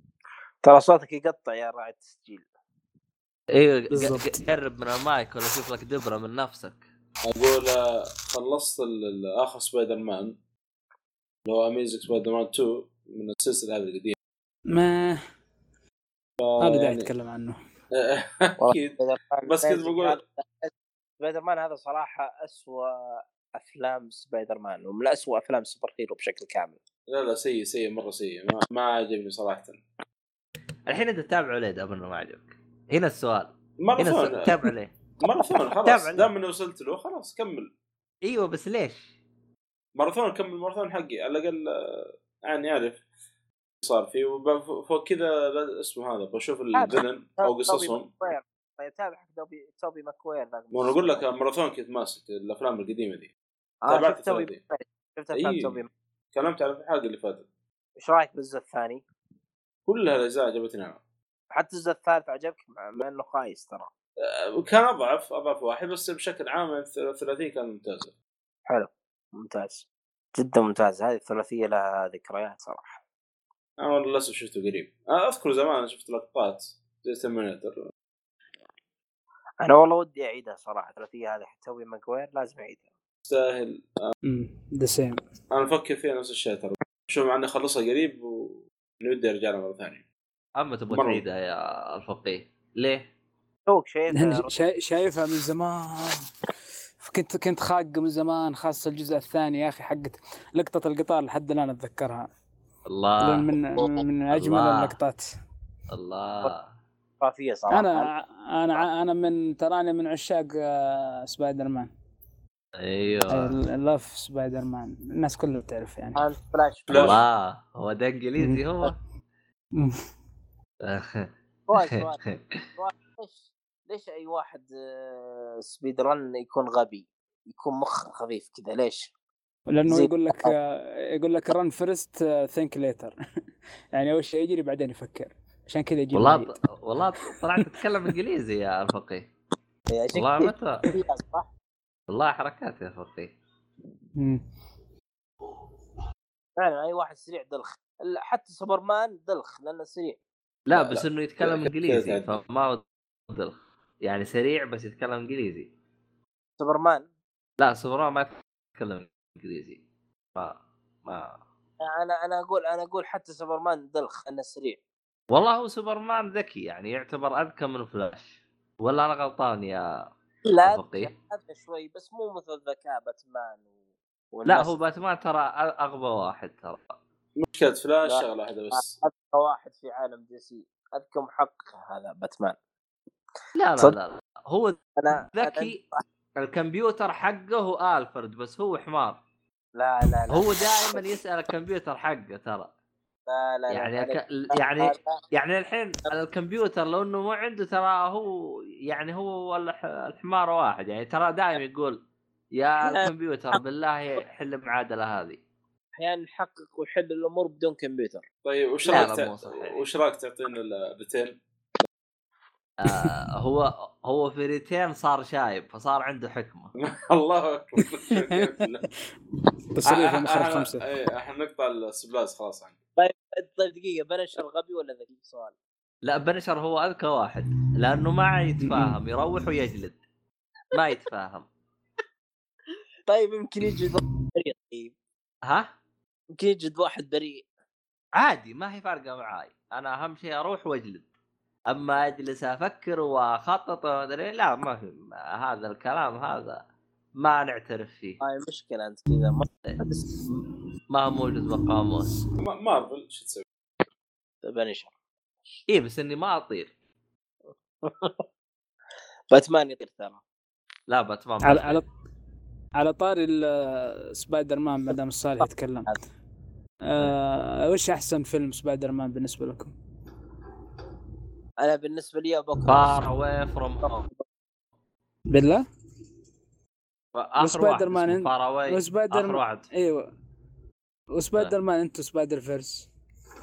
ترى صوتك يقطع يا راعي التسجيل. ايوه بالضبط. قرب من المايك ولا شوف لك دبره من نفسك. اقول آه، خلصت ال- ال- اخر سبايدر مان اللي هو اميزنج سبايدر مان تو من السلسله هذه القديمه. ما ما بدي يعني اتكلم عنه. اكيد بس كنت بقول سبايدر مان هذا صراحه أسوأ افلام سبايدر مان ومن أسوأ افلام سوبر هيرو بشكل كامل. لا لا سيء سيء مره سيء ما, ما عجبني صراحه. الحين انت تتابع ليه دام انه ما عجبك؟ هنا السؤال. هنا ماراثون السؤال تابع ليه؟ ماراثون خلاص تابع ليه؟ دام انه وصلت له خلاص كمل. ايوه بس ليش؟ ماراثون كمل ماراثون حقي على الاقل آه، يعني عارف صار فيه وب- فوق كذا لا- اسمه هذا بشوف الفيلن او قصصهم. تابع حق توبي توبي ماكوير. ما انا اقول لك ماراثون كنت ماسك الافلام القديمه دي. آه تابعت شفت توبي الثلاثين. شفت افلام أيه. توبي. كلمت على الحلقه اللي فاتت. ايش رايك بالجزء الثاني؟ كل هالاجزاء عجبتني انا. حتى الجزء الثالث عجبك مع انه خايس ترى. آه، كان اضعف اضعف واحد بس بشكل عام الثلاثين كان ممتاز. حلو ممتاز جدا ممتاز. هذه الثلاثيه لها ذكريات صراحه. انا للاسف شفته قريب. أنا اذكر زمان شفت لقطات زي ترمينيتر. انا والله ودي اعيدها صراحه. الثلاثيه هذه توبي ماكوير لازم اعيدها. تستاهل. امم ذا سيم. انا افكر فيها نفس الشيء ترى. شوف مع اني اخلصها قريب ونودي ارجع لها مره ثانيه. اما تبغى مرة. تعيدها يا الفقيه ليه؟ توك شايف شا- شايفها من زمان. كنت كنت خاق من زمان خاصة الجزء الثاني يا أخي حقت لقطة القطار لحد الآن أتذكرها. الله من من أجمل الله. اه اللقطات. الله خرافيه صراحه. أنا أنا أنا من تراني من عشاق آه، سبايدر مان. ايوه لاف سبايدر مان الناس كلها بتعرف يعني. انت فلاش الله هو ده انجليزي هو. سؤال سؤال ليش ليش اي واحد آه، سبيد رن يكون غبي يكون مخ خفيف كذا ليش؟ لأنه زي- يقول لك آه، يقول لك run first uh, think later. يعني أول شيء يجري بعدين يفكر عشان كذا يجي والله بعيد. والله طلعت تتكلم انجليزي يا الفقيه. يا شيخ والله متى صح. والله حركات يا فقيه. مم. فعلا اي واحد سريع دلخ. لا، حتى سوبرمان دلخ لانه سريع. لا لا، بس لا. انه يتكلم لا، انجليزي كذا فما هو دلخ. يعني سريع بس يتكلم انجليزي. سوبرمان لا سوبرمان ما يتكلم انجليزي. ما ما انا انا اقول انا اقول حتى سوبرمان دلخ انه سريع. والله هو سوبرمان ذكي يعني يعتبر اذكى من فلاش. ولا انا غلطان يا لا الفقيه؟ هذا شوي بس مو مثل ذكاء باتمان و... لا هو باتمان ترى اغبى واحد ترى. مشكلة فلاش لا. شغلة واحدة بس. اذكى واحد في عالم دي سي. اذكى محقق هذا باتمان. لا لا صد- لا, لا. هو انا ذكي. الكمبيوتر حقه هو الفرد بس هو حمار. لا لا لا هو دائما يسأل الكمبيوتر حقه ترى. لا لا يعني لا الك... يعني يعني الحين الكمبيوتر لو انه مو عنده ترى هو يعني هو الح... الحمار واحد يعني ترى دائما يقول يا الكمبيوتر بالله حل المعادله هذه. احيانا يحقق ويحل الامور بدون كمبيوتر. طيب وش لا، رايك لا، مو تع... صحيح. وش رايك تعطينا الريتين؟ آه هو هو في ريتين صار شايب فصار عنده حكمه. الله اكبر. تصريف أح- مخرج أح- خمسة. ايه احنا نقطع السبلاز خلاص عنه. طيب طيب دقيقه بنشر غبي ولا ذكي؟ سؤال. لا بنشر هو اذكى واحد لانه ما يتفاهم يروح ويجلد ما يتفاهم. طيب يمكن يجد واحد بريء. طيب ها يمكن يجد واحد بريء عادي ما هي فارقه معاي. انا اهم شيء اروح واجلد. اما اجلس افكر واخطط ومدري لا ما في هذا الكلام هذا ما نعترف فيه. هاي مشكله انت كذا ما ما هو موجود بالقاموس. ما- مارفل شو تسوي؟ بنشر. ايه بس اني ما اطير. باتمان يطير ترى. لا باتمان على على على طاري ال- سبايدر مان ما دام الصالح يتكلم. آه وش احسن فيلم سبايدر مان بالنسبه لكم؟ انا بالنسبه لي ابغى فار اواي فروم هوم. بالله اخر وسبايدر واحد مان اسمه فار اواي. وسبايدر اخر واحد. ايوه وسبايدر مان انتو سبايدر فيرس.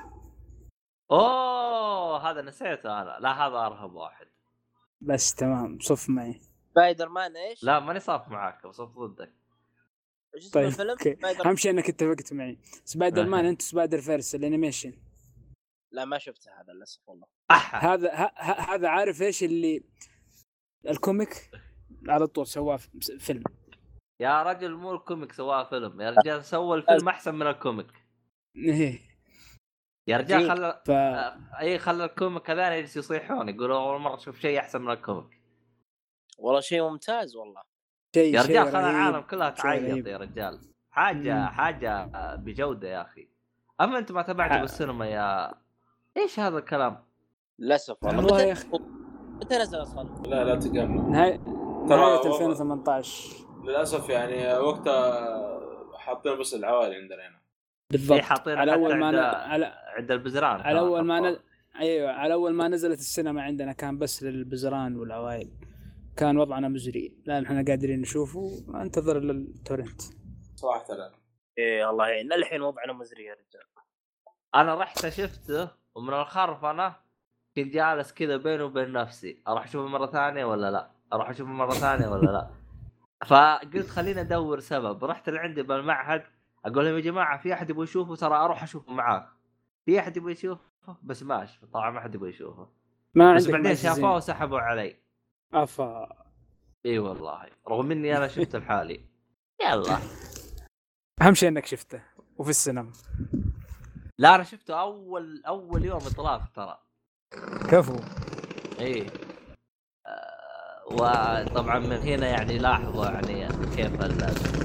اوه هذا نسيته انا. لا هذا ارهب واحد. بس تمام صف معي. سبايدر مان ايش؟ لا ماني صاف معاك بصف ضدك. ايش اسم طيب الفيلم؟ اوكي سبايدر اهم شيء انك اتفقت معي. سبايدر مان انتو سبايدر فيرس الانيميشن. لا ما شفته هذا للاسف والله. هذا هذا عارف ايش اللي الكوميك على طول سواه فيلم. يا رجل مو الكوميك سواه فيلم يا رجال، سوى الفيلم احسن من الكوميك ايه يا رجال. خلى ف... اي خلى الكوميك هذول يجلسوا يصيحون يقولوا اول مره اشوف شيء احسن من الكوميك. والله شيء ممتاز والله شيء يا رجال، خلى العالم كلها تعيط رهيب. يا رجال. حاجه مم. حاجه بجوده يا اخي. اما انت ما تابعته ح... بالسينما يا ايش هذا الكلام؟ للاسف والله. والله يا اخي متى نزل اصلا؟ لا لا تقام نهاية نهاية ألفين وثمانية عشر للاسف يعني وقتها حاطين بس العوائل عندنا هنا بالضبط. حاطين على اول ما عند... ن... على عند البزران. على اول ما ن... ايوه على اول ما نزلت السينما عندنا كان بس للبزران والعوائل. كان وضعنا مزري، لا احنا قادرين نشوفه. انتظر للتورنت صراحه. لا ايه الله يعين الحين وضعنا مزري يا رجال. انا رحت شفته ومن الخرف انا كنت جالس كذا بيني وبين نفسي، اروح اشوفه مره ثانيه ولا لا، اروح اشوفه مره ثانيه ولا لا. فقلت خلينا ادور سبب. رحت لعندي بالمعهد اقول لهم يا جماعه في احد يبغى يشوفه، ترى اروح اشوفه معاك. في احد يبغى يشوفه بس ماشي. طبعا ما حد يبغى يشوفه. ما بس بعدين شافوه وسحبوا علي. افا اي والله رغم اني انا شفته لحالي. يلا اهم شيء انك شفته وفي السينما. لا انا شفته اول اول يوم اطلاق ترى. كفو. ايه آه وطبعا من هنا يعني لاحظوا يعني كيف ال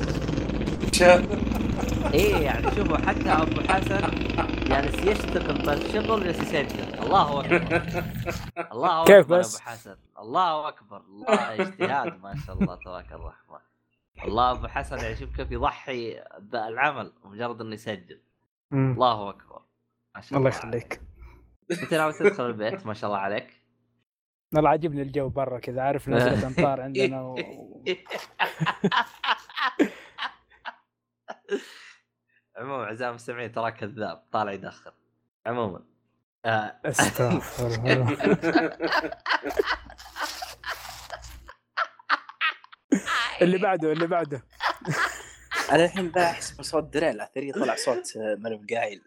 ايه يعني شوفوا حتى ابو حسن جالس يشتغل بالشغل جالس يسجل. الله اكبر الله كيف اكبر بس؟ ابو حسن الله اكبر. الله اجتهاد ما شاء الله تبارك الرحمن. الله ابو حسن يعني شوف كيف يضحي بالعمل مجرد انه يسجل. مم. الله اكبر ما شاء الله. الله يخليك. انت ناوي تدخل البيت ما شاء الله عليك. والله عجبني الجو برا كذا، عارف نزلة امطار عندنا و... عموما اعزائي المستمعين ترى كذاب طالع يدخن. عموما آه. استغفر الله. اللي بعده اللي بعده انا الحين بحس بصوت دريل اثري طلع صوت من بقايل.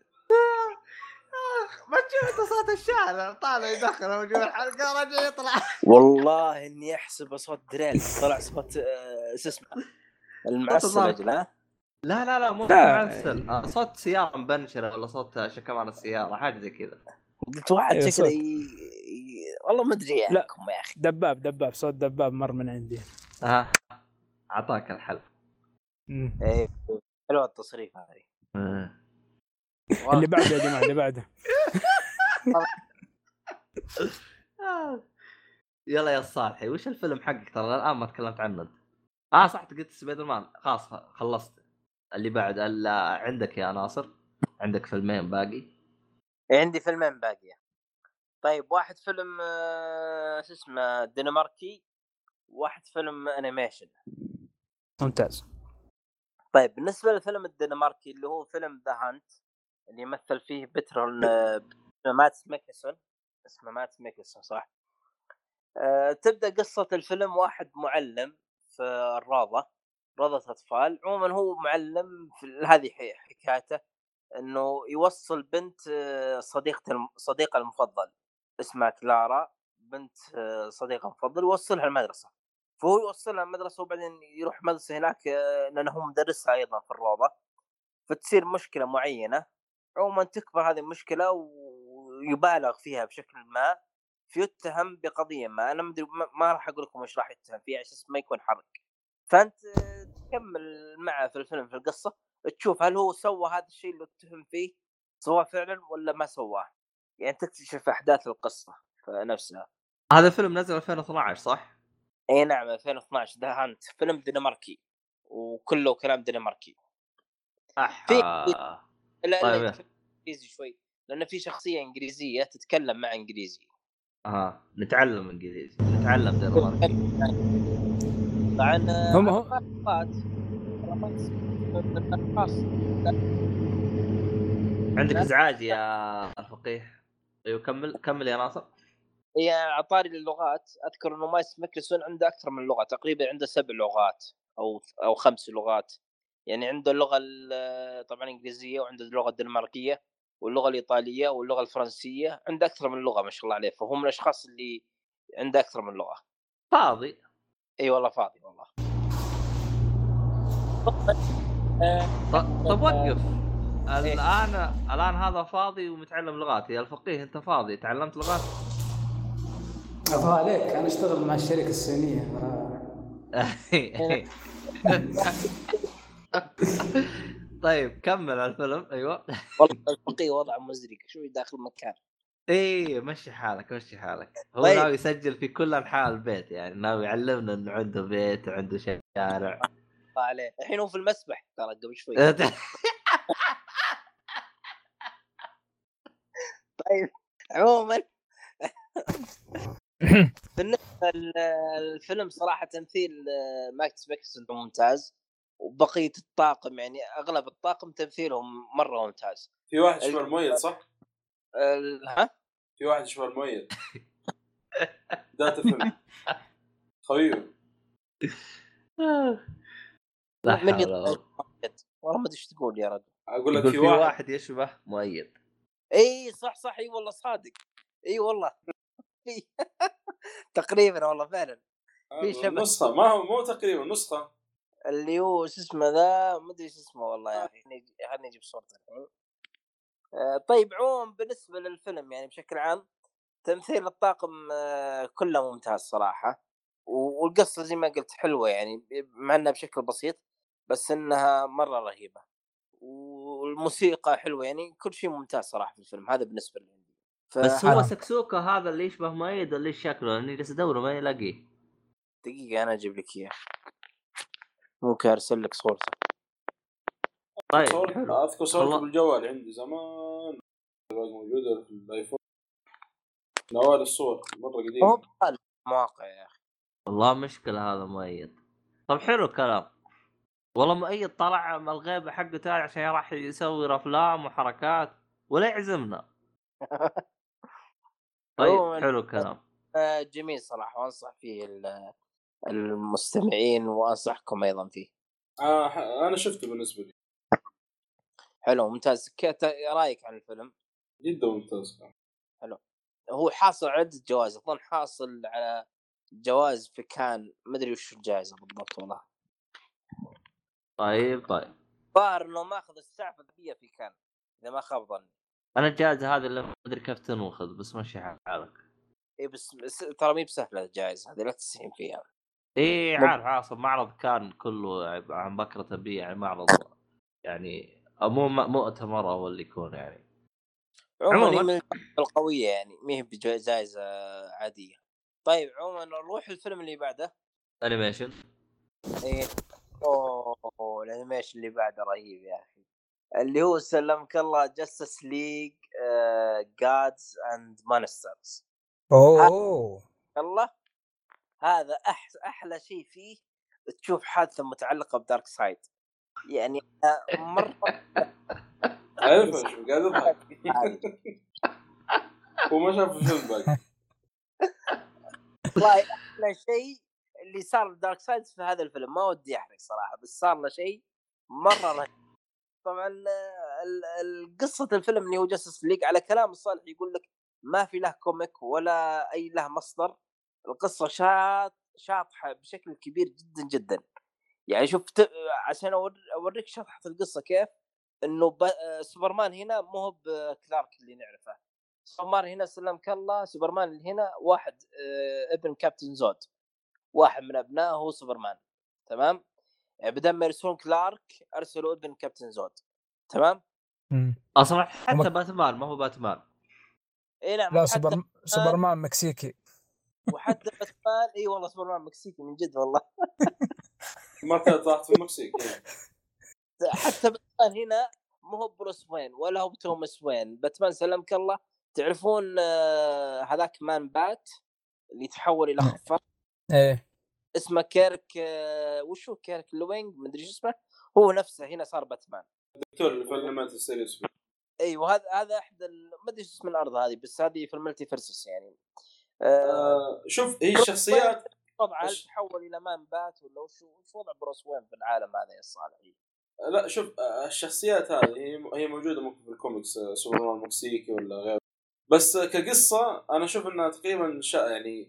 ما تشوف صوت الشارع طالع يدخن وجوه الحلقه رجع يطلع. والله اني احسب صوت دريل طلع صوت ايش اسمه المعسل. لا لا لا لا مو معسل. آه صوت سياره مبنشره ولا صوت شكمان السياره حاجه زي كذا. قلت واحد شكله ي... والله ما ادري عنكم يا اخي. دباب دباب صوت دباب مر من عندي. ها اعطاك الحل. ايه حلو التصريف هذه. اللي بعده يا جماعه اللي بعده. يلا يا صالحي وش الفيلم حقك؟ ترى الان ما تكلمت عنه. اه صح قلت سبايدر مان خلاص خلصت. اللي بعد الا عندك يا ناصر عندك فيلمين باقي. عندي فيلمين باقيه. طيب واحد فيلم شو اسمه دنماركي، واحد فيلم انيميشن. ممتاز. طيب بالنسبه للفيلم الدنماركي اللي هو فيلم ذا هانت اللي يمثل فيه بيترون مات ميكلسون. اسمه مات ميكلسون صح. أه تبدا قصه الفيلم واحد معلم في الروضه روضه اطفال. عموما هو معلم في هذه حكايته انه يوصل بنت صديقته صديقه المفضل اسمها كلارا بنت صديقه مفضل يوصلها المدرسه. فهو يوصلها المدرسه وبعدين يروح مدرسه هناك لانه هو مدرسها ايضا في الروضه. فتصير مشكله معينه. عموما تكبر هذه المشكله ويبالغ فيها بشكل ما. فيتهم بقضيه ما انا مدري ما راح اقول لكم ايش راح يتهم فيها عشان ما يكون حرق. فانت تكمل معه في الفيلم في القصه تشوف هل هو سوى هذا الشيء اللي اتهم فيه سواه فعلا ولا ما سواه. يعني تكتشف احداث القصه نفسها. هذا الفيلم نزل ألفين واثناشر صح؟ اي نعم ألفين واثناشر. ذا هانت فيلم دنماركي وكله كلام دنماركي. أح... في لا طيب لا انجليزي شوي لان في شخصيه انجليزيه تتكلم مع انجليزي. اها نتعلم انجليزي نتعلم دنماركي. طبعا هم هم عندك ازعاج يا الفقيه. ايوه كمل كمل يا ناصر. هي عطاري اللغات اذكر انه مايس ميكلسون عنده اكثر من لغه تقريبا عنده سبع لغات او او خمس لغات. يعني عنده اللغه طبعا انجليزيه وعنده اللغه الدنماركيه واللغه الايطاليه واللغه الفرنسيه، عنده اكثر من لغه ما شاء الله عليه، فهو من الاشخاص اللي عنده اكثر من لغه. فاضي. اي والله فاضي والله. ط- طب وقف الان. الان هذا فاضي ومتعلم لغات. يا الفقيه انت فاضي تعلمت لغات؟ الله عليك، انا اشتغل مع الشركه الصينيه. طيب كمل الفيلم. ايوه والله الفقيه وضع مزري شوي داخل مكان. ايه مشي حالك مشي حالك. هو طيب. ناوي يسجل في كل انحاء البيت، يعني ناوي يعلمنا انه عنده بيت وعنده شارع. الله عليه. الحين هو في المسبح ترى قبل شوي. طيب عموما بالنسبه للفيلم صراحه تمثيل ماكس بيكسون ممتاز، وبقيه الطاقم يعني اغلب الطاقم تمثيلهم مره ممتاز. في واحد شبه المميز صح؟ ال... ها في واحد شبه المميز ذات الفيلم خويه. لا من حول ولا والله ما ادري ايش تقول يا رجل. اقول لك يقول في في واحد, واحد يشبه مؤيد. اي صح صح اي والله صادق. اي والله تقريبا والله فعلا في شبه. نسخه ما هو مو تقريبا نسخه اللي هو شو اسمه ذا ما ادري ايش اسمه والله يا اخي. خليني اجيب صورته الحين. آه طيب عموما بالنسبه للفيلم يعني بشكل عام تمثيل الطاقم آه كله ممتاز صراحه، والقصه زي ما قلت حلوه يعني مع انها بشكل بسيط بس انها مره رهيبه، والموسيقى حلوه يعني كل شيء ممتاز صراحه في الفيلم هذا بالنسبه لي. بس هو سكسوكا هذا اللي يشبه مؤيد اللي شكله لاني جالس ادوره ما يلاقيه. دقيقه انا اجيب لك اياه، ممكن ارسل لك صورته. طيب صور... حلو. اذكر صورته خل... بالجوال عندي زمان موجوده في الايفون. نوال الصور مره قديمه. هو مواقع يا اخي والله مشكله هذا مؤيد. طب حلو الكلام والله. مؤيد طلع من الغيبه حقته عشان راح يسوي افلام وحركات ولا يعزمنا. طيب حلو الكلام جميل صراحه وانصح فيه المستمعين وانصحكم ايضا فيه. آه انا شفته بالنسبه لي حلو ممتاز. كيف رايك عن الفيلم؟ جدا ممتاز. حلو. هو حاصل على عدة جوائز، اظن حاصل على جوائز في كان ما ادري وش الجائزه بالضبط والله. طيب طيب ظاهر انه ماخذ السعفه الذهبيه في كان اذا ما خاب ظني. انا الجائزه هذه اللي ما ادري كيف تنوخذ بس ماشي حالك. اي بس, بس ترى مي بسهله الجائزه هذه لا تستهين فيها. ايه عارف عاصم معرض كان كله عن بكرة بي يعني معرض يعني مو مؤتمر او اللي يكون يعني عموما من القويه يعني ما هي بجائزه عاديه. طيب عموما نروح الفيلم اللي بعده انيميشن. ايه اوه الانيميشن اللي بعده رهيب يا اخي، اللي هو سلمك الله جاستس ليج جادز اند مانسترز. اوه الله هذا أح احلى شيء فيه تشوف حادثه متعلقه بدارك سايد يعني مره عارف شو قاعد اضحك وما شاف الفيلم باقي. والله احلى شيء اللي صار بدارك سايد في هذا الفيلم، ما ودي احرق صراحه بس صار له شيء مره رهيب. طبعا القصه الفيلم اللي هو جاستس ليج على كلام الصالح يقول لك ما في له كوميك ولا اي له مصدر، القصه شاط شاطحه بشكل كبير جدا جدا يعني. شفت عشان اوريك شطحه القصه كيف انه ب... سوبرمان هنا مو هو بكلارك اللي نعرفه. سوبرمان هنا سلمك الله سوبرمان اللي هنا واحد ابن كابتن زود، واحد من ابنائه هو سوبرمان تمام. بدل ما يرسلون كلارك ارسلوا ابن كابتن زود تمام. اصلا حتى ومك... باتمان ما هو باتمان. اي نعم لا سوبر... سوبرمان مكسيكي. وحتى باتمان اي والله سوبرمان مكسيكي من جد والله ما طلعت في المكسيك حتى باتمان هنا مو هو بروس وين ولا هو توماس وين. باتمان سلمك الله تعرفون آه هذاك مان بات اللي تحول الى خفاش ايه اسمه كيرك آه وشو كيرك لوينج مدري ايش اسمه، هو نفسه هنا صار باتمان دكتور اللي في المالتي سيريس. ايوه هذا هذا احد ما ادري اسم الارض هذه بس هذه في الملتي فيرسس يعني. آه شوف هي الشخصيات طبعا تحول الى مان بات ولا وش وش وضع بروس وين في العالم هذا يا صالح. لا شوف الشخصيات هذه هي هي موجوده ممكن في الكوميكس سوبرمان مكسيكي ولا غيره، بس كقصه انا اشوف انها تقريبا شا يعني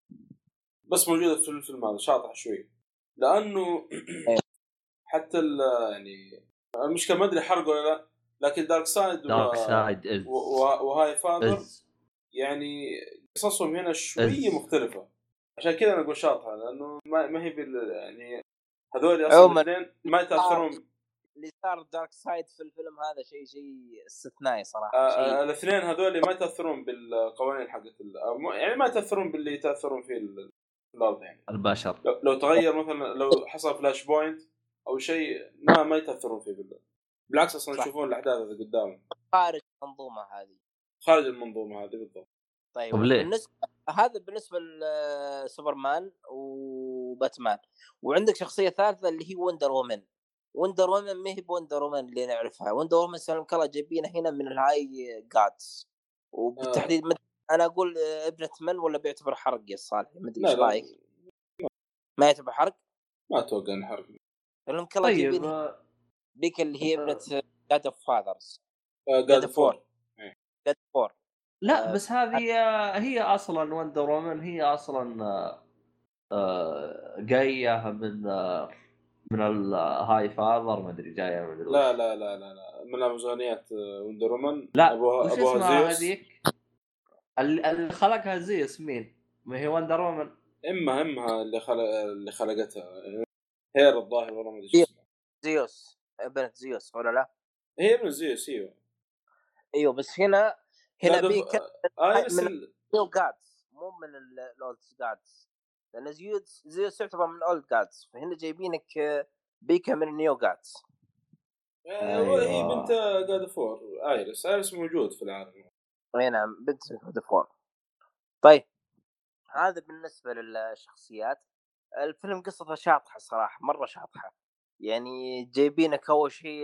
بس موجوده في الفيلم هذا شاطح شوي، لانه حتى يعني المشكله ما ادري حرق ولا لا، لكن دارك سايد دارك سايد از وهاي فاذر إز. يعني قصصهم هنا شويه إز. مختلفه، عشان كذا انا اقول شاطحه، لانه ما, ما هي بال يعني هذول اصلا الاثنين ما يتاثرون. اللي صار دارك سايد في الفيلم هذا شيء شيء استثنائي صراحه. آه شيء الاثنين هذول ما يتاثرون بالقوانين حقت يعني ما يتاثرون باللي يتاثرون فيه الارض يعني البشر. لو, لو تغير مثلا لو حصل فلاش بوينت او شيء ما ما يتاثرون فيه بالله، بالعكس اصلا يشوفون الاحداث اللي قدامهم خارج المنظومه هذه، خارج المنظومه هذه بالضبط. طيب بالنسبه هذا بالنسبه لسوبرمان وباتمان، وعندك شخصيه ثالثه اللي هي وندر وومن. وندر وومن ما هي بوندر وومن اللي نعرفها. وندر وومن سلام كلا جايبينها هنا من الهاي جادز، وبالتحديد آه. انا اقول ابنه من ولا بيعتبر حرق يا صالح؟ ما ادري ايش رايك. ما يعتبر حرق؟ ما اتوقع انه حرق. لهم كلا طيب. جايبين بيك اللي هي ابنه جاد اوف فاذرز، جاد فور جاد فور. لا آه بس هذه آه هي اصلا وندر وومن هي اصلا آه آه جايه من آه من الهاي فاذر، ما ادري جايه من لا لا لا لا لا من امازونيات وندر وومن. لا ابوها ابوها زيوس اللي خلقها زيوس. مين؟ ما هي وندر وومن. امها امها اللي خلق اللي خلقتها هير الظاهر والله ما ادري اسمها. زيوس بنت زيوس ولا لا؟ هي ابن زيوس ايوه ايوه بس هنا هنا بيك آه من النيو جادز مو من الاولد جادز، لان زيوس زيوس يعتبر من الاولد جادز، فهنا جايبينك بيكا من النيو جادز. أيوة. هي بنت جاد فور ايرس. ايرس موجود في العالم. اي نعم بنت جاد فور. طيب هذا بالنسبه للشخصيات. الفيلم قصته شاطحه صراحه، مره شاطحه. يعني جايبينك اول شيء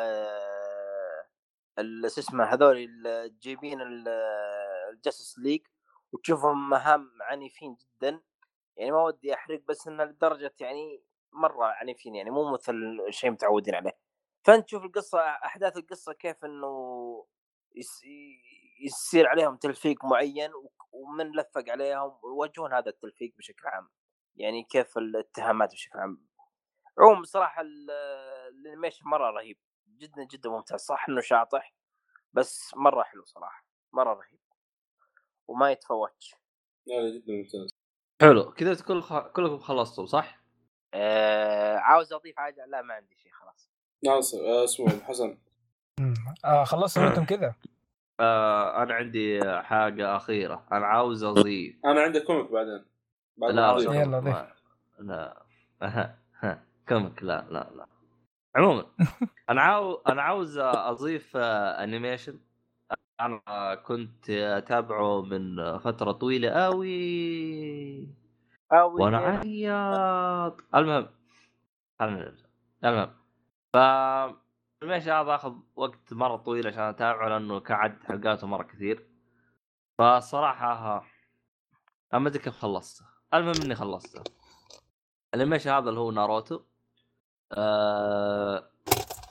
ال اسمه هذول جايبين الجاستس ليج وتشوفهم مهام عنيفين جدا. يعني ما ودي احرق بس انه لدرجه يعني مره عنيفين، يعني مو مثل شيء متعودين عليه. فانت تشوف القصه احداث القصه كيف انه يصير عليهم تلفيق معين ومن لفق عليهم ويواجهون هذا التلفيق بشكل عام، يعني كيف الاتهامات بشكل عام. عموما بصراحه الانيميشن مره رهيب جدا جدا ممتاز. صح انه شاطح بس مره حلو صراحه، مره رهيب وما يتفوتش. لا جدا ممتاز حلو كذا. كل خ... كلكم خلصتوا صح؟ آه عاوز اضيف حاجه؟ لا ما عندي شيء خلاص. ناصر آه اسمه حسن. اه خلصتوا انتم كذا؟ آه انا عندي حاجه اخيره انا عاوز اضيف. انا عندي كوميك بعدين بعد لا لا يلا ضيف. لا ها ها كوميك لا لا لا عموما انا عاوز انا عاوز اضيف انيميشن انا كنت اتابعه من فتره طويله قوي قوي وانا عياط. المهم المهم ف المشي هذا اخذ وقت مره طويل عشان اتابعه لانه كعد حلقاته مره كثير. فصراحه اما ادري كيف خلصته. المهم اني خلصته. المشي هذا اللي هو ناروتو. أه...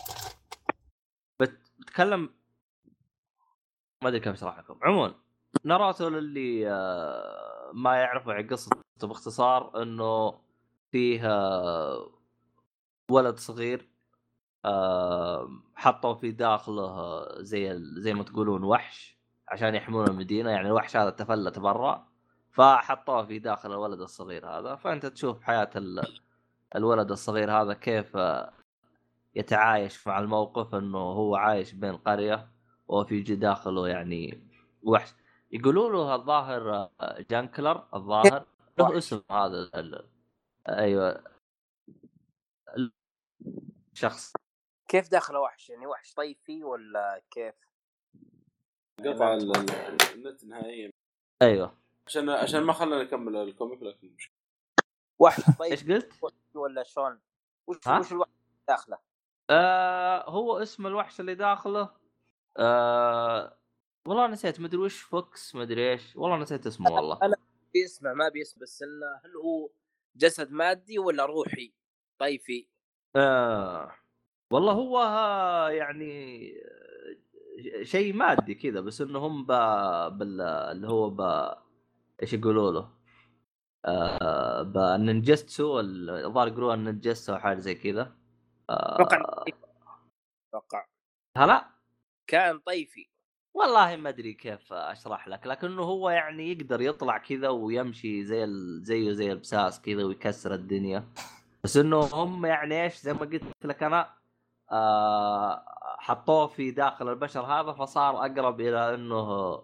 بتكلم ما ادري كيف اشرح لكم. عموما ناروتو للي أه... ما يعرفوا عن قصته باختصار انه فيها ولد صغير أه... حطوا في داخله زي زي ما تقولون وحش عشان يحمون المدينه. يعني الوحش هذا تفلت برا فحطوه في داخل الولد الصغير هذا. فانت تشوف حياه ال... الولد الصغير هذا كيف يتعايش مع الموقف انه هو عايش بين قرية وفي داخله يعني وحش. يقولوا له الظاهر جانكلر الظاهر له اسم هذا ال... ايوه الشخص. كيف داخله وحش؟ يعني وحش طيفي ولا كيف؟ قطع النت نهائيا. ايوه عشان عشان ما خلنا نكمل الكوميك لكن مش وحش طيب. ايش قلت ولا شلون؟ وش وش الوحش داخله؟ آه هو اسم الوحش اللي داخله آه والله نسيت مدري وش فوكس مدري ايش والله نسيت اسمه والله. انا بيسمع ما بيسمع بس انه هل هو جسد مادي ولا روحي طيفي؟ آه والله هو يعني شيء مادي كذا، بس انه هم ب... بال... اللي هو ب... ايش يقولوا له آه... بالنينجستسو، الظاهر يقولوا النينجستسو او حاجه زي كذا. اتوقع آه... اتوقع هلا كان طيفي. والله ما ادري كيف اشرح لك، لكنه هو يعني يقدر يطلع كذا ويمشي زي ال... زيه زي البساس كذا ويكسر الدنيا. بس انه هم يعني ايش زي ما قلت لك انا، آه حطوه في داخل البشر هذا فصار اقرب الى انه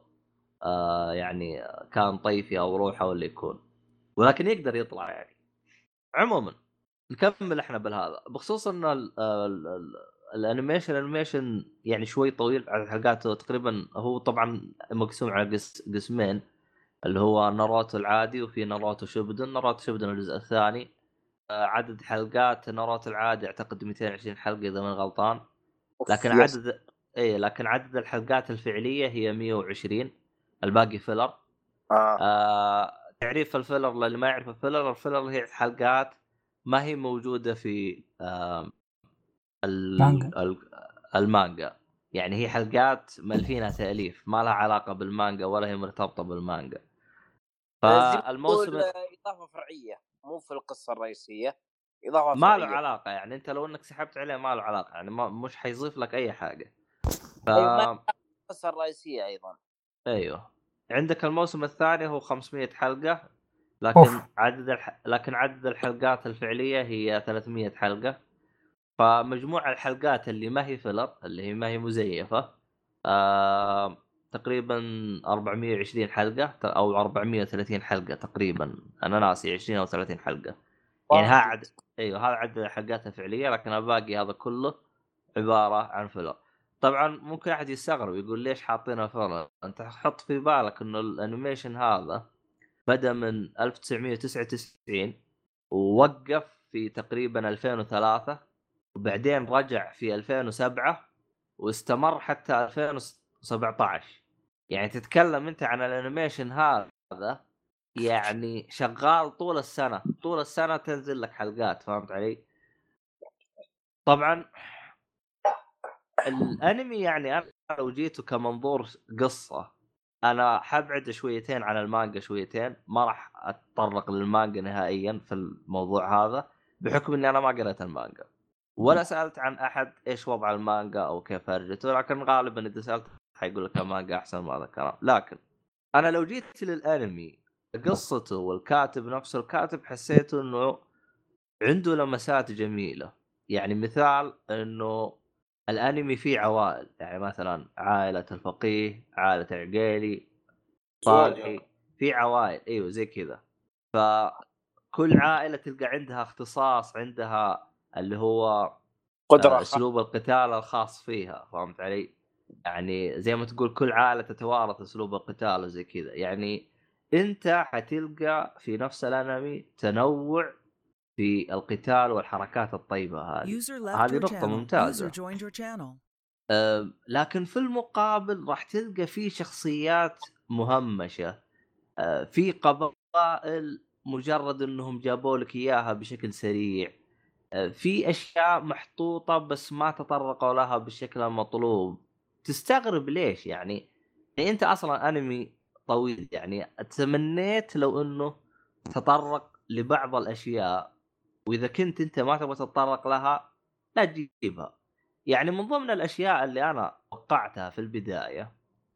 آه يعني كان طيفي او روحه ولا يكون، ولكن يقدر يطلع يعني. عموما نكمل احنا بالهذا بخصوص انه ال ال ال الانيميشن الانيميشن يعني شوي طويل على حلقاته تقريبا. هو طبعا مقسوم على قس قسمين، اللي هو ناروتو العادي وفي ناروتو شوبدن. ناروتو شوبدن الجزء الثاني، آه، عدد حلقات ناروتو العادي اعتقد مئتين وعشرين حلقة اذا ما غلطان، لكن يس. عدد اي لكن عدد الحلقات الفعلية هي مئة وعشرين، الباقي فيلر. اه آه تعريف الفيلر للي ما يعرف الفيلر، الفيلر هي حلقات ما هي موجودة في آه مانجا. ال- ال- المانجا. يعني هي حلقات ملفينها تأليف ما لها علاقة بالمانجا ولا هي مرتبطة بالمانجا. زي ما تقول فالموسم آه، اضافه فرعيه مو في القصه الرئيسيه، اضافه ما له فرعيه. علاقة، يعني انت لو انك سحبت عليه ما له علاقة، يعني ما مش حيضيف لك اي حاجة. ف ايوه ما القصه الرئيسيه ايضا. ايوه. عندك الموسم الثاني هو خمسمئة حلقة، اوف. لكن عدد الح... لكن عدد الحلقات الفعلية هي ثلاثمئة حلقة. فمجموع الحلقات اللي ما هي فيلر اللي هي ما هي مزيفة آه... تقريبا أربعمئة وعشرين حلقة او أربعمئة وثلاثين حلقة تقريبا، انا ناسي عشرين او ثلاثين حلقة. يعني ها عد... ايوه هذا عدد الحلقات الفعلية، لكن الباقي هذا كله عبارة عن فيلر. طبعا ممكن احد يستغرب يقول ليش حاطينه فيلر. انت حط في بالك انه الانيميشن هذا بدأ من ألف وتسعمئة وتسعة وتسعين ووقف في تقريبا ألفين وثلاثة، وبعدين رجع في ألفين وسبعة واستمر حتى ألفين وسبعة عشر. يعني تتكلم انت عن الانيميشن هذا يعني شغال طول السنة، طول السنة تنزل لك حلقات، فهمت علي؟ طبعا الانمي يعني انا لو جيته كمنظور قصة انا حبعد شويتين عن المانجا شويتين، ما راح اتطرق للمانجا نهائيا في الموضوع هذا بحكم اني انا ما قرأت المانجا ولا سألت عن احد ايش وضع المانجا او كيف ارجته، لكن غالبا اذا سألت حيقول لك المانجا احسن من هذا الكلام. لكن انا لو جيت للانمي قصته والكاتب نفسه، الكاتب حسيته انه عنده لمسات جميلة. يعني مثال انه الانمي فيه عوائل، يعني مثلا عائلة الفقيه، عائلة عقيلي، زواج طاقي، يعني. في عوائل ايوه زي كذا. فكل عائلة تلقى عندها اختصاص، عندها اللي هو قدره آه، خ... اسلوب القتال الخاص فيها، فهمت علي؟ يعني زي ما تقول كل عائلة تتوارث اسلوب القتال وزي كذا. يعني انت حتلقى في نفس الانمي تنوع في القتال والحركات الطيبة هذه. User left هذه your نقطة channel. User ممتازة. joined your channel. أه لكن في المقابل راح تلقى في شخصيات مهمشة، أه في قبائل مجرد انهم جابوا لك اياها بشكل سريع، أه في اشياء محطوطة بس ما تطرقوا لها بالشكل المطلوب. تستغرب ليش يعني؟ يعني انت اصلا انمي طويل، يعني تمنيت لو انه تطرق لبعض الاشياء، واذا كنت انت ما تبغى تتطرق لها لا تجيبها. يعني من ضمن الاشياء اللي انا توقعتها في البدايه،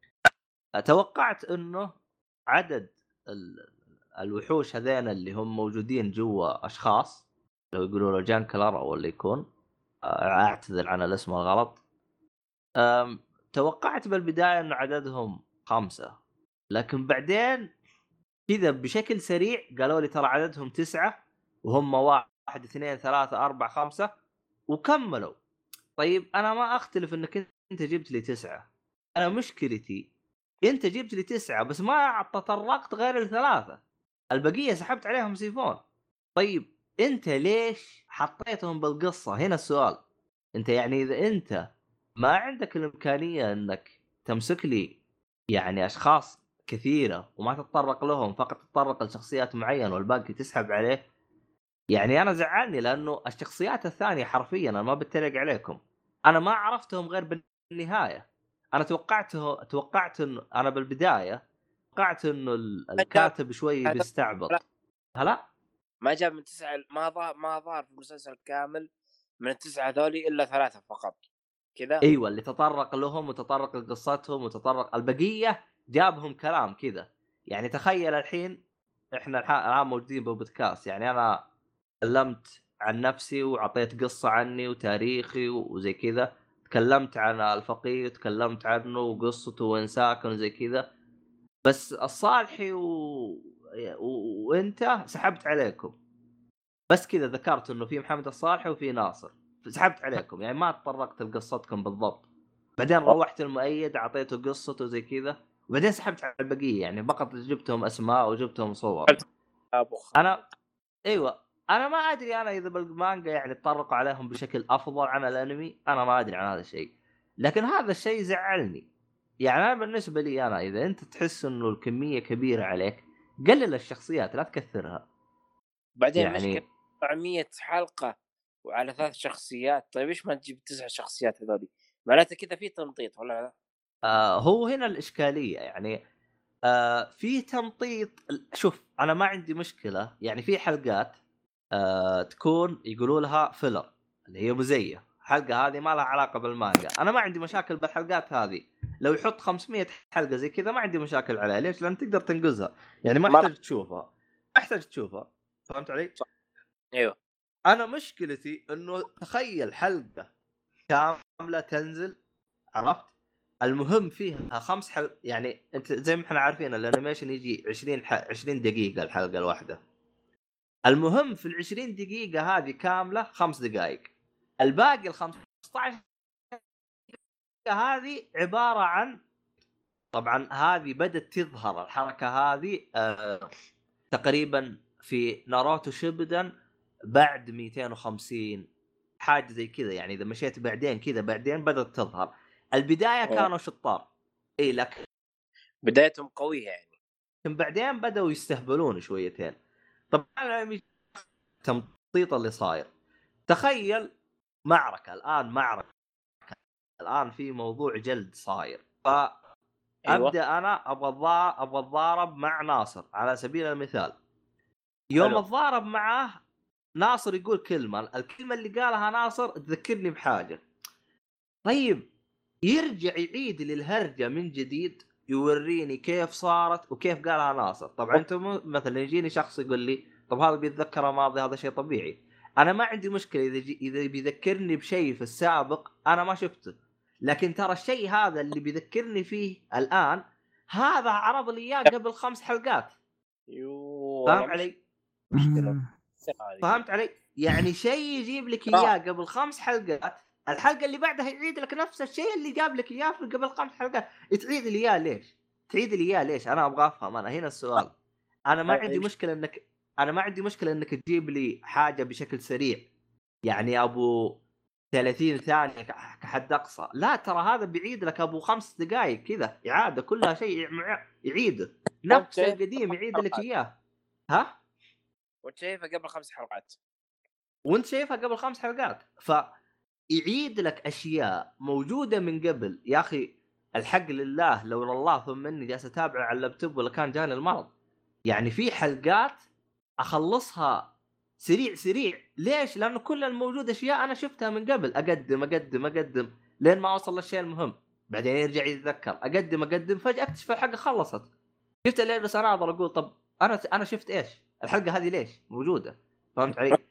توقعت انه عدد ال... الوحوش هذين اللي هم موجودين جوا اشخاص، لو يقولوا له جانكلر او اللي يكون، اعتذر عن الاسم الغلط. أم... توقعت بالبدايه انه عددهم خمسة، لكن بعدين كذا بشكل سريع قالوا لي ترى عددهم تسعة، وهم واحد اثنين ثلاثة أربعة خمسة وكملوا. طيب أنا ما أختلف إنك أنت جبت لي تسعة، أنا مشكلتي أنت جبت لي تسعة بس ما تطرقت غير الثلاثة، البقية سحبت عليهم سيفون. طيب أنت ليش حطيتهم بالقصة؟ هنا السؤال. أنت يعني إذا أنت ما عندك الإمكانية إنك تمسك لي يعني أشخاص كثيرة وما تتطرق لهم، فقط تتطرق لشخصيات معينة والباقي تسحب عليه، يعني انا زعلني لانه الشخصيات الثانيه حرفيا انا ما بتريق عليكم، انا ما عرفتهم غير بالنهايه. انا توقعته توقعت انه انا بالبدايه توقعت انه ال- ما جاب الكاتب شوي بيستعبط. هلا ما جاب من تسعة، ما ظهر ما ظهر في المسلسل كامل من التسعة ذولي الا ثلاثة فقط كذا. ايوه اللي تطرق لهم وتطرق لقصتهم وتطرق البقيه جابهم كلام كذا. يعني تخيل الحين احنا الح- الان موجودين ببودكاست، يعني انا تكلمت عن نفسي وعطيت قصة عني وتاريخي وزي كذا، تكلمت عن الفقيه وتكلمت عنه وقصته وين ساكن وزي كذا، بس الصالحي و... و... وانت سحبت عليكم بس كذا، ذكرت انه في محمد الصالحي وفي ناصر، سحبت عليكم يعني ما تطرقت لقصتكم بالضبط. بعدين روحت المؤيد اعطيته قصته زي كذا، وبعدين سحبت على البقيه، يعني فقط جبتهم اسماء وجبتهم صور. ابو خالد. انا ايوه انا ما ادري انا اذا بالمانجا يعني تطرقوا عليهم بشكل افضل عن الانمي، انا ما ادري عن هذا الشيء، لكن هذا الشيء زعلني. يعني انا بالنسبه لي انا اذا انت تحس انه الكميه كبيره عليك قلل الشخصيات لا تكثرها. بعدين يعني مشكلة أربعمية حلقة وعلى ثلاث شخصيات، طيب ايش ما تجيب تسع شخصيات هذولي؟ معناته كذا في تمطيط ولا لا؟ آه هو هنا الاشكاليه يعني آه في تمطيط. شوف انا ما عندي مشكله، يعني في حلقات آه تكون يقولوا لها فيلر اللي هي مزيه، حلقه هذه ما لها علاقه بالمانجا، انا ما عندي مشاكل بالحلقات هذه. لو يحط خمسمية حلقه زي كذا ما عندي مشاكل عليها، ليش؟ لان تقدر تنقزها، يعني ما ما احتاج تشوفها ما احتاج تشوفها فهمت علي؟ صح. ايوه انا مشكلتي انه تخيل حلقه كامله تنزل، عرفت؟ المهم فيها خمس حل... يعني انت زي ما احنا عارفين الانيميشن يجي عشرين ح... عشرين دقيقه الحلقه الواحده. المهم في العشرين دقيقة هذه كاملة خمس دقائق، الباقي الخمسة عشر دقيقة هذه عبارة عن، طبعا هذه بدأت تظهر الحركة هذه آه تقريبا في ناروتو شيبودن بعد مئتين وخمسين حاجة زي كذا، يعني إذا مشيت بعدين كذا بعدين بدأت تظهر. البداية كانوا شطار إيه، لكن بدايتهم قوية يعني، بعدين بدأوا يستهبلون شويتين. طبعا تمطيط اللي صاير، تخيل معركة الآن معركة الآن في موضوع جلد صاير، فأبدأ أيوة. أنا أبغى الضا... أبغى أتضارب مع ناصر على سبيل المثال. يوم حلو. أتضارب معاه ناصر يقول كلمة، الكلمة اللي قالها ناصر تذكرني بحاجة، طيب يرجع يعيد للهرجة من جديد يوريني كيف صارت وكيف قالها ناصر. طبعا انتم مثلا يجيني شخص يقول لي طب هذا بيتذكر ماضي، هذا شيء طبيعي، انا ما عندي مشكله اذا جي... اذا بيذكرني بشيء في السابق انا ما شفته، لكن ترى الشيء هذا اللي بيذكرني فيه الان هذا عرض لي اياه قبل خمس حلقات. يو فاهم والله علي؟ مشكلة. فهمت علي؟ يعني شيء يجيب لك اياه قبل خمس حلقات، الحلقه اللي بعدها يعيد لك نفس الشيء اللي جاب لك اياه في قبل خمس حلقات، تعيد لي اياه ليش؟ تعيد لي اياه ليش؟ انا ابغى افهم، انا هنا السؤال. انا ما عندي مشكله انك انا ما عندي مشكله انك تجيب لي حاجه بشكل سريع، يعني ابو ثلاثين ثانيه كحد اقصى، لا ترى هذا بيعيد لك ابو خمس دقائق كذا اعاده كلها شيء يعيد نفس القديم يعيد لك اياه. ها وانت شايفها قبل خمس حلقات وانت شايفها قبل خمس حلقات، فيعيد لك اشياء موجوده من قبل. يا اخي الحق لله لولا الله ثم اني جالس اتابع على اللابتوب ولا كان جاني المرض، يعني في حلقات اخلصها سريع سريع. ليش؟ لانه كل الموجود اشياء انا شفتها من قبل، اقدم اقدم اقدم لين ما اوصل للشيء المهم، بعدين يرجع يتذكر، اقدم اقدم فجاه اكتشف الحلقه خلصت. شفت اللي بس انا اقدر اقول طب انا انا شفت ايش؟ الحلقه هذه ليش موجوده؟ فهمت علي؟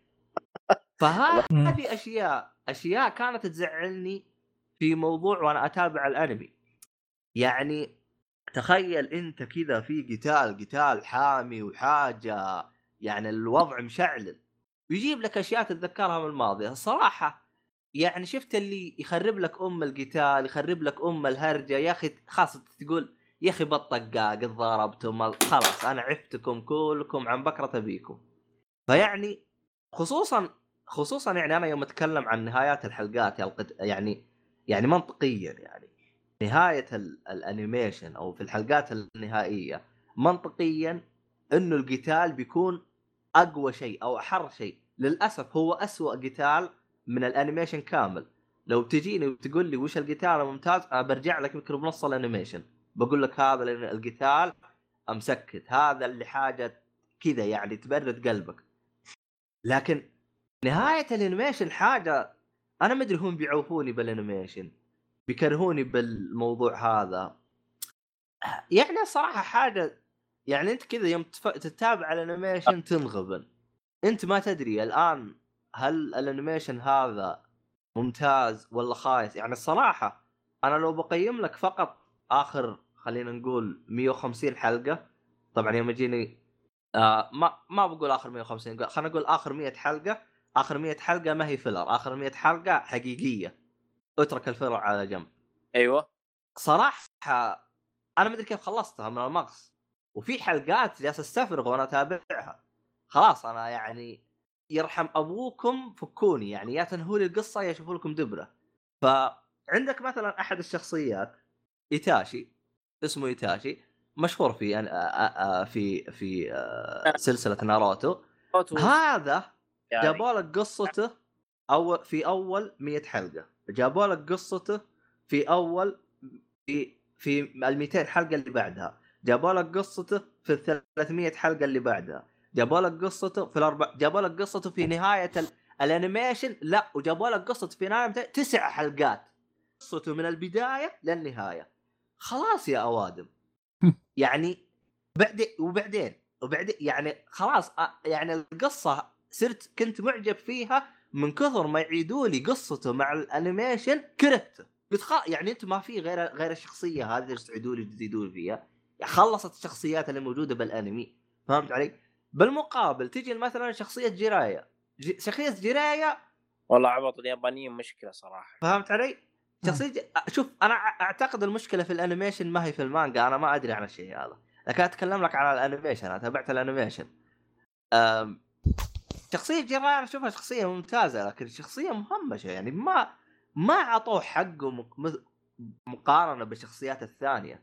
فهذه اشياء اشياء كانت تزعلني في موضوع وانا اتابع الانمي. يعني تخيل انت كذا في قتال قتال حامي وحاجه، يعني الوضع مشعل، ويجيب لك اشياء تتذكرها من الماضي. الصراحه يعني شفت اللي يخرب لك ام القتال، يخرب لك ام الهرجه، يا اخي خاصه تقول يا اخي بطقاق ضربتم خلاص انا عفتكم كلكم عن بكره ابيكم. فيعني خصوصا خصوصا يعني انا يوم اتكلم عن نهايات الحلقات يعني يعني منطقيا، يعني نهايه الانيميشن او في الحلقات النهائيه منطقيا انه القتال بيكون اقوى شيء او احر شيء، للاسف هو أسوأ قتال من الانيميشن كامل. لو تجيني وتقول لي وش القتال الممتاز، أنا برجع لك يمكن بنص الانيميشن بقول لك هذا القتال امسكت، هذا اللي حاجه كذا يعني تبرد قلبك. لكن نهايه الانيميشن حاجه انا ما ادري هم بيعوفوني بالانيميشن بيكرهوني بالموضوع هذا. يعني الصراحه حاجه يعني انت كذا يوم تف... تتابع الانيميشن تنغبن، انت ما تدري الان هل الانيميشن هذا ممتاز ولا خايس. يعني الصراحه انا لو بقيم لك فقط اخر خلينا نقول مية وخمسين حلقه، طبعا يوم يجيني آه ما ما بقول اخر مية وخمسين، خلينا نقول اخر مية حلقه. اخر مية حلقه ما هي فيلر، اخر مية حلقه حقيقيه، اترك الفيلر على جنب. ايوه صراحه انا ما ادري كيف خلصتها من المقص، وفي حلقات جالس استفرغ وانا اتابعها. خلاص انا يعني يرحم ابوكم فكوني، يعني يا تنهوا لي القصه يا شوفوا لكم دبره. فعندك مثلا احد الشخصيات ايتاشي، اسمه ايتاشي، مشهور في يعني في في سلسله ناروتو. هذا يعني. جابوا لك قصته او في اول مية حلقه، جابوا لك قصته في اول في في ال مئتين حلقه اللي بعدها، جابوا لك قصته في ال ثلاثمية حلقه اللي بعدها، جابوا لك قصته في الاربع، جابوا لك قصته في نهايه ال... الانيميشن لا، وجابوا لك قصته في نهايه تسع حلقات، قصته من البدايه للنهايه. خلاص يا اوادم يعني بعد وبعدين وبعدين يعني خلاص يعني القصه صرت كنت معجب فيها من كثر ما يعيدوا لي قصته مع الانيميشن كرهته. قلت خ... يعني انت ما في غير غير الشخصيه هذه اللي تعيدوا لي تزيدوا لي فيها، يعني خلصت الشخصيات اللي موجوده بالانمي. فهمت علي؟ بالمقابل تجي مثلا شخصيه جيرايا، ج... شخصيه جيرايا والله عبط اليابانيين مشكله صراحه. فهمت علي؟ شخصيه ج... شوف انا اعتقد المشكله في الانيميشن ما هي في المانجا، انا ما ادري عن الشيء هذا، لكن اتكلم لك عن الانيميشن. انا تابعت الانيميشن. أم... شخصيه جيرايا اشوفها شخصيه ممتازه، لكن شخصيه مهمشه، يعني ما ما عطوه حقه مق... مقارنه بالشخصيات الثانيه.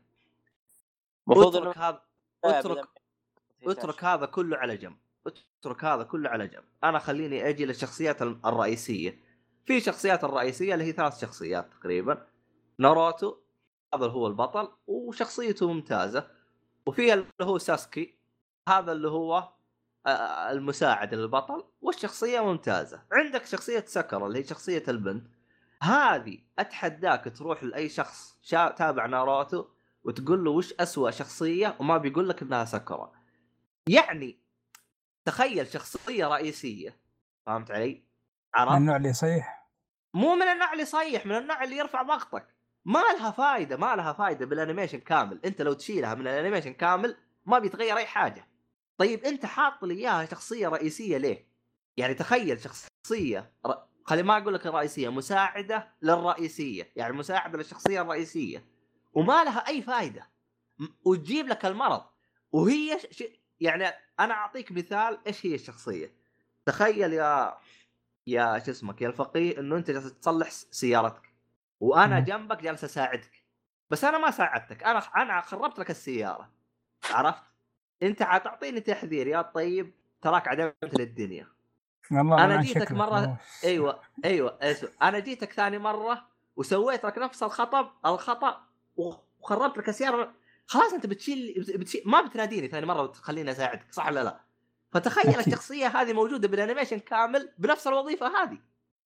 اترك هذا اترك اترك هذا كله على جنب، اترك هذا كله على جنب. انا خليني اجي للشخصيات الرئيسيه. في شخصيات الرئيسيه اللي هي ثلاث شخصيات تقريبا. ناروتو هذا هو البطل وشخصيته ممتازه، وفي اللي هو ساسكي هذا اللي هو المساعد للبطل والشخصيه ممتازه. عندك شخصيه ساكورا اللي هي شخصيه البنت، هذه اتحداك تروح لاي شخص شا... تابع ناروتو وتقول له وش أسوأ شخصيه وما بيقول لك انها ساكورا. يعني تخيل شخصيه رئيسيه، فهمت علي؟ عرفت؟ من النوع اللي يصيح، مو من النوع اللي يصيح، من النوع اللي يرفع ضغطك. ما لها فايده، ما لها فايده بالانيميشن كامل. انت لو تشيلها من الانيميشن كامل ما بيتغير اي حاجه. طيب انت حاط لي اياها شخصيه رئيسيه ليه؟ يعني تخيل شخصيه ر... خلي ما اقول لك الرئيسيه، مساعده للرئيسيه، يعني مساعده للشخصيه الرئيسيه، وما لها اي فايده وتجيب لك المرض. وهي ش... يعني انا اعطيك مثال ايش هي الشخصيه. تخيل يا يا شو اسمك يا الفقيه انه انت جالس تصلح سيارتك وانا جنبك جالس اساعدك، بس انا ما ساعدتك، انا انا خربت لك السياره. عرفت؟ انت حتعطيني تحذير يا طيب تراك عدمت للدنيا. انا جيتك مره ايوه ايوه اسف انا جيتك ثاني مره وسويت لك نفس الخطا الخطا وخربت لك السياره. خلاص انت بتشيل, بتشيل ما بتناديني ثاني مره وتخليني اساعدك، صح ولا لا؟ فتخيل الشخصيه هذه موجوده بالانيميشن كامل بنفس الوظيفه هذه.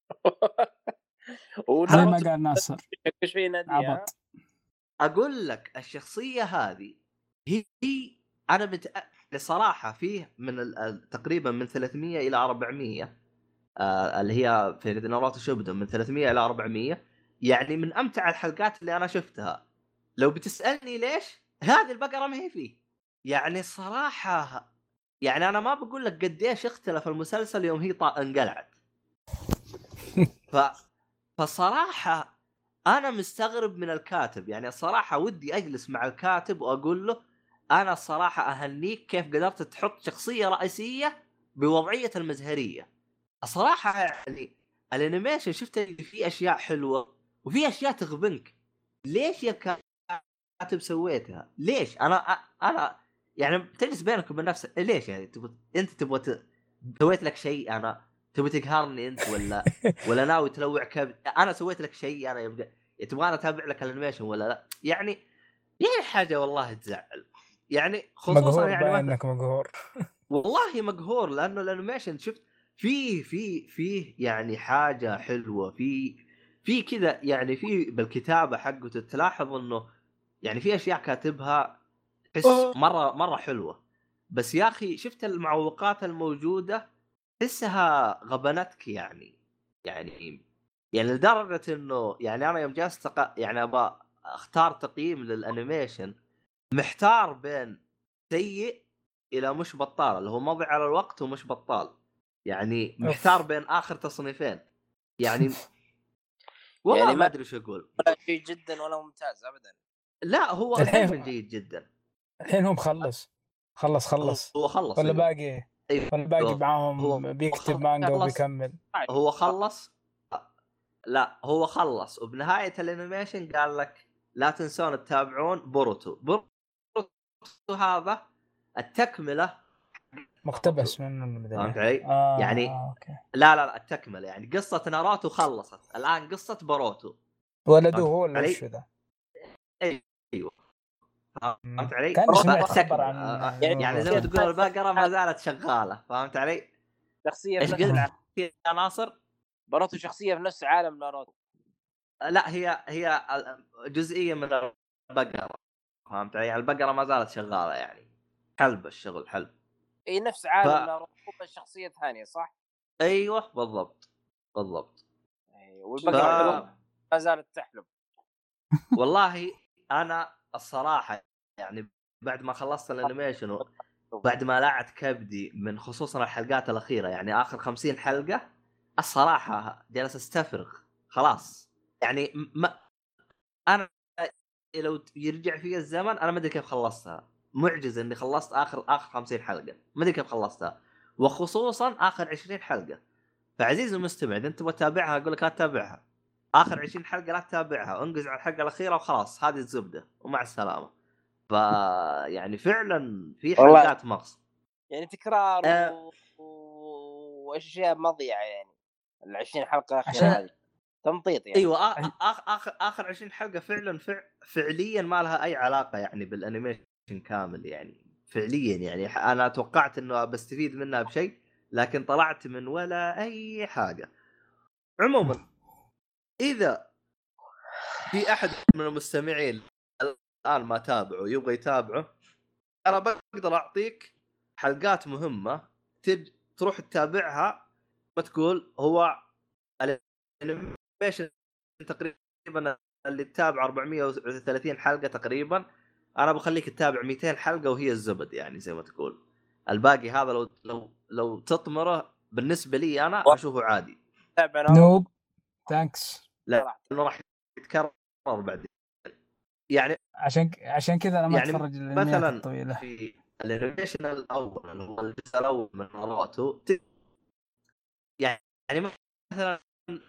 زي ما قال ناصر ايش في نادي. اقول لك الشخصيه هذه هي انا بت... بصراحه فيه من تقريبا من ثلاثمية الى أربعمية آه اللي هي في ناروتو شوبدن من ثلاثمية الى أربعمية، يعني من امتع الحلقات اللي انا شفتها. لو بتسالني ليش هذه البقره ما هي فيه، يعني صراحه يعني انا ما بقول لك قديش اختلف المسلسل يوم هي طا... انقلعت. ف فصراحه انا مستغرب من الكاتب، يعني الصراحه ودي اجلس مع الكاتب واقول له انا الصراحه اهنيك كيف قدرت تحط شخصيه رئيسيه بوضعيه المزهريه. الصراحه يعني الانيميشن شفت اللي فيه اشياء حلوه وفي اشياء تغبنك. ليش يا كاتب سويتها؟ ليش؟ انا انا يعني تجلس بينك وبين نفسك ليش؟ يعني تبغى انت تبغى ت... سويت لك شيء انا تبي تقهرني انت ولا ولا ناوي تلوع كبد؟ انا سويت لك شيء انا يبقى تبغى اتابع لك الانيميشن ولا لا؟ يعني يعني حاجه والله تزعل يعني، خصوصا مقهور يعني باين مثلا انك مقهور. والله مقهور لانه الانيميشن شفت فيه في فيه يعني حاجه حلوه في في كذا يعني في بالكتابه حقته تلاحظ انه يعني في اشياء كاتبها تحس مره مره حلوه، بس يا اخي شفت المعوقات الموجوده تحسها غبنتك يعني يعني يعني لدرجه انه يعني انا يوم جلست تق... يعني ابى اختار تقييم للانيميشن محتار بين سيء الى مش بطال، اللي هو مضي على الوقت ومش بطال، يعني محتار أوف. بين اخر تصنيفين يعني والله يعني ما ما ادري شو اقول. ولا شيء جدا ولا ممتاز ابدا. لا هو الحين دائما جيد جدا. الحين هو مخلص خلص هو خلص هو خلص ولا ايوه باقي ايوه ولا باقي هو معاهم بيكتب مانجا خلص وبيكمل؟ هو خلص لا هو خلص وبنهاية الانيميشن قال لك لا تنسون تتابعون بوروتو. بوروتو هذا التكملة مقتبس ناروتو. منه المدري. فهمت علي؟ آه يعني آه اوكي. لا لا لا التكملة يعني قصة ناروتو خلصت، الآن قصة بوروتو. ولده فهمت هو ولا وش علي؟ ذا؟ ايوه فهمت مم. علي؟ كأني سمعت خبر فالتكملة عن يعني يعني زي ما بوروتو. تقول البقرة ما زالت شغالة. فهمت علي؟ شخصيه ايش في نفس قلت العالم. يا ناصر؟ باروتو شخصيه في نفس عالم ناروتو. لا هي هي جزئية من البقرة. فهمت علي؟ البقرة ما زالت شغالة يعني حلب الشغل حلب. اي نفس ف... عالم ناروتو بس شخصيه ثانيه صح؟ ايوه بالضبط بالضبط. اي ف... والبقره ما زالت تحلب. والله انا الصراحة يعني بعد ما خلصت الانيميشن بعد ما لعت كبدي من خصوصا الحلقات الأخيرة يعني آخر خمسين حلقة الصراحة جلس استفرغ خلاص يعني ما أنا لو يرجع في الزمن أنا ما أدري كيف خلصتها. معجز إني خلصت آخر آخر خمسين حلقة ما أدري كيف خلصتها، وخصوصا آخر عشرين حلقة. فعزيزي المستمع إذا أنت تبغى تتابعها أقول لك لا تتابعها آخر عشرين حلقة، لا تتابعها انقز على الحلقة الأخيرة وخلاص هذه الزبدة ومع السلامة. ف يعني فعلا في حلقات مغص يعني تكرار أه و... و... واشياء مضيعه يعني ال عشرين حلقه الاخيره عشان هذه تمطيط يعني. ايوه اخر اخر اخر عشرين حلقه فعلا فع فعليا ما لها اي علاقه يعني بالانيميشن كامل يعني فعليا يعني انا توقعت انه بستفيد منها بشيء لكن طلعت من ولا اي حاجه. عموما اذا في احد من المستمعين الان ما تابعه يبغى يتابعه انا بقدر اعطيك حلقات مهمه تج... تروح تتابعها وتقول هو الانيميشن تقريبا اللي تتابع أربعمية وثلاثين حلقه تقريبا انا بخليك تتابع مئتين حلقه وهي الزبد يعني زي ما تقول. الباقي هذا لو لو لو تطمره بالنسبه لي انا اشوفه عادي. نوب ثانكس. لا لانه راح يتكرر بعدين يعني عشان عشان كذا انا ما يعني اتفرج الانميات مثلا الطويله. في الانيميشن الاول اللي هو الجزء الاول من ناروتو يعني مثلا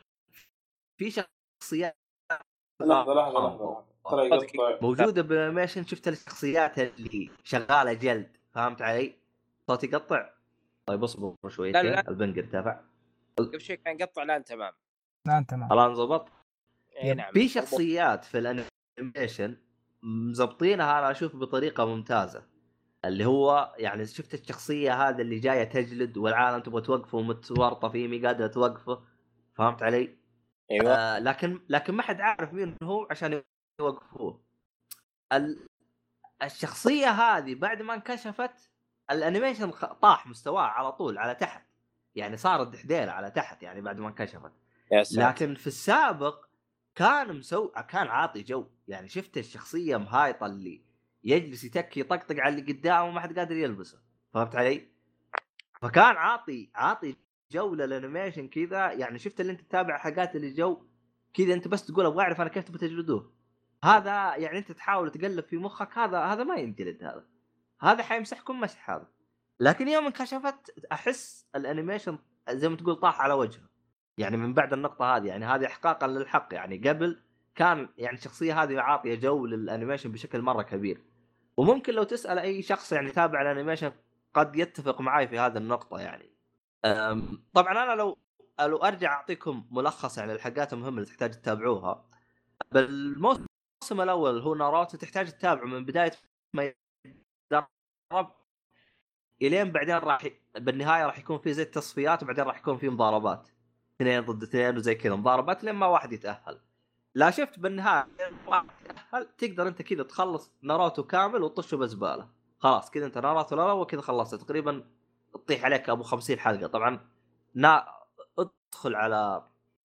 في شخصيات لحظه لحظه لحظه ترى يقطع موجوده بالانيميشن شفت الشخصيات اللي شغاله جلد. فهمت علي؟ صوتي يقطع. طيب اصبر شويتين البنج ارتفع قبل شوي كان يقطع الان تمام. الان تمام الان ضبط. اي نعم في شخصيات في الانيميشن مزبطينها انا اشوف بطريقه ممتازه اللي هو يعني شفت الشخصيه هذه اللي جايه تجلد والعالم تبغى توقفه ومتورطه فيه مي قادره توقفه. فهمت علي؟ ايوه آه لكن لكن ما حد عارف مين هو عشان يوقفوه. ال... الشخصيه هذه بعد ما انكشفت الانيميشن طاح مستواه على طول على تحت يعني صارت دحديره على تحت يعني بعد ما انكشفت. لكن في السابق كان مسو كان عاطي جو يعني شفت الشخصيه مهايطه اللي يجلس يتكي يطقطق على اللي قدامه وما حد قادر يلبسه. فهمت علي؟ فكان عاطي عاطي جو للانيميشن كذا يعني شفت اللي انت تتابع حاجات اللي جو كذا انت بس تقول ابغى اعرف انا كيف تبي تجلدوه. هذا يعني انت تحاول تقلب في مخك هذا هذا ما ينجلد هذا هذا حيمسحكم مسح هذا. لكن يوم انكشفت احس الانيميشن زي ما تقول طاح على وجهه يعني من بعد النقطه هذه يعني هذه احقاقا للحق يعني قبل كان يعني الشخصيه هذه عاطيه جو للانيميشن بشكل مره كبير. وممكن لو تسال اي شخص يعني تابع الانيميشن قد يتفق معي في هذه النقطه يعني طبعا انا لو لو ارجع اعطيكم ملخص يعني الحلقات المهمه اللي تحتاج تتابعوها. بالموسم الاول هو ناروتو تحتاج تتابعه من بدايه ما يتدرب الين بعدين راح ي... بالنهايه راح يكون في زي التصفيات وبعدين راح يكون في مضاربات اثنين ضد اثنين وزي كذا مضاربات لين ما واحد يتاهل. لا شفت بالنهايه تتاهل تقدر انت كذا تخلص ناروتو كامل وتطشه بزباله خلاص كذا انت ناروتو الاول كذا خلصت تقريبا تطيح عليك ابو خمسين حلقه. طبعا نا ادخل على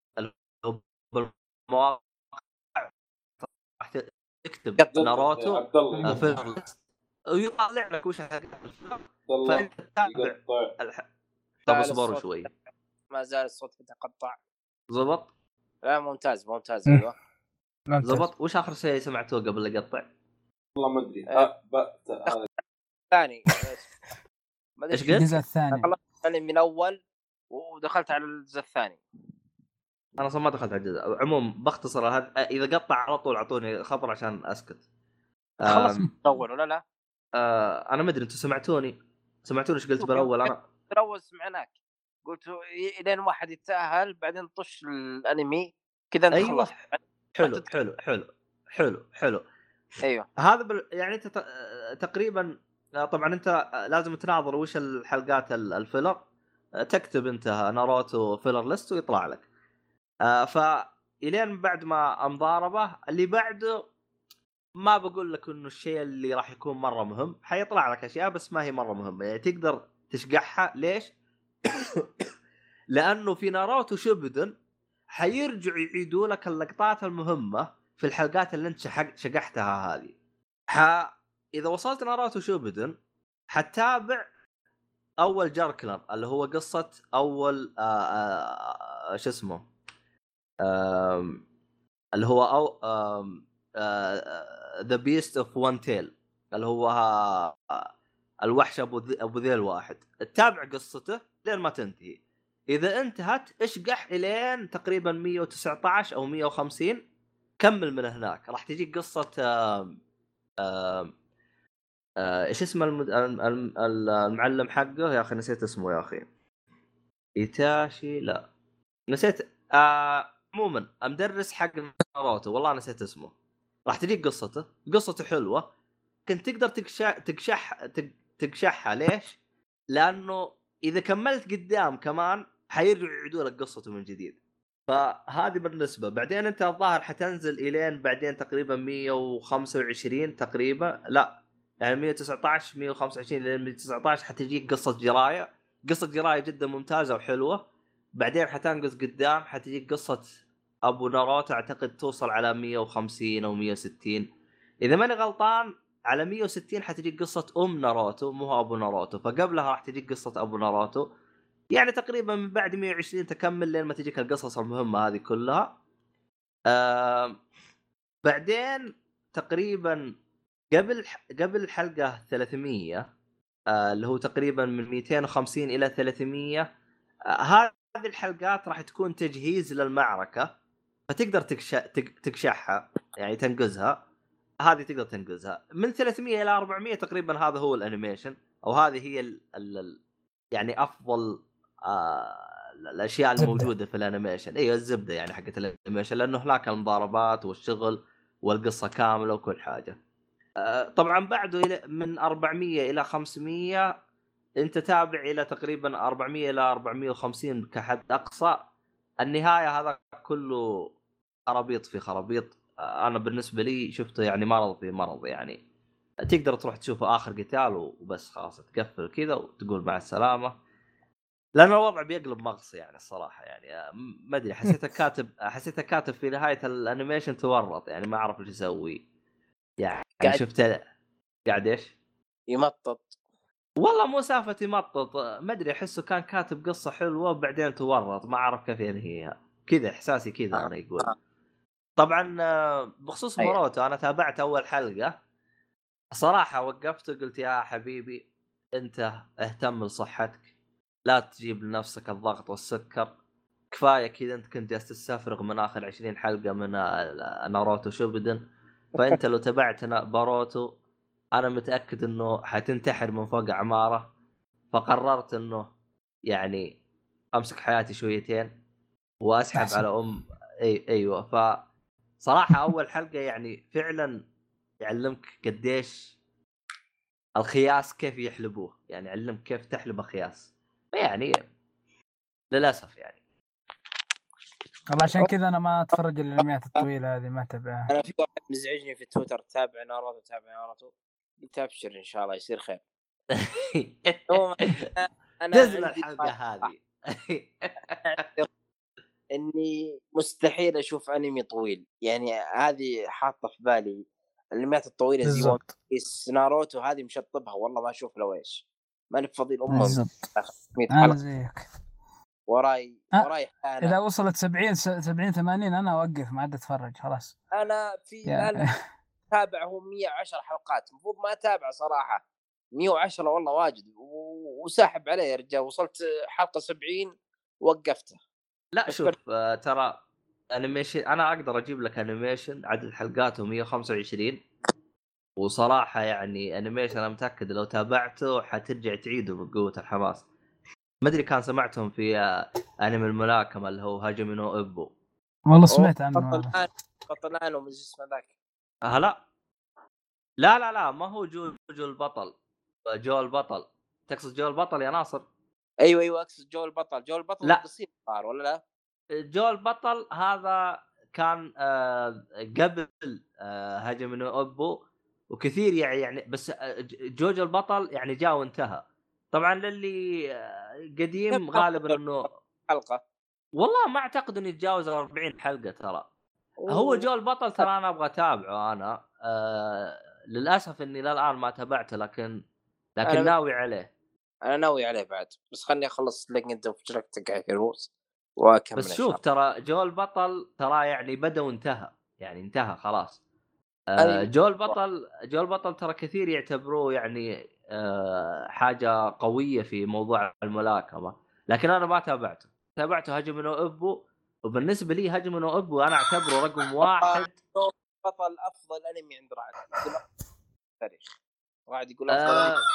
المواقع راح تكتب ناروتو عبد الله فيلر ويطلع لك وش فانت تتابع الح... طب اصبروا شوي ما زال الصوت يتقطع. زبط لا ممتاز ممتاز ايوه زبط. وش اخر شيء سمعتوه قبل لا اقطع؟ والله ما ادري ثاني ايش قلت؟ الجزء الثاني انا من اول ودخلت على الجزء الثاني. انا اصلا ما دخلت على الجزء. عموم بختصر هذا اذا قطع على طول اعطوني خبر عشان اسكت. خلص اول ولا لا؟ آه انا ما ادري انتم سمعتوني سمعتوني ايش قلت بالاول؟ انا بالاول سمعناك قلت الين واحد يتاهل بعدين طش الانمي كذا انت أيوة. خلصت. حلو حلو حلو حلو حلو ايوه هذا بل... يعني انت ت... تقريبا طبعا انت لازم تناظر وش الحلقات الفيلر تكتب انت ناروتو فيلر ليست ويطلع لك. آه فإلين بعد ما مضاربه اللي بعده ما بقول لك انه الشيء اللي راح يكون مره مهم حيطلع لك اشياء بس ما هي مره مهمه يعني تقدر تشقحها. ليش؟ لانه في ناروتو شوبودن حيرجعوا يعيدوا لك اللقطات المهمه في الحلقات اللي انت شقحتها هذه. ح... اذا وصلت ناروتو شوبودن حتتابع اول جاركلر اللي هو قصه اول آآ آآ شو اسمه آه... اللي هو او ذا بيست اوف وان تيل اللي هو الوحش ابو ذي... ابو ذيل واحد. تتابع قصته لين ما تنتهي. اذا انتهت اشقح الين تقريبا مية وتسعة عشر او مية وخمسين كمل من هناك راح تجيك قصه آم... آم... آه... ايش اسمه المد... المعلم حقه يا اخي نسيت اسمه يا اخي ايتاشي لا نسيت آه... عموما مدرس حق ناروتو والله نسيت اسمه. راح تجيك قصته قصته حلوه كنت تقدر تكشح تكشح تكشحها. ليش؟ لانه اذا كملت قدام كمان حيرجعوا يعيدوا لك قصته من جديد. فهذه بالنسبه. بعدين انت الظاهر حتنزل الين بعدين تقريبا مية وخمسة وعشرين تقريبا لا يعني مية وتسعة عشر مية وخمسة وعشرين لين مية وتسعة عشر حتجيك قصه جرايه. قصه جرايه جدا ممتازه وحلوه. بعدين حتنقص قدام حتجيك قصه ابو ناروتو اعتقد توصل على مية وخمسين او مية وستين اذا ماني غلطان. على مية وستين حتجيك قصه ام ناروتو مو ابو ناروتو فقبلها راح تجيك قصه ابو ناروتو. يعني تقريبا من بعد مية وعشرين تكمل لين ما تجيك القصص المهمه هذه كلها. آه بعدين تقريبا قبل قبل الحلقه ثلاثمية آه اللي هو تقريبا من مئتين وخمسين الى ثلاثمية آه هذه الحلقات راح تكون تجهيز للمعركه فتقدر تكش... تكشحها يعني تنقزها. هذه تقدر تنقزها من ثلاثمية الى أربعمية تقريبا. هذا هو الانيميشن او هذه هي ال... ال... يعني افضل آه... الاشياء الموجوده في الانيميشن. ايوه الزبده يعني حقت الانيميشن لانه هناك المضاربات والشغل والقصه كامله وكل حاجه. آه... طبعا بعده إلى... من أربعمية الى خمسمية انت تابع الى تقريبا أربعمية الى أربعمية وخمسين كحد اقصى. النهايه هذا كله خرابيط في خرابيط. انا بالنسبه لي شفته يعني مرض في مرض. يعني تقدر تروح تشوف اخر قتال وبس خلاص تقفل كذا وتقول مع السلامه لان الوضع بيقلب مغص يعني الصراحه. يعني ما ادري حسيته كاتب حسيته كاتب في نهايه الانيميشن تورط يعني ما اعرف ايش يسوي. يعني قاعد شفت قاعد ايش يمطط والله مو سالفه يمطط ما ادري احسه كان كاتب قصه حلوه وبعدين تورط ما اعرف كيف ينهيها كذا احساسي كذا آه. انا يقول. طبعا بخصوص ناروتو انا تابعت اول حلقه صراحه وقفت وقلت يا حبيبي انت اهتم لصحتك لا تجيب لنفسك الضغط والسكر كفايه كذا. انت كنت جالس تستفرغ من اخر عشرين حلقه من ناروتو شوبودن فانت لو تبعت باروتو انا متاكد انه حتنتحر من فوق عماره. فقررت انه يعني امسك حياتي شويتين واسحب على ام اي ايوه. فصراحه اول حلقه يعني فعلا يعلمك قديش الخياس كيف يحلبوه، يعني علمك كيف تحلب خياس يعني للاسف يعني. والله عشان كذا انا ما اتفرج الانميات الطويله هذه، ما اتابعها. انا في واحد مزعجني في تويتر تابع ناروتو تابع ناروتو، قلت ابشر ان شاء الله يصير خير. انا نزل عندي الحلقه هذه اني مستحيل اشوف انمي طويل، يعني هذه حاطه في بالي الانميات الطويله زي ون بالضبط بيس ناروتو، هذه مشطبها والله ما اشوف لو ايش، ماني بفضي الامه بالضبط. مية انا حلقه زيك وراي أه. وراي اذا انا وصلت سبعين سبعين ثمانين انا اوقف، ما عاد اتفرج خلاص. انا في يعني. لا تابع هو مية وعشرة حلقات، المفروض ما اتابع صراحه مية وعشرة والله واجد، وساحب عليه يا رجال، وصلت حلقه سبعين وقفته. لا شوف آه ترى انيميشن انا اقدر اجيب لك انيميشن عدد حلقاته مية وخمسة وعشرين، وصراحه يعني انيميشن انا متاكد لو تابعته حترجع تعيده بقوه الحماس. ما ادري كان سمعتهم في آه انمي الملاكمه اللي هو هاجمي نو ابو. والله سمعت عنه بطل هذا. الان بطل الان ومش اسمه ذاك. آه لا لا لا لا ما هو جو جو البطل، جو البطل تقصد جو البطل يا ناصر؟ ايوه ايوه اقصد جو البطل، جو البطل لا القصير صار ولا لا؟ جو البطل هذا كان آه قبل آه هاجمي نو ابو وكثير يعني, يعني بس آه جوجو البطل يعني جاء وانتهى. طبعا للي آه قديم غالبا انه حلقه والله ما اعتقد انه يتجاوز أربعين حلقه ترى. هو أوه. جو البطل ترى انا ابغى اتابعه انا آه للاسف اني للان ما تابعته، لكن لكن انا ناوي عليه. انا ناوي عليه بعد، بس خلني اخلص ليجند اوف جراكتك على فيروس واكمل بس ان شوف شاء ترى جو البطل ترى يعني بدا وانتهى، يعني انتهى خلاص. الله. جو البطل جو البطل ترى كثير يعتبروه يعني أه حاجة قوية في موضوع الملاكمة، لكن أنا ما تابعته. تابعته هاجمي نو ابو، وبالنسبة لي هاجمي نو ابو أنا أعتبره رقم واحد. بطل افضل انمي عند رعد يقول تاريخ، رعد يقول افضل أه انمي.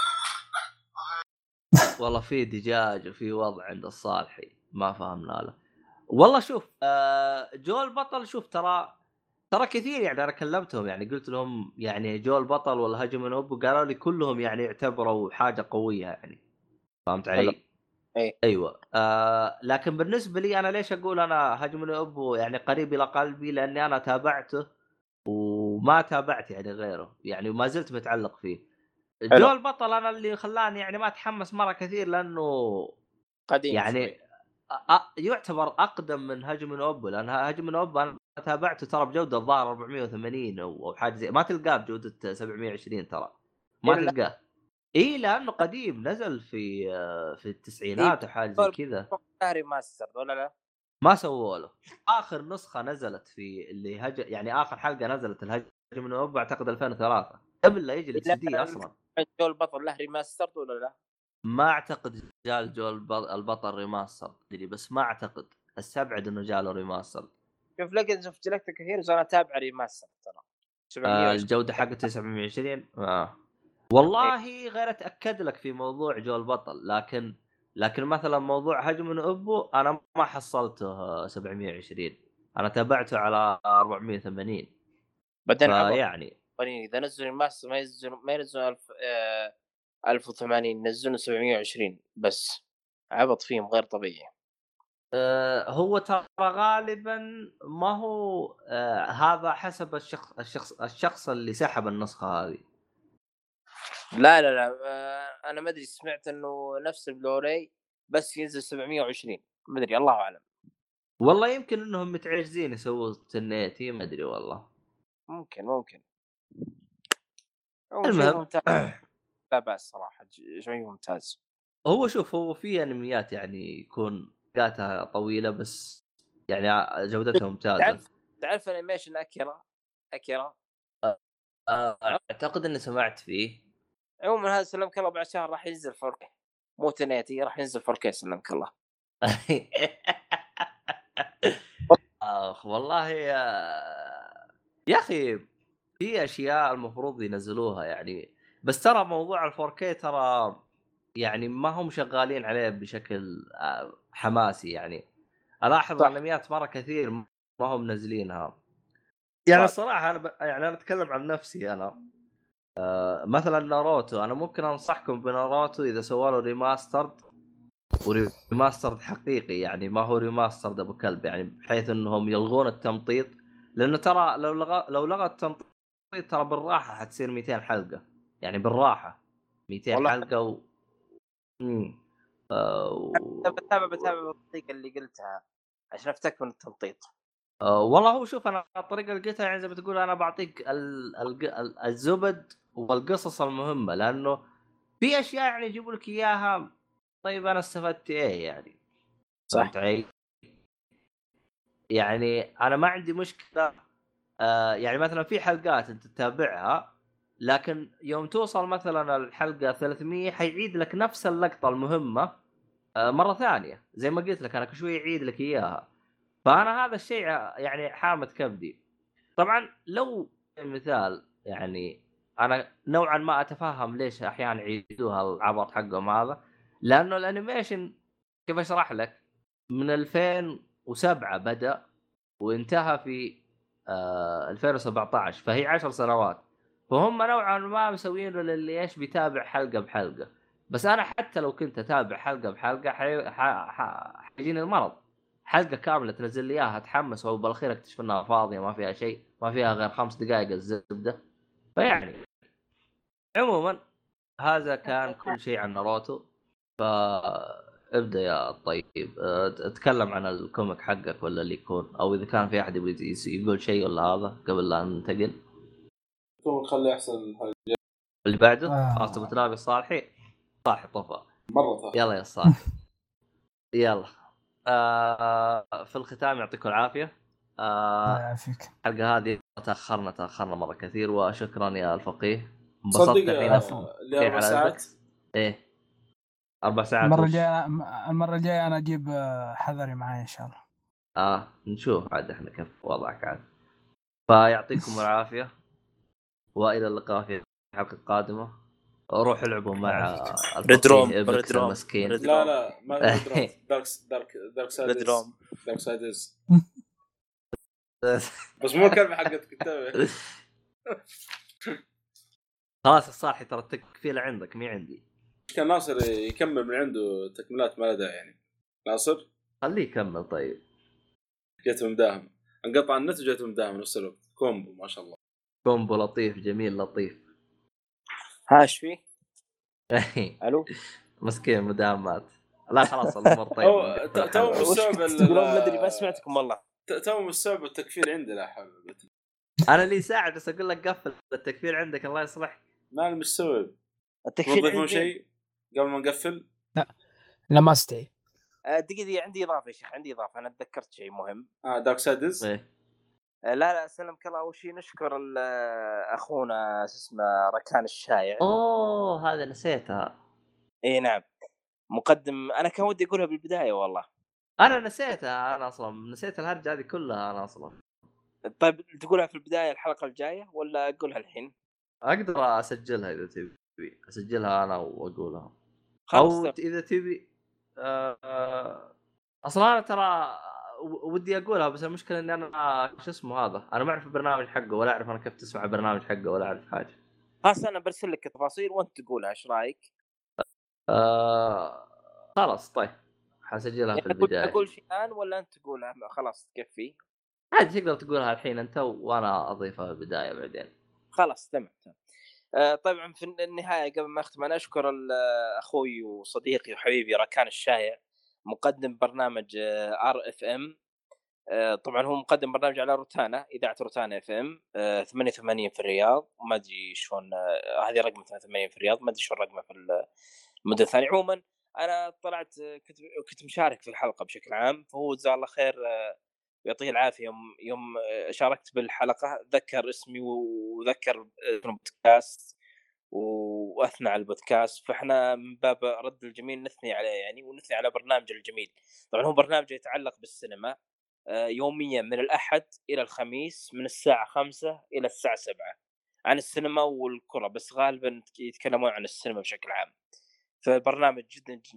والله في دجاج وفي وضع عند الصالحي ما فهمنا له. والله شوف أه جو البطل شوف ترى ترى كثير يعني انا كلمتهم يعني قلت لهم يعني جو البطل ولا هجم من ابو، قالوا لي كلهم يعني يعتبروا حاجه قويه يعني. فهمت حلو. علي؟ ايه ايوه آه لكن بالنسبه لي انا ليش اقول انا هجم من ابو يعني قريب الى قلبي، لاني انا تابعته وما تابعت يعني غيره، يعني وما زلت متعلق فيه. حلو. جو البطل انا اللي خلاني يعني ما اتحمس مره كثير لانه قديم يعني شوي. أ- يعتبر اقدم من هجم نوب، لان هجم نوب انا تابعته ترى بجوده الظاهر أربعمية وثمانين او حاجه زي، ما تلقاه بجوده سبعمية وعشرين ترى ما إيه تلقاه. اي لانه قديم نزل في في التسعينات وحاجه زي كذا. شهري ماستر ولا لا؟ ما سووا له اخر نسخه نزلت في اللي هج يعني اخر حلقه نزلت الهجم نوب اعتقد ألفين وثلاثة قبل لا يجي الاتش دي اصلا. جو البطل له ريماستر ولا لا؟ ما اعتقد جاء جو البطل ريماستر ادري، بس ما اعتقد، استبعد انه جاء له ريماستر. شوف ليجندز اوف جلاكتيك كثير انا اتابع ريماستر ترى سبعمية وعشرين. آه الجوده حقته سبعمية وعشرين. آه. والله غير اتاكد لك في موضوع جو البطل، لكن لكن مثلا موضوع هجم من ابو انا ما حصلته سبعمية وعشرين، انا تابعته على أربعمية وثمانين. بعدين عبط فيعني اذا نزلوا ريماستر ما ينزلوا ما ينزلوا ألف آه ألف وثمانين، نزلوا سبعمية وعشرين بس. عبط فيهم غير طبيعي. آه هو ترى غالبا ما هو آه هذا حسب الشخص الشخص الشخص اللي سحب النسخه هذه. لا لا لا آه انا ما ادري، سمعت انه نفس البلوراي بس ينزل سبعمية وعشرين، ما ادري الله اعلم. والله يمكن انهم متعجزين يسووا تنيتي ما ادري والله. ممكن ممكن هو شيء المهم ممتاز. لا بأس صراحه شيء ممتاز. هو شوف هو في انميات يعني يكون حلقاتها طويله بس يعني جودتها ممتازه. تعرف تعرف انيميشن اكيرا اكيرا آه، اعتقد اني سمعت فيه. عموما هذا سلمك الله بعد شهر راح ينزل فور كي، مو تناتي راح ينزل فور كي سلمك الله. اخ والله يا يا اخي في اشياء المفروض ينزلوها يعني، بس ترى موضوع الفور كي ترى يعني ما هم شغالين عليه بشكل حماسي يعني. الاحظ صح. انميات مره كثير ما هم منزلينها يعني. الصراحه انا ب... يعني انا اتكلم عن نفسي انا. آه مثلا ناروتو، انا ممكن انصحكم بناروتو اذا سووا له ريماسترد، وريماسترد حقيقي يعني، ما هو ريماسترد ابو كلب يعني، بحيث انهم يلغون التمطيط. لانه ترى لو لغى لو لغى التمطيط ترى بالراحه حتصير مئتين حلقه يعني، بالراحه مئتين والله حلقه و... امم آه و... بتابع بتابع بالطريقه اللي قلتها عشان افتك من التمطيط. آه والله هو شوف، انا الطريقه اللي قلتها يعني زي ما تقول انا بعطيك ال... ال... ال... الزبد والقصص المهمه، لانه في اشياء يعني يجيبوا لك اياها. طيب انا استفدت ايه يعني؟ فهمت صح. علي؟ يعني انا ما عندي مشكله. آه يعني مثلا في حلقات انت تتابعها، لكن يوم توصل مثلا الحلقه ثلاثمية حيعيد لك نفس اللقطه المهمه آه مره ثانيه، زي ما قلت لك انا كل شوي يعيد لك اياها. فانا هذا الشيء يعني حامد كبدي. طبعا لو مثال يعني انا نوعا ما اتفهم ليش احيانا يعيدوها العبط حقهم هذا، لانه الانيميشن كيف اشرح لك، من ألفين وسبعة بدأ وانتهى في آه ألفين وسبعة عشر، فهي عشر سنوات. فهم نوعا ما مسوين له للي ايش بيتابع حلقه بحلقه. بس انا حتى لو كنت اتابع حلقه بحلقه حي... ح... ح... حيجيني المرض. حلقه كامله تنزل لي اياها اتحمس وبالاخير اكتشف انها فاضيه ما فيها شيء، ما فيها غير خمس دقائق الزبده. فيعني عموما هذا كان كل شيء عن ناروتو. فابدا يا طيب، اتكلم عن الكوميك حقك ولا اللي يكون، او اذا كان في احد يبغى يقول شيء ولا هذا قبل لا ننتقل. تو نخلي احسن حاجه اللي بعده آه. خلاص تبغى تلاقي الصالحي. صالحي طفى. مره ثانيه. يلا يا صالح. يلا. آه في الختام يعطيكم العافيه. الله آه يعافيك. الحلقه هذه تاخرنا تاخرنا مره كثير، وشكرا يا الفقيه. انبسطت صدق الحين عفوا. اللي اربع على ساعات البكس. ايه اربع ساعات المرة وش؟ الجاية المرة الجاية أنا أجيب حذري معي إن شاء الله. اه نشوف عاد احنا كيف وضعك عاد. فيعطيكم العافيه، والى اللقاء في الحلقه القادمه. روحوا العبوا مع ريد روم الفقيه ريد ابكس روم المسكين. ريد لا روم لا ما ريد روم. دارك دارك دارك سايد ريد روم دارك سايدز. بس مو الكلمه حقت كتابه. خلاص الصالحي ترى التكفيل عندك مي عندي. كان ناصر يكمل من عنده تكملات ما لها داعي يعني. ناصر خليه يكمل طيب. جيت مداهم انقطع النت وجيت مداهم نفس الوقت كومبو ما شاء الله. كومبو لطيف جميل لطيف. هاش فيه الو مسكين مدام مات. لا خلاص الامور طيب. أو تو مستوعب تقولون ما ادري ما سمعتكم والله. تو مستوعب التكفير عندي. لا حول. انا اللي يساعد بس اقول لك قفل التكفير عندك الله يصلح. ما انا مستوعب. التكفير تضيفون شيء قبل ما نقفل؟ لا لا ما استعي. دقيقة عندي إضافة يا شيخ، عندي إضافة. أنا تذكرت شيء مهم. آه دارك سايدز. إيه. لا لا سلمك الله. أول شيء نشكر أخونا اسمه ركان الشايع. اوه هذا نسيتها. إيه نعم مقدم. أنا كان ودي أقولها بالبداية والله. انا نسيتها، انا اصلا نسيت الهرجه هذه كلها انا اصلا. طيب تقولها في البداية الحلقة الجاية ولا أقولها الحين؟ اقدر اسجلها اذا تبي اسجلها انا واقولها، خلاص او اذا تبي. آه اصلا انا ترى ودي اقولها بس المشكله اني انا شو اسمه هذا انا ما اعرف البرنامج حقه ولا اعرف انا كيف تسمع البرنامج حقه ولا اعرف حاجه. خلاص أنا برسل لك التفاصيل وأنت تقولها. إيش رأيك؟ آه خلاص طيب حسجلها يعني في البدايه. أقول شيء الآن ولا أنت تقولها؟ خلاص تكفي. عادي تقدر تقولها الحين انت وانا اضيفها في البدايه بعدين. خلاص تمام تمام. آه طبعا في النهايه قبل ما اختم انا اشكر اخوي وصديقي وحبيبي ركان الشايع مقدم برنامج ار اف ام. طبعا هو مقدم برنامج على روتانا اذاعه روتانا اف ام ثمانية وثمانين في الرياض. ما ادري شلون آه هذه رقم ثمانية وثمانين في الرياض، ما ادري شلون رقمه في المدن الثانيه. عموما انا طلعت كنت كنت مشارك في الحلقه بشكل عام، فهو جزاه الله خير آه يعطيه العافيه. يوم يوم شاركت بالحلقه ذكر اسمي وذكر البودكاست واثنى على البودكاست، فاحنا من باب رد الجميل نثني عليه يعني، ونثني على برنامج الجميل. طبعا هو برنامج يتعلق بالسينما يوميا من الاحد الى الخميس من الساعه خمسة الى الساعه سبعة عن السينما والكره، بس غالبا يتكلمون عن السينما بشكل عام. فبرنامج جدا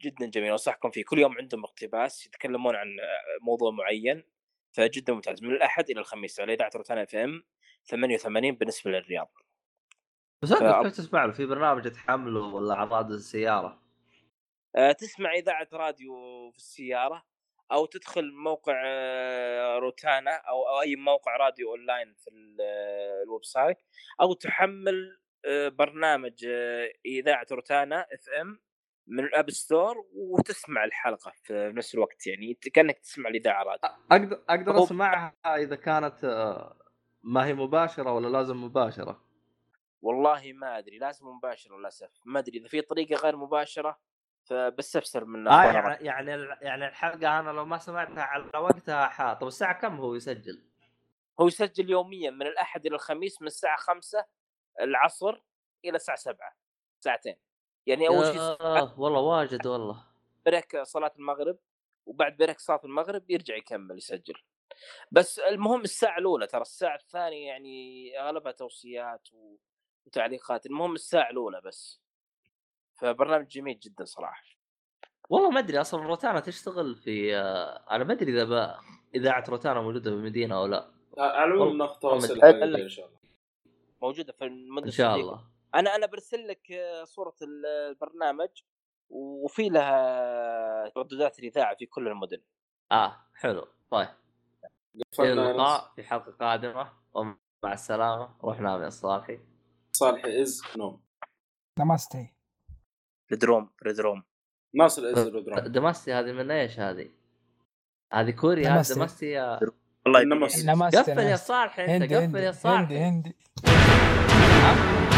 جدا جميل، انصحكم فيه. كل يوم عندهم اقتباس يتكلمون عن موضوع معين، فجدا ممتاز. من الاحد الى الخميس على اذاعه روتانا اف ام ثمانية وثمانين بالنسبه للرياض. بس وقف كيف تسمع له؟ في برنامج تحمله ولا على راديو السياره؟ أه تسمع اذاعه راديو في السياره، او تدخل موقع روتانا او, أو اي موقع راديو اونلاين في الويب سايت، او تحمل برنامج اذاعه روتانا اف ام من الاب ستور وتسمع الحلقه في نفس الوقت، يعني كانك تسمع الاذاعه راديو. اقدر اقدر اسمعها اذا كانت ما هي مباشره ولا لازم مباشره؟ والله ما ادري، لازم مباشره للاسف. ما ادري اذا في طريقه غير مباشره فبستفسر من آه يعني يعني يعني الحلقه انا لو ما سمعتها على وقتها حاط. طب الساعه كم هو يسجل؟ هو يسجل يوميا من الاحد الى الخميس من الساعه خمسة العصر الى الساعه سبعة، ساعتين. يعني اول شيء آه والله واجد والله. بريك صلاه المغرب، وبعد بريك صلاه المغرب يرجع يكمل يسجل. بس المهم الساعه الاولى، ترى الساعه الثانيه يعني اغلبها توصيات وتعليقات. المهم الساعه الاولى بس. فبرنامج جميل جدا صراحه. والله ما ادري اصلا روتانا تشتغل في آه انا ما ادري اذا بقى اذاعه روتانا موجوده بالمدينه او لا. على العموم ناخذ تواصل ان شاء الله. موجوده في المدن ان شاء الله. انا انا برسل لك صوره البرنامج وفي لها ترددات الاذاعه في كل المدن. اه حلو. طيب الى اللقاء في حلقه قادمه ومع السلامه. روح نام يا صالحي. صالحي از نوم. نمستي. ريدروم ريدروم ناصر از ريدروم. دمستي هذه من ايش هذه؟ هذه كوريا. دمستي يا والله نمستي. قفل يا صالحي انت. قفل يا صالحي. هندي هندي